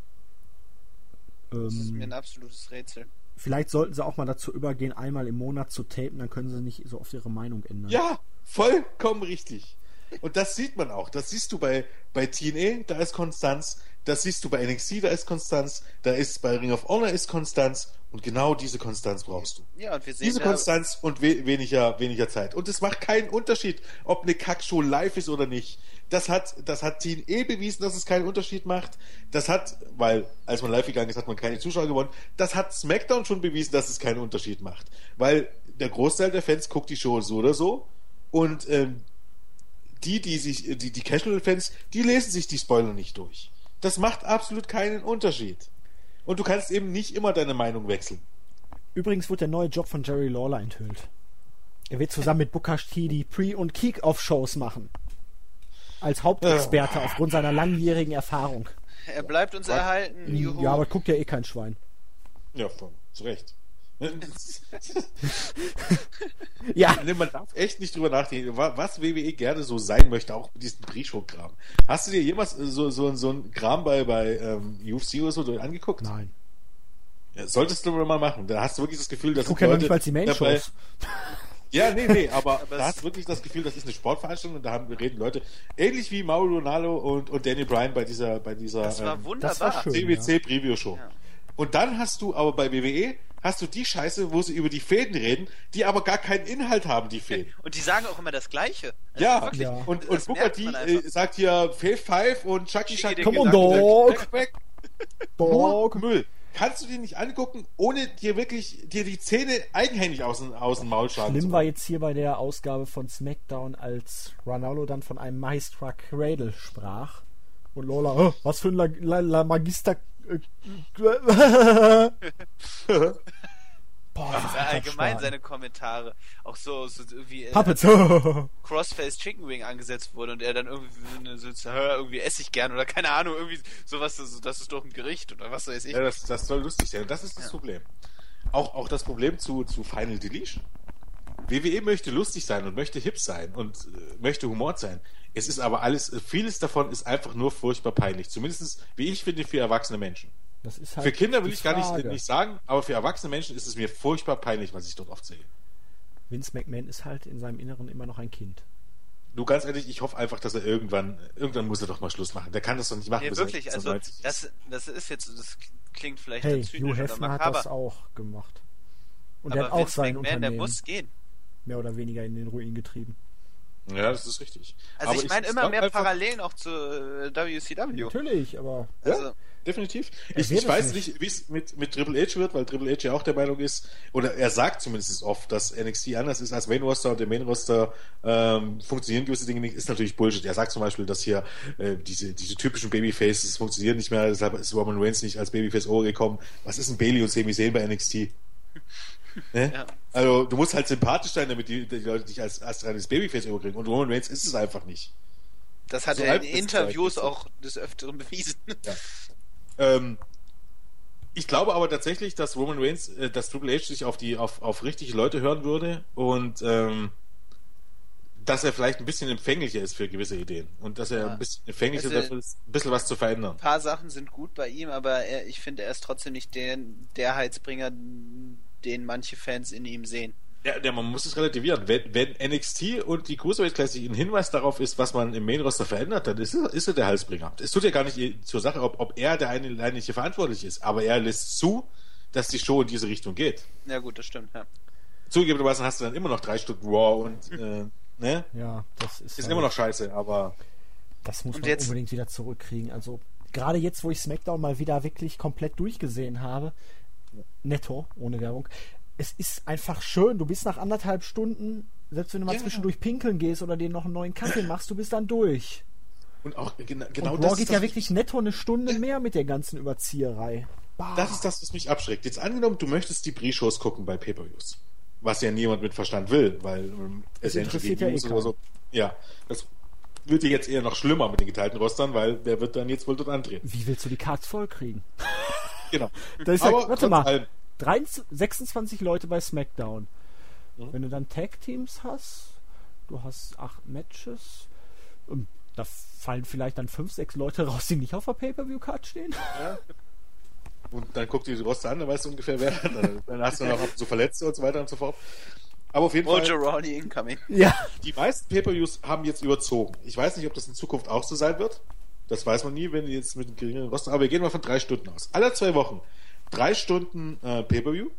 Das ist mir ein absolutes Rätsel. Vielleicht sollten sie auch mal dazu übergehen, einmal im Monat zu tapen, dann können sie nicht so oft ihre Meinung ändern. Ja, vollkommen richtig. Und das sieht man auch. Das siehst du bei, bei T N A, da ist Konstanz. Das siehst du bei N X T, da ist Konstanz. Da ist bei Ring of Honor ist Konstanz. Und genau diese Konstanz brauchst du. Ja, und wir sehen diese Konstanz und we- weniger, weniger Zeit. Und es macht keinen Unterschied, ob eine Kackshow live ist oder nicht. Das hat, das hat T N A bewiesen, dass es keinen Unterschied macht. Das hat, weil als man live gegangen ist, hat man keine Zuschauer gewonnen. Das hat SmackDown schon bewiesen, dass es keinen Unterschied macht. Weil der Großteil der Fans guckt die Show so oder so. Und ähm, die, die sich, die, die Casual-Fans, die lesen sich die Spoiler nicht durch. Das macht absolut keinen Unterschied. Und du kannst eben nicht immer deine Meinung wechseln. Übrigens wird der neue Job von Jerry Lawler enthüllt. Er wird zusammen mit Booker T die Pre- und Kick-Off-Shows machen. Als Hauptexperte ja. aufgrund seiner langjährigen Erfahrung. Er bleibt uns Was? erhalten. Juhu. Ja, aber guckt ja eh kein Schwein. Ja, voll, zu Recht. Ja. Man darf echt nicht drüber nachdenken, was W W E gerne so sein möchte, auch mit diesem Pre-Show-Kram. Hast du dir jemals so, so, so ein Kram bei, bei ähm, U F C oder so angeguckt? Nein. Ja, solltest du mal machen. Da hast du wirklich das Gefühl, dass Ich gucke ja noch nicht mal die Main-Shows. Ja, nee, nee, aber, aber da hast du wirklich das Gefühl, das ist eine Sportveranstaltung und da haben, reden Leute, ähnlich wie Mauro Ronaldo und, und Daniel Bryan bei dieser, bei dieser Das war ähm, wunderbar. das war schön. C W C Preview Show. Ja. Und dann hast du aber bei W W E hast du die Scheiße, wo sie über die Fäden reden, die aber gar keinen Inhalt haben, die Fäden. Und die sagen auch immer das Gleiche. Also Ja, wirklich, ja. und, und das Booker merkt T man äh, einfach. sagt hier Fave Five und Chucky Schicke Chucky. dir Come on, Gedanken. dog. Back, back. Dog. Nur Müll. Kannst du dir nicht angucken, ohne dir wirklich dir die Zähne eigenhändig aus, dem- aus dem Maul schlagen zu Schlimm war machen? jetzt hier bei der Ausgabe von SmackDown, als Ronaldo dann von einem Magistra Cradle sprach. Und Lola, oh, was für ein La, La, La Magister... Äh, Boah, das Ja, ist allgemein stark. seine Kommentare. Auch so, so wie äh, Puppets. Crossface Chicken Wing angesetzt wurde und er dann irgendwie so, so hör, irgendwie esse ich gern oder keine Ahnung, irgendwie sowas, so, das ist doch ein Gericht oder was weiß ich. Ja, das, das soll lustig sein. Das ist das Ja. Problem. Auch, auch das Problem zu, zu Final Deletion. W W E möchte lustig sein und möchte hip sein und äh, möchte Humor sein. Es ist aber alles, äh, vieles davon ist einfach nur furchtbar peinlich. Zumindest, wie ich finde, für erwachsene Menschen. Das ist halt Für Kinder will die ich gar nicht, Frage. nicht sagen, aber für erwachsene Menschen ist es mir furchtbar peinlich, was ich dort oft sehe. Vince McMahon ist halt in seinem Inneren immer noch ein Kind. Du, ganz ehrlich, ich hoffe einfach, dass er irgendwann, irgendwann muss er doch mal Schluss machen. Der kann das doch nicht machen. Nee, wirklich, also das, das ist jetzt, das klingt vielleicht hey, zynisch Hugh oder Hefner hat makaber. das auch gemacht. Und aber der hat auch Vince sein McMahon, Unternehmen der muss gehen. mehr oder weniger in den Ruin getrieben. Ja, das ist richtig. Also aber ich meine ich immer mehr einfach, Parallelen auch zu äh, W C W. Natürlich, aber... Also, ja, definitiv. Er Ich, wird ich es weiß nicht. nicht, wie es mit, mit Triple H wird, weil Triple H ja auch der Meinung ist, oder er sagt zumindest oft, dass N X T anders ist als Main Roster und der Main Roster ähm, funktionieren gewisse Dinge nicht, ist natürlich Bullshit. Er sagt zum Beispiel, dass hier äh, diese, diese typischen Babyfaces funktionieren nicht mehr, deshalb ist Roman Reigns nicht als Babyface overgekommen. Was ist ein Bailey und Sami Zayn bei N X T? Ne? Ja. Also du musst halt sympathisch sein, damit die, die Leute dich als, als reines Babyface überkriegen. Und Roman Reigns ist es einfach nicht. Das hat so er in Interviews halt auch des Öfteren bewiesen. Ja. Ähm, ich glaube aber tatsächlich, dass Roman Reigns, äh, dass Triple H sich auf die auf, auf richtige Leute hören würde und ähm, dass er vielleicht ein bisschen empfänglicher ist für gewisse Ideen und dass er ja. ein bisschen empfänglicher also, dafür ist, ein bisschen was zu verändern. Ein paar Sachen sind gut bei ihm, aber er, ich finde, er ist trotzdem nicht der, der Heizbringer, den manche Fans in ihm sehen. Ja, ja, man muss es relativieren. Wenn, wenn N X T und die Cruiserweight Classic ein Hinweis darauf ist, was man im Main Roster verändert, dann ist er, ist er der Halsbringer. Es tut ja gar nicht zur Sache, ob, ob er der eigentliche verantwortlich ist, aber er lässt zu, dass die Show in diese Richtung geht. Ja gut, das stimmt, ja. Zugegebenermaßen hast du dann immer noch drei Stunden Raw und äh, ne? Ja, das ist... Ist halt, immer noch scheiße, aber... Das muss und man jetzt, unbedingt wieder zurückkriegen. Also gerade jetzt, wo ich SmackDown mal wieder wirklich komplett durchgesehen habe, netto, ohne Werbung, es ist einfach schön, du bist nach anderthalb Stunden, selbst wenn du mal ja. zwischendurch pinkeln gehst oder dir noch einen neuen Kaffee machst, du bist dann durch. Und auch genau, genau und das Raw geht ist ja das, wirklich netto eine Stunde ja. mehr mit der ganzen Überzieherei. Bah. Das ist das, was mich abschreckt. Jetzt angenommen, du möchtest die Pre-Shows gucken bei Pay-Per-Views. Was ja niemand mit Verstand will, weil ähm, es interessiert ja eh oder so. Ja, das wird ja jetzt eher noch schlimmer mit den geteilten Rostern, weil wer wird dann jetzt wohl dort antreten? Wie willst du die Cards voll kriegen? Genau. Da ist ja, warte mal, sechsundzwanzig Leute bei SmackDown. Mhm. Wenn du dann Tag-Teams hast, du hast acht Matches, da fallen vielleicht dann fünf, sechs Leute raus, die nicht auf der Pay-Per-View-Card stehen. Ja. Und dann guck dir die Roster an, dann weißt du ungefähr, wer dann, dann hast du noch so Verletzte und so weiter und so fort. Aber auf jeden Mojo Fall... Rawley incoming. Ja. Die meisten Pay-Per-Views haben jetzt überzogen. Ich weiß nicht, ob das in Zukunft auch so sein wird. Das weiß man nie, wenn die jetzt mit einem geringeren Roster... Aber wir gehen mal von drei Stunden aus. Alle zwei Wochen drei Stunden äh, Pay-Per-View,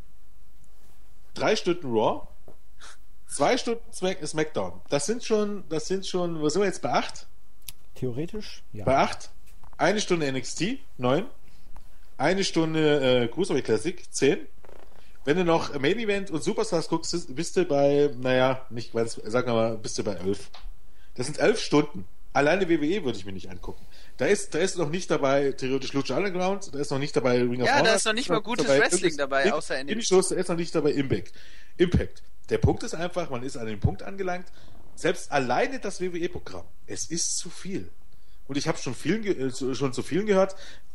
drei Stunden Raw, zwei Stunden Smack- Smackdown. Das sind schon, das sind schon, wo sind wir jetzt, bei acht? Theoretisch, ja. Bei acht. Eine Stunde N X T, neun. Eine Stunde äh, Cruiserweight Classic, zehn. Wenn du noch Main Event und Superstars guckst, bist du bei, naja, nicht ganz, sagen wir mal, bist du bei elf. Das sind elf Stunden. Alleine W W E würde ich mir nicht angucken. Da ist, da ist noch nicht dabei, theoretisch Lucha Underground, da ist noch nicht dabei Ring of Ja, Honor. da ist noch nicht mal gutes dabei, Wrestling dabei, außer N X T. Da ist noch nicht dabei Impact. Impact. Der Punkt ist einfach, man ist an den Punkt angelangt, selbst alleine das W W E-Programm, es ist zu viel. Und ich habe schon vielen, äh, schon zu vielen gehört,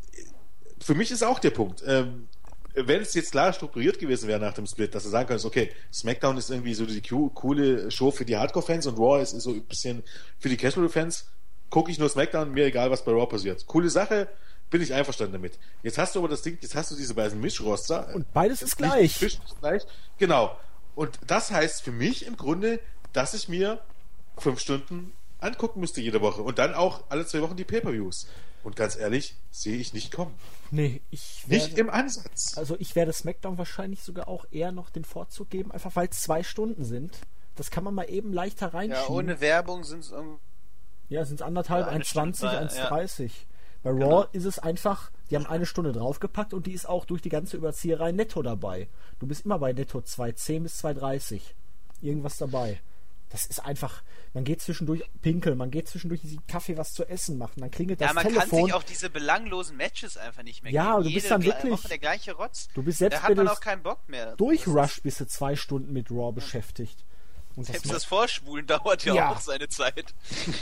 für mich ist auch der Punkt, ähm, wenn es jetzt klar strukturiert gewesen wäre nach dem Split, dass du sagen kannst, okay, SmackDown ist irgendwie so die coole Show für die Hardcore-Fans und Raw ist, ist so ein bisschen für die Casual-Fans, gucke ich nur SmackDown, mir egal, was bei Raw passiert. Coole Sache, bin ich einverstanden damit. Jetzt hast du aber das Ding, jetzt hast du diese beiden Mischroster. Und beides ist gleich. Nicht, nicht gleich. Genau. Und das heißt für mich im Grunde, dass ich mir fünf Stunden angucken müsste jede Woche und dann auch alle zwei Wochen die Pay-Per-Views. Und ganz ehrlich, sehe ich nicht kommen. Nee, ich werde, nicht im Ansatz. Also ich werde SmackDown wahrscheinlich sogar auch eher noch den Vorzug geben, einfach weil es zwei Stunden sind. Das kann man mal eben leichter reinschieben. Ja, ohne Werbung sind es um Ja, sind es anderthalb, ja, eins zwanzig, eins dreißig. Ja. Bei Raw Genau. ist es einfach, die haben eine Stunde draufgepackt und die ist auch durch die ganze Überzieherei netto dabei. Du bist immer bei netto zwei zehn bis zwei dreißig. Irgendwas dabei. Das ist einfach, man geht zwischendurch pinkeln, man geht zwischendurch diesen Kaffee was zu essen machen, dann klingelt das Ja, man Telefon. kann sich auch diese belanglosen Matches einfach nicht mehr geben. Ja, du Jede bist dann Gle- wirklich- Woche der gleiche Rotz. Du bist selbst da hat wenn man du auch keinen Bock mehr. durchrusht, bist du zwei Stunden mit Raw beschäftigt. Und Selbst macht- das Vorspulen dauert ja, Ja. auch seine Zeit.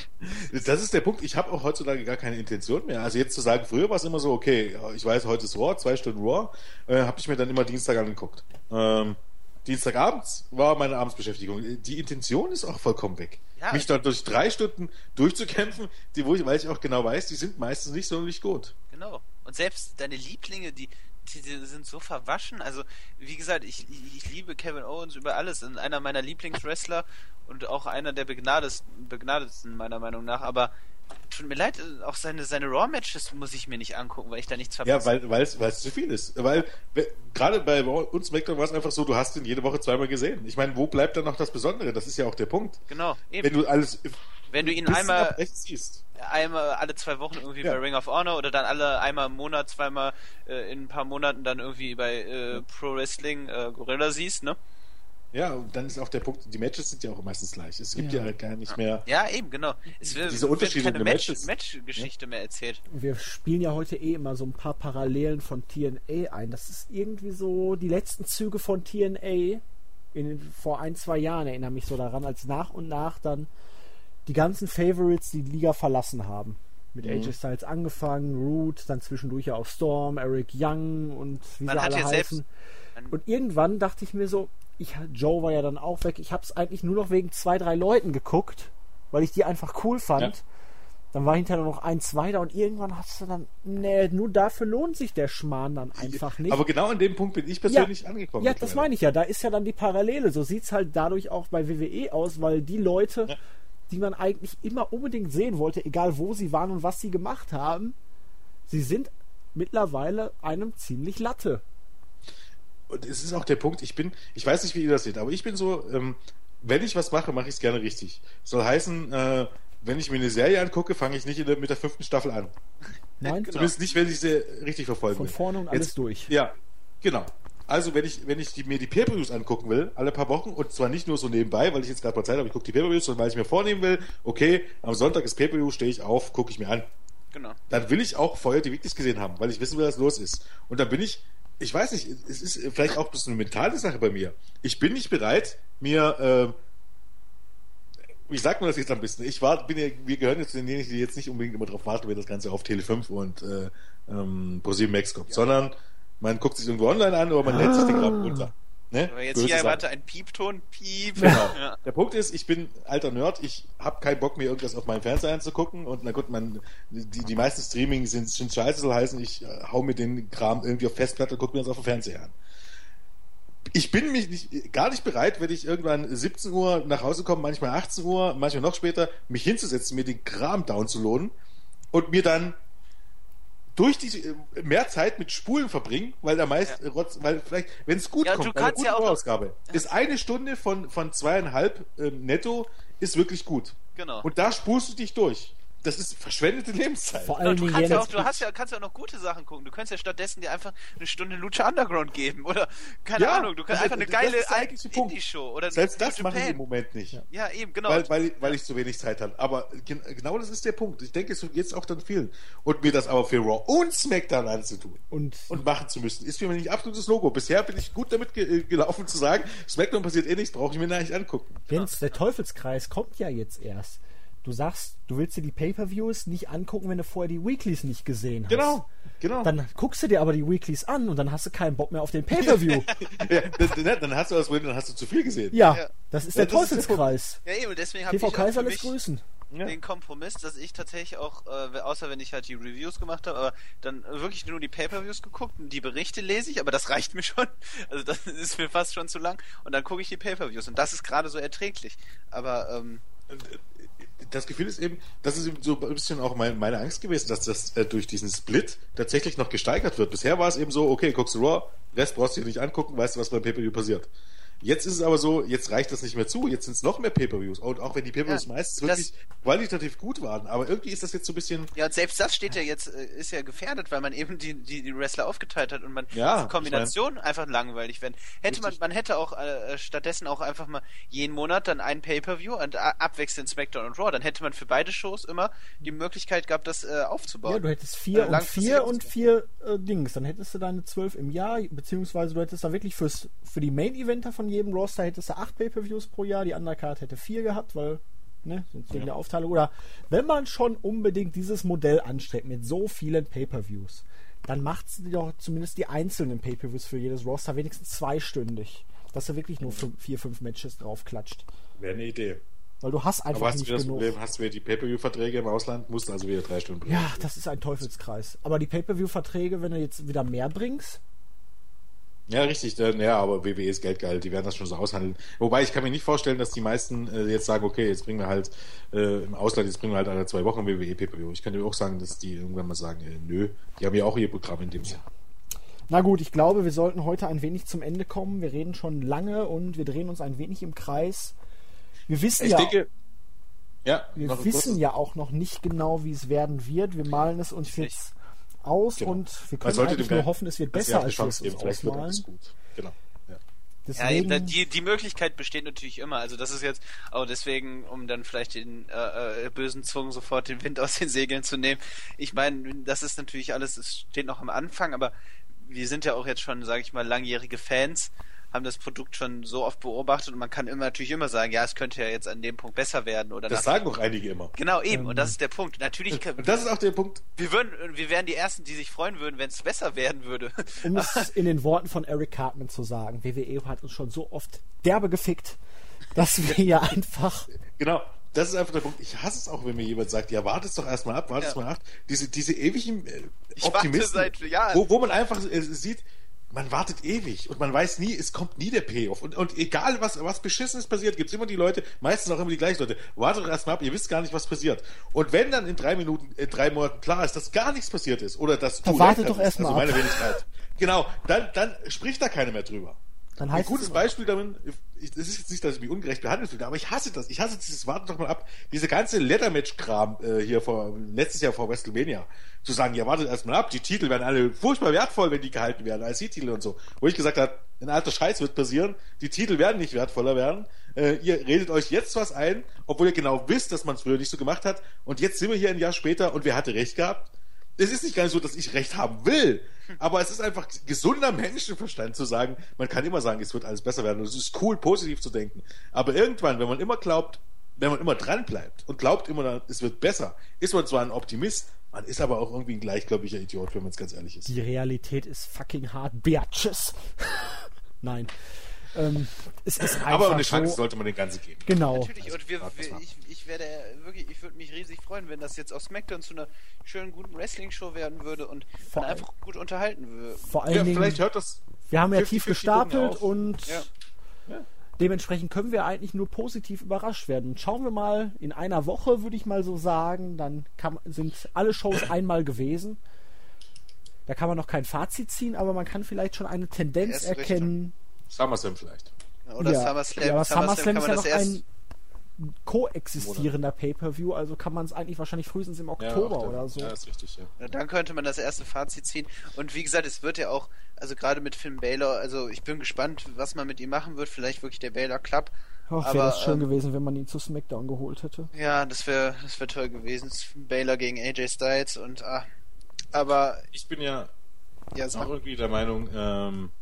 Das ist der Punkt. Ich habe auch heutzutage gar keine Intention mehr. Also jetzt zu sagen, früher war es immer so, okay, ich weiß, heute ist Raw, zwei Stunden Raw, äh, habe ich mir dann immer Dienstag angeguckt. Ähm, Dienstagabends war meine Abendsbeschäftigung. Die Intention ist auch vollkommen weg. Ja. Mich dort durch drei Stunden durchzukämpfen, die, wo ich, weil ich auch genau weiß, die sind meistens nicht sonderlich gut. Genau. Und selbst deine Lieblinge, die, die, die sind so verwaschen. Also, wie gesagt, ich, ich, ich liebe Kevin Owens über alles. Und einer meiner Lieblingswrestler und auch einer der begnadetsten, begnadetsten meiner Meinung nach. Aber tut mir leid, auch seine, seine Raw-Matches muss ich mir nicht angucken, weil ich da nichts verpasse. Ja, weil es weil es zu viel ist. Weil gerade bei uns SmackDown war es einfach so, du hast ihn jede Woche zweimal gesehen. Ich meine, wo bleibt dann noch das Besondere? Das ist ja auch der Punkt. Genau, eben. Wenn du alles... Wenn du ihn einmal, siehst. einmal alle zwei Wochen irgendwie ja. bei Ring of Honor oder dann alle einmal im Monat, zweimal äh, in ein paar Monaten dann irgendwie bei äh, ja. Pro Wrestling äh, Gorilla siehst, ne? Ja, und dann ist auch der Punkt, die Matches sind ja auch meistens gleich. Es gibt ja, ja gar nicht mehr... Ja, eben, genau. Es wird, diese unterschiedlichen keine Matches. Match-Geschichte ja. mehr erzählt. Wir spielen ja heute eh immer so ein paar Parallelen von T N A ein. Das ist irgendwie so die letzten Züge von T N A in, vor ein, zwei Jahren, erinnere mich so daran, als nach und nach dann die ganzen Favorites die Liga verlassen haben. Mit mhm. A J Styles angefangen, Root, dann zwischendurch ja auch Storm, Eric Young und wie Man sie hat alle ja heißen. Und irgendwann dachte ich mir so, ich, Joe war ja dann auch weg, ich habe es eigentlich nur noch wegen zwei, drei Leuten geguckt, weil ich die einfach cool fand. Ja. Dann war hinterher noch eins weiter und irgendwann hast du dann, nee, nur dafür lohnt sich der Schmarrn dann einfach nicht. Aber genau an dem Punkt bin ich persönlich ja, angekommen. Ja, das meine ich ja, da ist ja dann die Parallele. So sieht es halt dadurch auch bei W W E aus, weil die Leute... Ja. die man eigentlich immer unbedingt sehen wollte, egal wo sie waren und was sie gemacht haben, sie sind mittlerweile einem ziemlich Latte. Und es ist auch der Punkt, ich bin, ich weiß nicht, wie ihr das seht, aber ich bin so, ähm, wenn ich was mache, mache ich es gerne richtig. Soll heißen, äh, wenn ich mir eine Serie angucke, fange ich nicht in der, mit der fünften Staffel an. Nein? Zumindest genau. nicht, wenn ich sie richtig verfolge. Von vorne und alles Jetzt, durch. Ja, genau. Also, wenn ich, wenn ich die, mir die Pay-Per-Views angucken will, alle paar Wochen, und zwar nicht nur so nebenbei, weil ich jetzt gerade mal Zeit habe, ich gucke die Pay-Per-Views, sondern weil ich mir vornehmen will, okay, am Sonntag ist Pay-Per-View, stehe ich auf, gucke ich mir an. Genau. Dann will ich auch vorher die Weeklies gesehen haben, weil ich wissen will, was los ist. Und dann bin ich, ich weiß nicht, es ist vielleicht auch ein bisschen eine mentale Sache bei mir. Ich bin nicht bereit, mir, äh, wie sagt man das jetzt am besten? Ich war, bin ja, wir gehören jetzt zu denen, die jetzt nicht unbedingt immer drauf warten, wenn das Ganze auf Tele fünf und äh, ähm, ProSieben Max kommt, ja. sondern man guckt sich irgendwo online an oder man lädt sich den Kram runter. Ne? Aber jetzt Böse hier erwarte ein Piepton, Piep. Genau. Ja. Der Punkt ist, ich bin alter Nerd, ich habe keinen Bock, mir irgendwas auf meinem Fernseher anzugucken und na gut, man, die, die meisten Streaming sind, sind scheiße, soll heißen, ich äh, hau mir den Kram irgendwie auf Festplatte und gucke mir das auf dem Fernseher an. Ich bin mich nicht, gar nicht bereit, wenn ich irgendwann siebzehn Uhr nach Hause komme, manchmal achtzehn Uhr, manchmal noch später, mich hinzusetzen, mir den Kram downzuladen und mir dann durch die mehr Zeit mit Spulen verbringen, weil der meist, ja. weil vielleicht, wenn es gut ja, kommt, du kannst eine ja auch Ausgabe, ja. ist eine Stunde von, von zweieinhalb ähm, netto, ist wirklich gut. Genau. Und da spulst du dich durch. Das ist verschwendete Lebenszeit. Vor allem du kannst ja auch, du hast ja, kannst ja auch noch gute Sachen gucken. Du könntest ja stattdessen dir einfach eine Stunde Lucha Underground geben oder keine ja, Ahnung. Du kannst einfach eine geile Indie-Show oder selbst das mache ich im Moment nicht. Ja, ja eben genau. Weil, weil, weil ich zu wenig Zeit habe. Aber gen- genau das ist der Punkt. Ich denke, es wird jetzt auch dann vielen. Und mir das aber für Raw und SmackDown anzutun und, und machen zu müssen, ist für mich nicht absolutes Logo. Bisher bin ich gut damit ge- gelaufen zu sagen, SmackDown passiert eh nichts, brauche ich mir nicht angucken. Jens, der Teufelskreis kommt ja jetzt erst. Du sagst, du willst dir die Pay-Per-Views nicht angucken, wenn du vorher die Weeklies nicht gesehen hast. Genau, genau. Dann guckst du dir aber die Weeklies an und dann hast du keinen Bock mehr auf den Pay-Per-View. ja, dann, dann hast du das Problem, dann hast du zu viel gesehen. Ja, ja. das ist ja, der Teufelskreis. Ja, eben, deswegen habe T V ich Kaiser auch für lässt mich grüßen. den ja. Kompromiss, dass ich tatsächlich auch, äh, außer wenn ich halt die Reviews gemacht habe, aber dann wirklich nur die Pay-Per-Views geguckt und die Berichte lese ich, aber das reicht mir schon. Also das ist mir fast schon zu lang. Und dann gucke ich die Pay-Per-Views und das ist gerade so erträglich. Aber, ähm... das Gefühl ist eben, das ist eben so ein bisschen auch mein, meine Angst gewesen, dass das äh, durch diesen Split tatsächlich noch gesteigert wird. Bisher war es eben so, okay, guckst du Raw, Rest brauchst du dir nicht angucken, weißt du, was beim Pay-Per-View passiert. Jetzt ist es aber so, jetzt reicht das nicht mehr zu, jetzt sind es noch mehr Pay-Per-Views. Und auch wenn die Pay-Per-Views ja, meistens wirklich qualitativ gut waren, aber irgendwie ist das jetzt so ein bisschen... Ja, und selbst das steht ja jetzt, ist ja gefährdet, weil man eben die, die, die Wrestler aufgeteilt hat und man ja, die Kombination ich mein, einfach langweilig werden. Hätte man, man hätte auch äh, stattdessen auch einfach mal jeden Monat dann ein Pay-Per-View und abwechselnd SmackDown und Raw, dann hätte man für beide Shows immer die Möglichkeit gehabt, das äh, aufzubauen. Ja, du hättest vier äh, und vier und vier äh, Dings, dann hättest du deine zwölf im Jahr, beziehungsweise du hättest da wirklich fürs, für die Main-Eventer von jedem Roster hättest du acht Pay-Per-Views pro Jahr, die Undercard hätte vier gehabt, weil, ne, sonst wegen ja. der Aufteilung. Oder wenn man schon unbedingt dieses Modell anstrebt mit so vielen Pay-Per-Views, dann macht es doch zumindest die einzelnen Pay-Per-Views für jedes Roster wenigstens zweistündig, dass du wirklich nur fünf, vier, fünf Matches draufklatscht. Wäre eine Idee. Weil du hast einfach aber hast nicht du das genug. Problem, hast du wieder die Pay-Per-View-Verträge im Ausland, musst du also wieder drei Stunden bringen. Ja, das ist ein Teufelskreis. Aber die Pay-Per-View-Verträge, wenn du jetzt wieder mehr bringst, Ja, richtig. Dann, ja, aber W W E ist geldgeil, die werden das schon so aushandeln. Wobei, ich kann mir nicht vorstellen, dass die meisten äh, jetzt sagen, okay, jetzt bringen wir halt äh, im Ausland, jetzt bringen wir halt alle zwei Wochen W W E P P V. Ich kann dir auch sagen, dass die irgendwann mal sagen, äh, nö, die haben ja auch ihr Programm in dem Sinne. Na gut, ich glaube, wir sollten heute ein wenig zum Ende kommen. Wir reden schon lange und wir drehen uns ein wenig im Kreis. Wir wissen Ich ja, denke, ja, wir noch ein wissen kurzes- ja auch noch nicht genau, wie es werden wird. Wir malen es uns jetzt aus Genau. und wir Man können sollte eigentlich dem nur Guy- hoffen, es wird dass sie besser, auch die als wir es Chance geben. uns Vielleicht wird ausmalen. das gut. Genau. Ja. Ja, Deswegen, eben, die, die Möglichkeit besteht natürlich immer. Also das ist jetzt auch deswegen, um dann vielleicht den äh, äh, bösen Zungen sofort den Wind aus den Segeln zu nehmen. Ich meine, das ist natürlich alles, es steht noch am Anfang, aber wir sind ja auch jetzt schon, sage ich mal, langjährige Fans, haben das Produkt schon so oft beobachtet und man kann immer natürlich immer sagen, ja, es könnte ja jetzt an dem Punkt besser werden oder Das nach- sagen auch einige immer. Genau, eben, Ähm. und das ist der Punkt. Natürlich, kann, Und das ist auch der Punkt. wir würden, wir wären die Ersten, die sich freuen würden, wenn es besser werden würde. um es in den Worten von Eric Cartman zu sagen, W W E hat uns schon so oft derbe gefickt, dass wir ja einfach... Genau. Das ist einfach der Punkt. Ich hasse es auch, wenn mir jemand sagt, ja, wartet doch erstmal ab, wartet Ja. mal ab. Diese, diese ewigen äh, Ich warte Optimisten, seit Jahren. wo, wo man einfach äh, sieht, man wartet ewig und man weiß nie, es kommt nie der Payoff. Und, und egal, was, was Beschissenes passiert, gibt es immer die Leute, meistens auch immer die gleichen Leute, wartet doch erstmal ab, ihr wisst gar nicht, was passiert. Und wenn dann in drei Minuten, in drei Monaten klar ist, dass gar nichts passiert ist, oder dass Dann du wartet recht doch hattest, erst mal also meine ab. Wenigkeit, genau, dann, dann spricht da keiner mehr drüber. Dann Ein heißt gutes es, Beispiel darin, ich, das ist jetzt nicht, dass ich mich ungerecht behandelt fühle, aber ich hasse das. Ich hasse dieses, warten doch mal ab, diese ganze Leather-Match-Kram äh, hier vor, letztes Jahr vor WrestleMania, zu sagen, ja, wartet erst mal ab, die Titel werden alle furchtbar wertvoll, wenn die gehalten werden, I C-Titel und so. Wo ich gesagt habe, ein alter Scheiß wird passieren, die Titel werden nicht wertvoller werden, äh, ihr redet euch jetzt was ein, obwohl ihr genau wisst, dass man es früher nicht so gemacht hat, und jetzt sind wir hier ein Jahr später und wer hatte recht gehabt? Es ist nicht gar nicht so, dass ich recht haben will, aber es ist einfach gesunder Menschenverstand zu sagen, man kann immer sagen, es wird alles besser werden. Und es ist cool, positiv zu denken. Aber irgendwann, wenn man immer glaubt, wenn man immer dran bleibt und glaubt immer, es wird besser, ist man zwar ein Optimist, man ist aber auch irgendwie ein gleichgläubiger Idiot, wenn man es ganz ehrlich ist. die Realität ist fucking hart, Bitches. Nein. Ähm, es ist einfach Aber eine Chance so, sollte man den Ganzen geben. genau. Natürlich, und wir, wir, ich, ich werde wirklich, ich würde mich riesig freuen, wenn das jetzt auf SmackDown zu einer schönen, guten Wrestling-Show werden würde und Vor man allem- einfach gut unterhalten würde. Vor allen Ja, Dingen, vielleicht hört das. wir haben ja fünfzig tief fünfzig gestapelt auf. und Ja. Ja. dementsprechend können wir eigentlich nur positiv überrascht werden. Schauen wir mal, in einer Woche würde ich mal so sagen, dann kann, sind alle Shows einmal gewesen. Da kann man noch kein Fazit ziehen, aber man kann vielleicht schon eine Tendenz Erste erkennen. SummerSlam vielleicht. Oder ja, SummerSlam. ja, aber SummerSlam kann ist man ja das noch erst. ein koexistierender Pay-Per-View, also kann man es eigentlich wahrscheinlich frühestens im Oktober auch der- oder so. Ja, ist richtig, ja. Ja, dann könnte man das erste Fazit ziehen. Und wie gesagt, es wird ja auch, also gerade mit Finn Balor, also ich bin gespannt, was man mit ihm machen wird. Vielleicht wirklich der Balor Club. Ach, aber, wäre das schön ähm, gewesen, wenn man ihn zu SmackDown geholt hätte. Ja, das wäre das wär toll gewesen. Balor gegen A J Styles und ah. Aber Ich bin ja ja, auch sag, irgendwie der Meinung, ähm,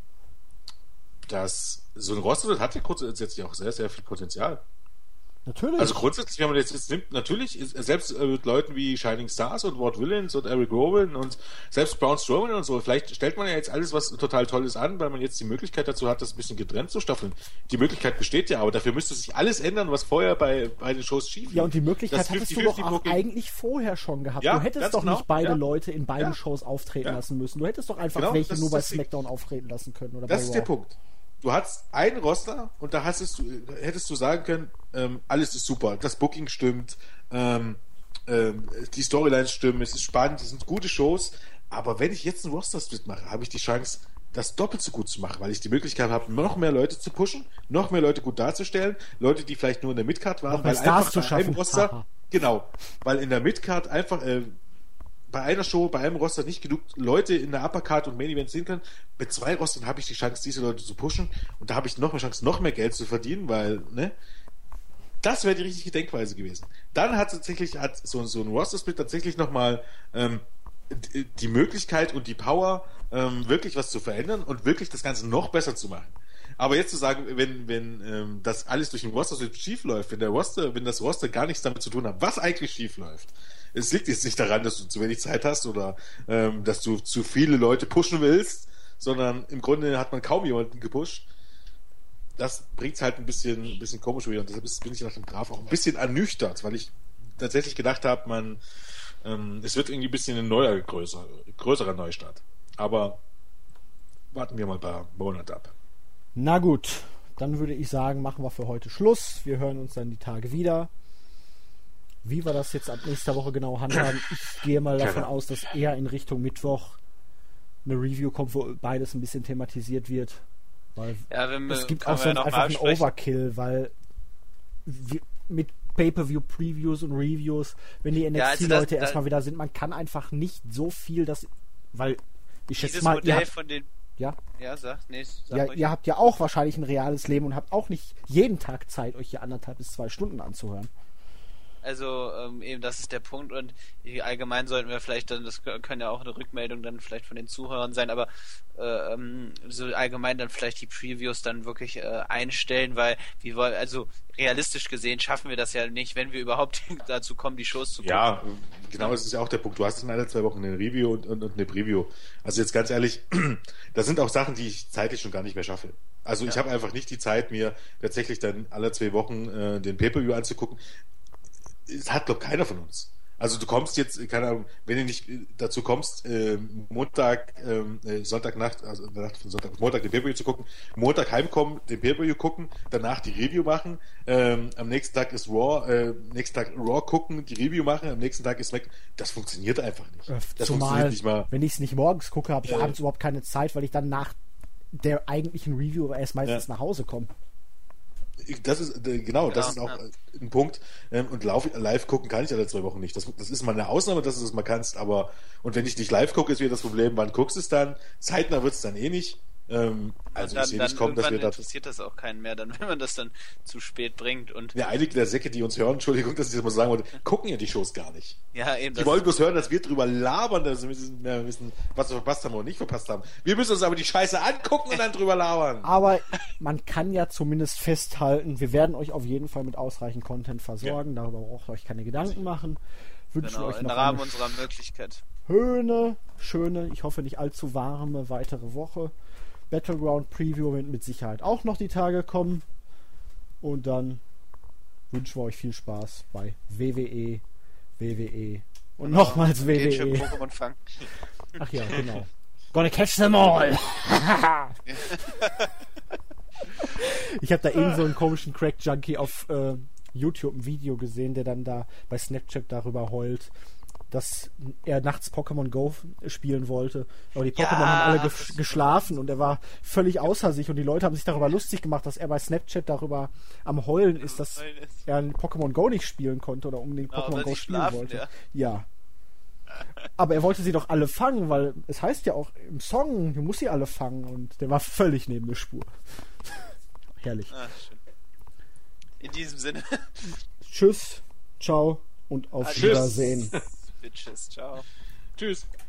dass so ein Roster hat ja grundsätzlich auch sehr, sehr viel Potenzial. Natürlich. Also grundsätzlich, wenn man jetzt, jetzt nimmt, natürlich, ist, selbst äh, mit Leuten wie Shining Stars und Ward Villains und Eric Rowan und selbst Braun Strowman und so, vielleicht stellt man ja jetzt alles, was total toll ist, an, weil man jetzt die Möglichkeit dazu hat, das ein bisschen getrennt zu staffeln. Die Möglichkeit besteht ja, aber dafür müsste sich alles ändern, was vorher bei, bei den Shows schief lief. ja, und die Möglichkeit Das hattest du fünfzig doch auch fünfzig eigentlich vorher schon gehabt. Ja, du hättest ganz doch genau, nicht beide ja. Leute in beiden Ja. Shows auftreten Ja. lassen müssen. Du hättest doch einfach Genau, welche das nur ist bei das Ding. SmackDown auftreten lassen können. Oder Das bei ist Raw. der Punkt. Du hattest ein Roster und da hast du, hättest du sagen können, ähm, alles ist super, das Booking stimmt, ähm, ähm, die Storylines stimmen, es ist spannend, es sind gute Shows, aber wenn ich jetzt einen Roster-Split mache, habe ich die Chance, das doppelt so gut zu machen, weil ich die Möglichkeit habe, noch mehr Leute zu pushen, noch mehr Leute gut darzustellen, Leute, die vielleicht nur in der Midcard waren, Noch mehr weil Stars einfach zu bei einem schaffen. Roster, Haha. genau, weil in der Midcard einfach äh, bei einer Show, bei einem Roster nicht genug Leute in der Uppercard und Main Event sehen können. Mit zwei Rostern habe ich die Chance, diese Leute zu pushen und da habe ich noch mehr Chance, noch mehr Geld zu verdienen, weil, ne? Das wäre die richtige Denkweise gewesen. Dann hat tatsächlich, hat so, so ein Roster-Split tatsächlich nochmal ähm, die, die Möglichkeit und die Power, ähm, wirklich was zu verändern und wirklich das Ganze noch besser zu machen. Aber jetzt zu sagen, wenn, wenn ähm, das alles durch den Roster-Split schief läuft, wenn der Roster, wenn das Roster gar nichts damit zu tun hat, was eigentlich schief läuft, es liegt jetzt nicht daran, dass du zu wenig Zeit hast oder ähm, dass du zu viele Leute pushen willst, sondern im Grunde hat man kaum jemanden gepusht. Das bringt es halt ein bisschen, ein bisschen komisch wieder und deshalb ist, bin ich nach dem Graf auch ein bisschen ernüchtert, weil ich tatsächlich gedacht habe, man, ähm, es wird irgendwie ein bisschen ein neuer, größer, größerer Neustart. Aber warten wir mal ein paar Monate ab. Na gut, dann würde ich sagen, machen wir für heute Schluss. Wir hören uns dann die Tage wieder. Wie wir das jetzt ab nächster Woche genau handhaben, ich gehe mal davon Genau. aus, dass eher in Richtung Mittwoch eine Review kommt, wo beides ein bisschen thematisiert wird. Weil Ja, wenn wir, es gibt können auch wir sonst noch einfach mal einen absprechen. Overkill, weil wir, mit Pay-Per-View-Previews und Reviews, wenn die N X Ja, also T-Leute das- das- erstmal wieder sind, man kann einfach nicht so viel, dass, weil ich schätze Dieses mal, ihr Modell habt, von den... ja, Ja, sag, nee, sag ja, ruhig. ihr habt ja auch wahrscheinlich ein reales Leben und habt auch nicht jeden Tag Zeit, euch hier anderthalb bis zwei Stunden anzuhören. Also ähm, eben, das ist der Punkt und allgemein sollten wir vielleicht dann, das können ja auch eine Rückmeldung dann vielleicht von den Zuhörern sein, aber äh, ähm, so allgemein dann vielleicht die Previews dann wirklich äh, einstellen, weil wir wollen, also realistisch gesehen schaffen wir das ja nicht, wenn wir überhaupt dazu kommen, die Shows zu gucken. Ja, genau, das ist ja auch der Punkt. Du hast in alle zwei Wochen eine Review und, und, und eine Preview. Also jetzt ganz ehrlich, das sind auch Sachen, die ich zeitlich schon gar nicht mehr schaffe. Also ich Ja. habe einfach nicht die Zeit, mir tatsächlich dann alle zwei Wochen äh, den Pay-Per-View anzugucken. Das hat, glaube ich, keiner von uns. Also du kommst jetzt, keine Ahnung, wenn du nicht äh, dazu kommst, äh, Montag, äh, Sonntagnacht, also in der Nacht von Sonntag auf Montag den Pay-Per-View zu gucken, Montag heimkommen, den Pay-Per-View gucken, danach die Review machen, ähm, am nächsten Tag ist Raw, äh, nächsten Tag Raw gucken, die Review machen, am nächsten Tag ist Smack. Das funktioniert einfach nicht. Äh, Das Zumal, funktioniert nicht mal. wenn ich es nicht morgens gucke, habe ich Ja. abends überhaupt keine Zeit, weil ich dann nach der eigentlichen Review erst meistens Ja. nach Hause komme. Das ist, äh, genau, das ist Genau, auch ja. äh, ein Punkt. Ähm, Und lauf, live gucken kann ich alle zwei Wochen nicht. Das, das ist mal eine Ausnahme, dass du das mal kannst, aber, und wenn ich nicht live gucke, ist wieder das Problem, wann guckst du es dann? Zeitnah wird es dann eh nicht. Ähm, also dann, ich sehe dann nicht kommen, dass wir irgendwann da. interessiert das auch keinen mehr, dann wenn man das dann zu spät bringt und Ja, einige der Säcke, die uns hören, Entschuldigung, dass ich das mal sagen wollte, gucken ja die Shows gar nicht. ja eben Die das wollen bloß hören, dass wir drüber labern, dass wir wissen, wir wissen, was wir verpasst haben oder nicht verpasst haben. Wir müssen uns aber die Scheiße angucken und dann drüber labern. Aber man kann ja zumindest festhalten, wir werden euch auf jeden Fall mit ausreichend Content versorgen. Darüber braucht ihr euch keine Gedanken machen. Wünschen genau, euch im noch Rahmen eine unserer Möglichkeit. schöne, schöne, ich hoffe nicht allzu warme weitere Woche. Battleground Preview wird mit Sicherheit auch noch die Tage kommen. Und dann wünschen wir euch viel Spaß bei W W E, W W E und nochmals Den schönen W W E. Pokémon fangen. Ach ja, genau. Gonna catch them all! Ich habe da irgend so einen komischen Crack-Junkie auf äh, YouTube ein Video gesehen, der dann da bei Snapchat darüber heult, dass er nachts Pokémon Go spielen wollte. Aber die Pokémon Ja, haben alle das ge ist- geschlafen und er war völlig außer sich und die Leute haben sich darüber lustig gemacht, dass er bei Snapchat darüber am Heulen ist, dass er ein Pokémon Go nicht spielen konnte oder unbedingt Genau, Pokémon weil Go sie spielen schlafen, wollte. ja. Ja. Aber er wollte sie doch alle fangen, weil es heißt ja auch im Song, du musst sie alle fangen und der war völlig neben der Spur. Herrlich. Ah, schön. In diesem Sinne. Tschüss, ciao und auf Adios. Wiedersehen. Bitches, ciao. Tschüss.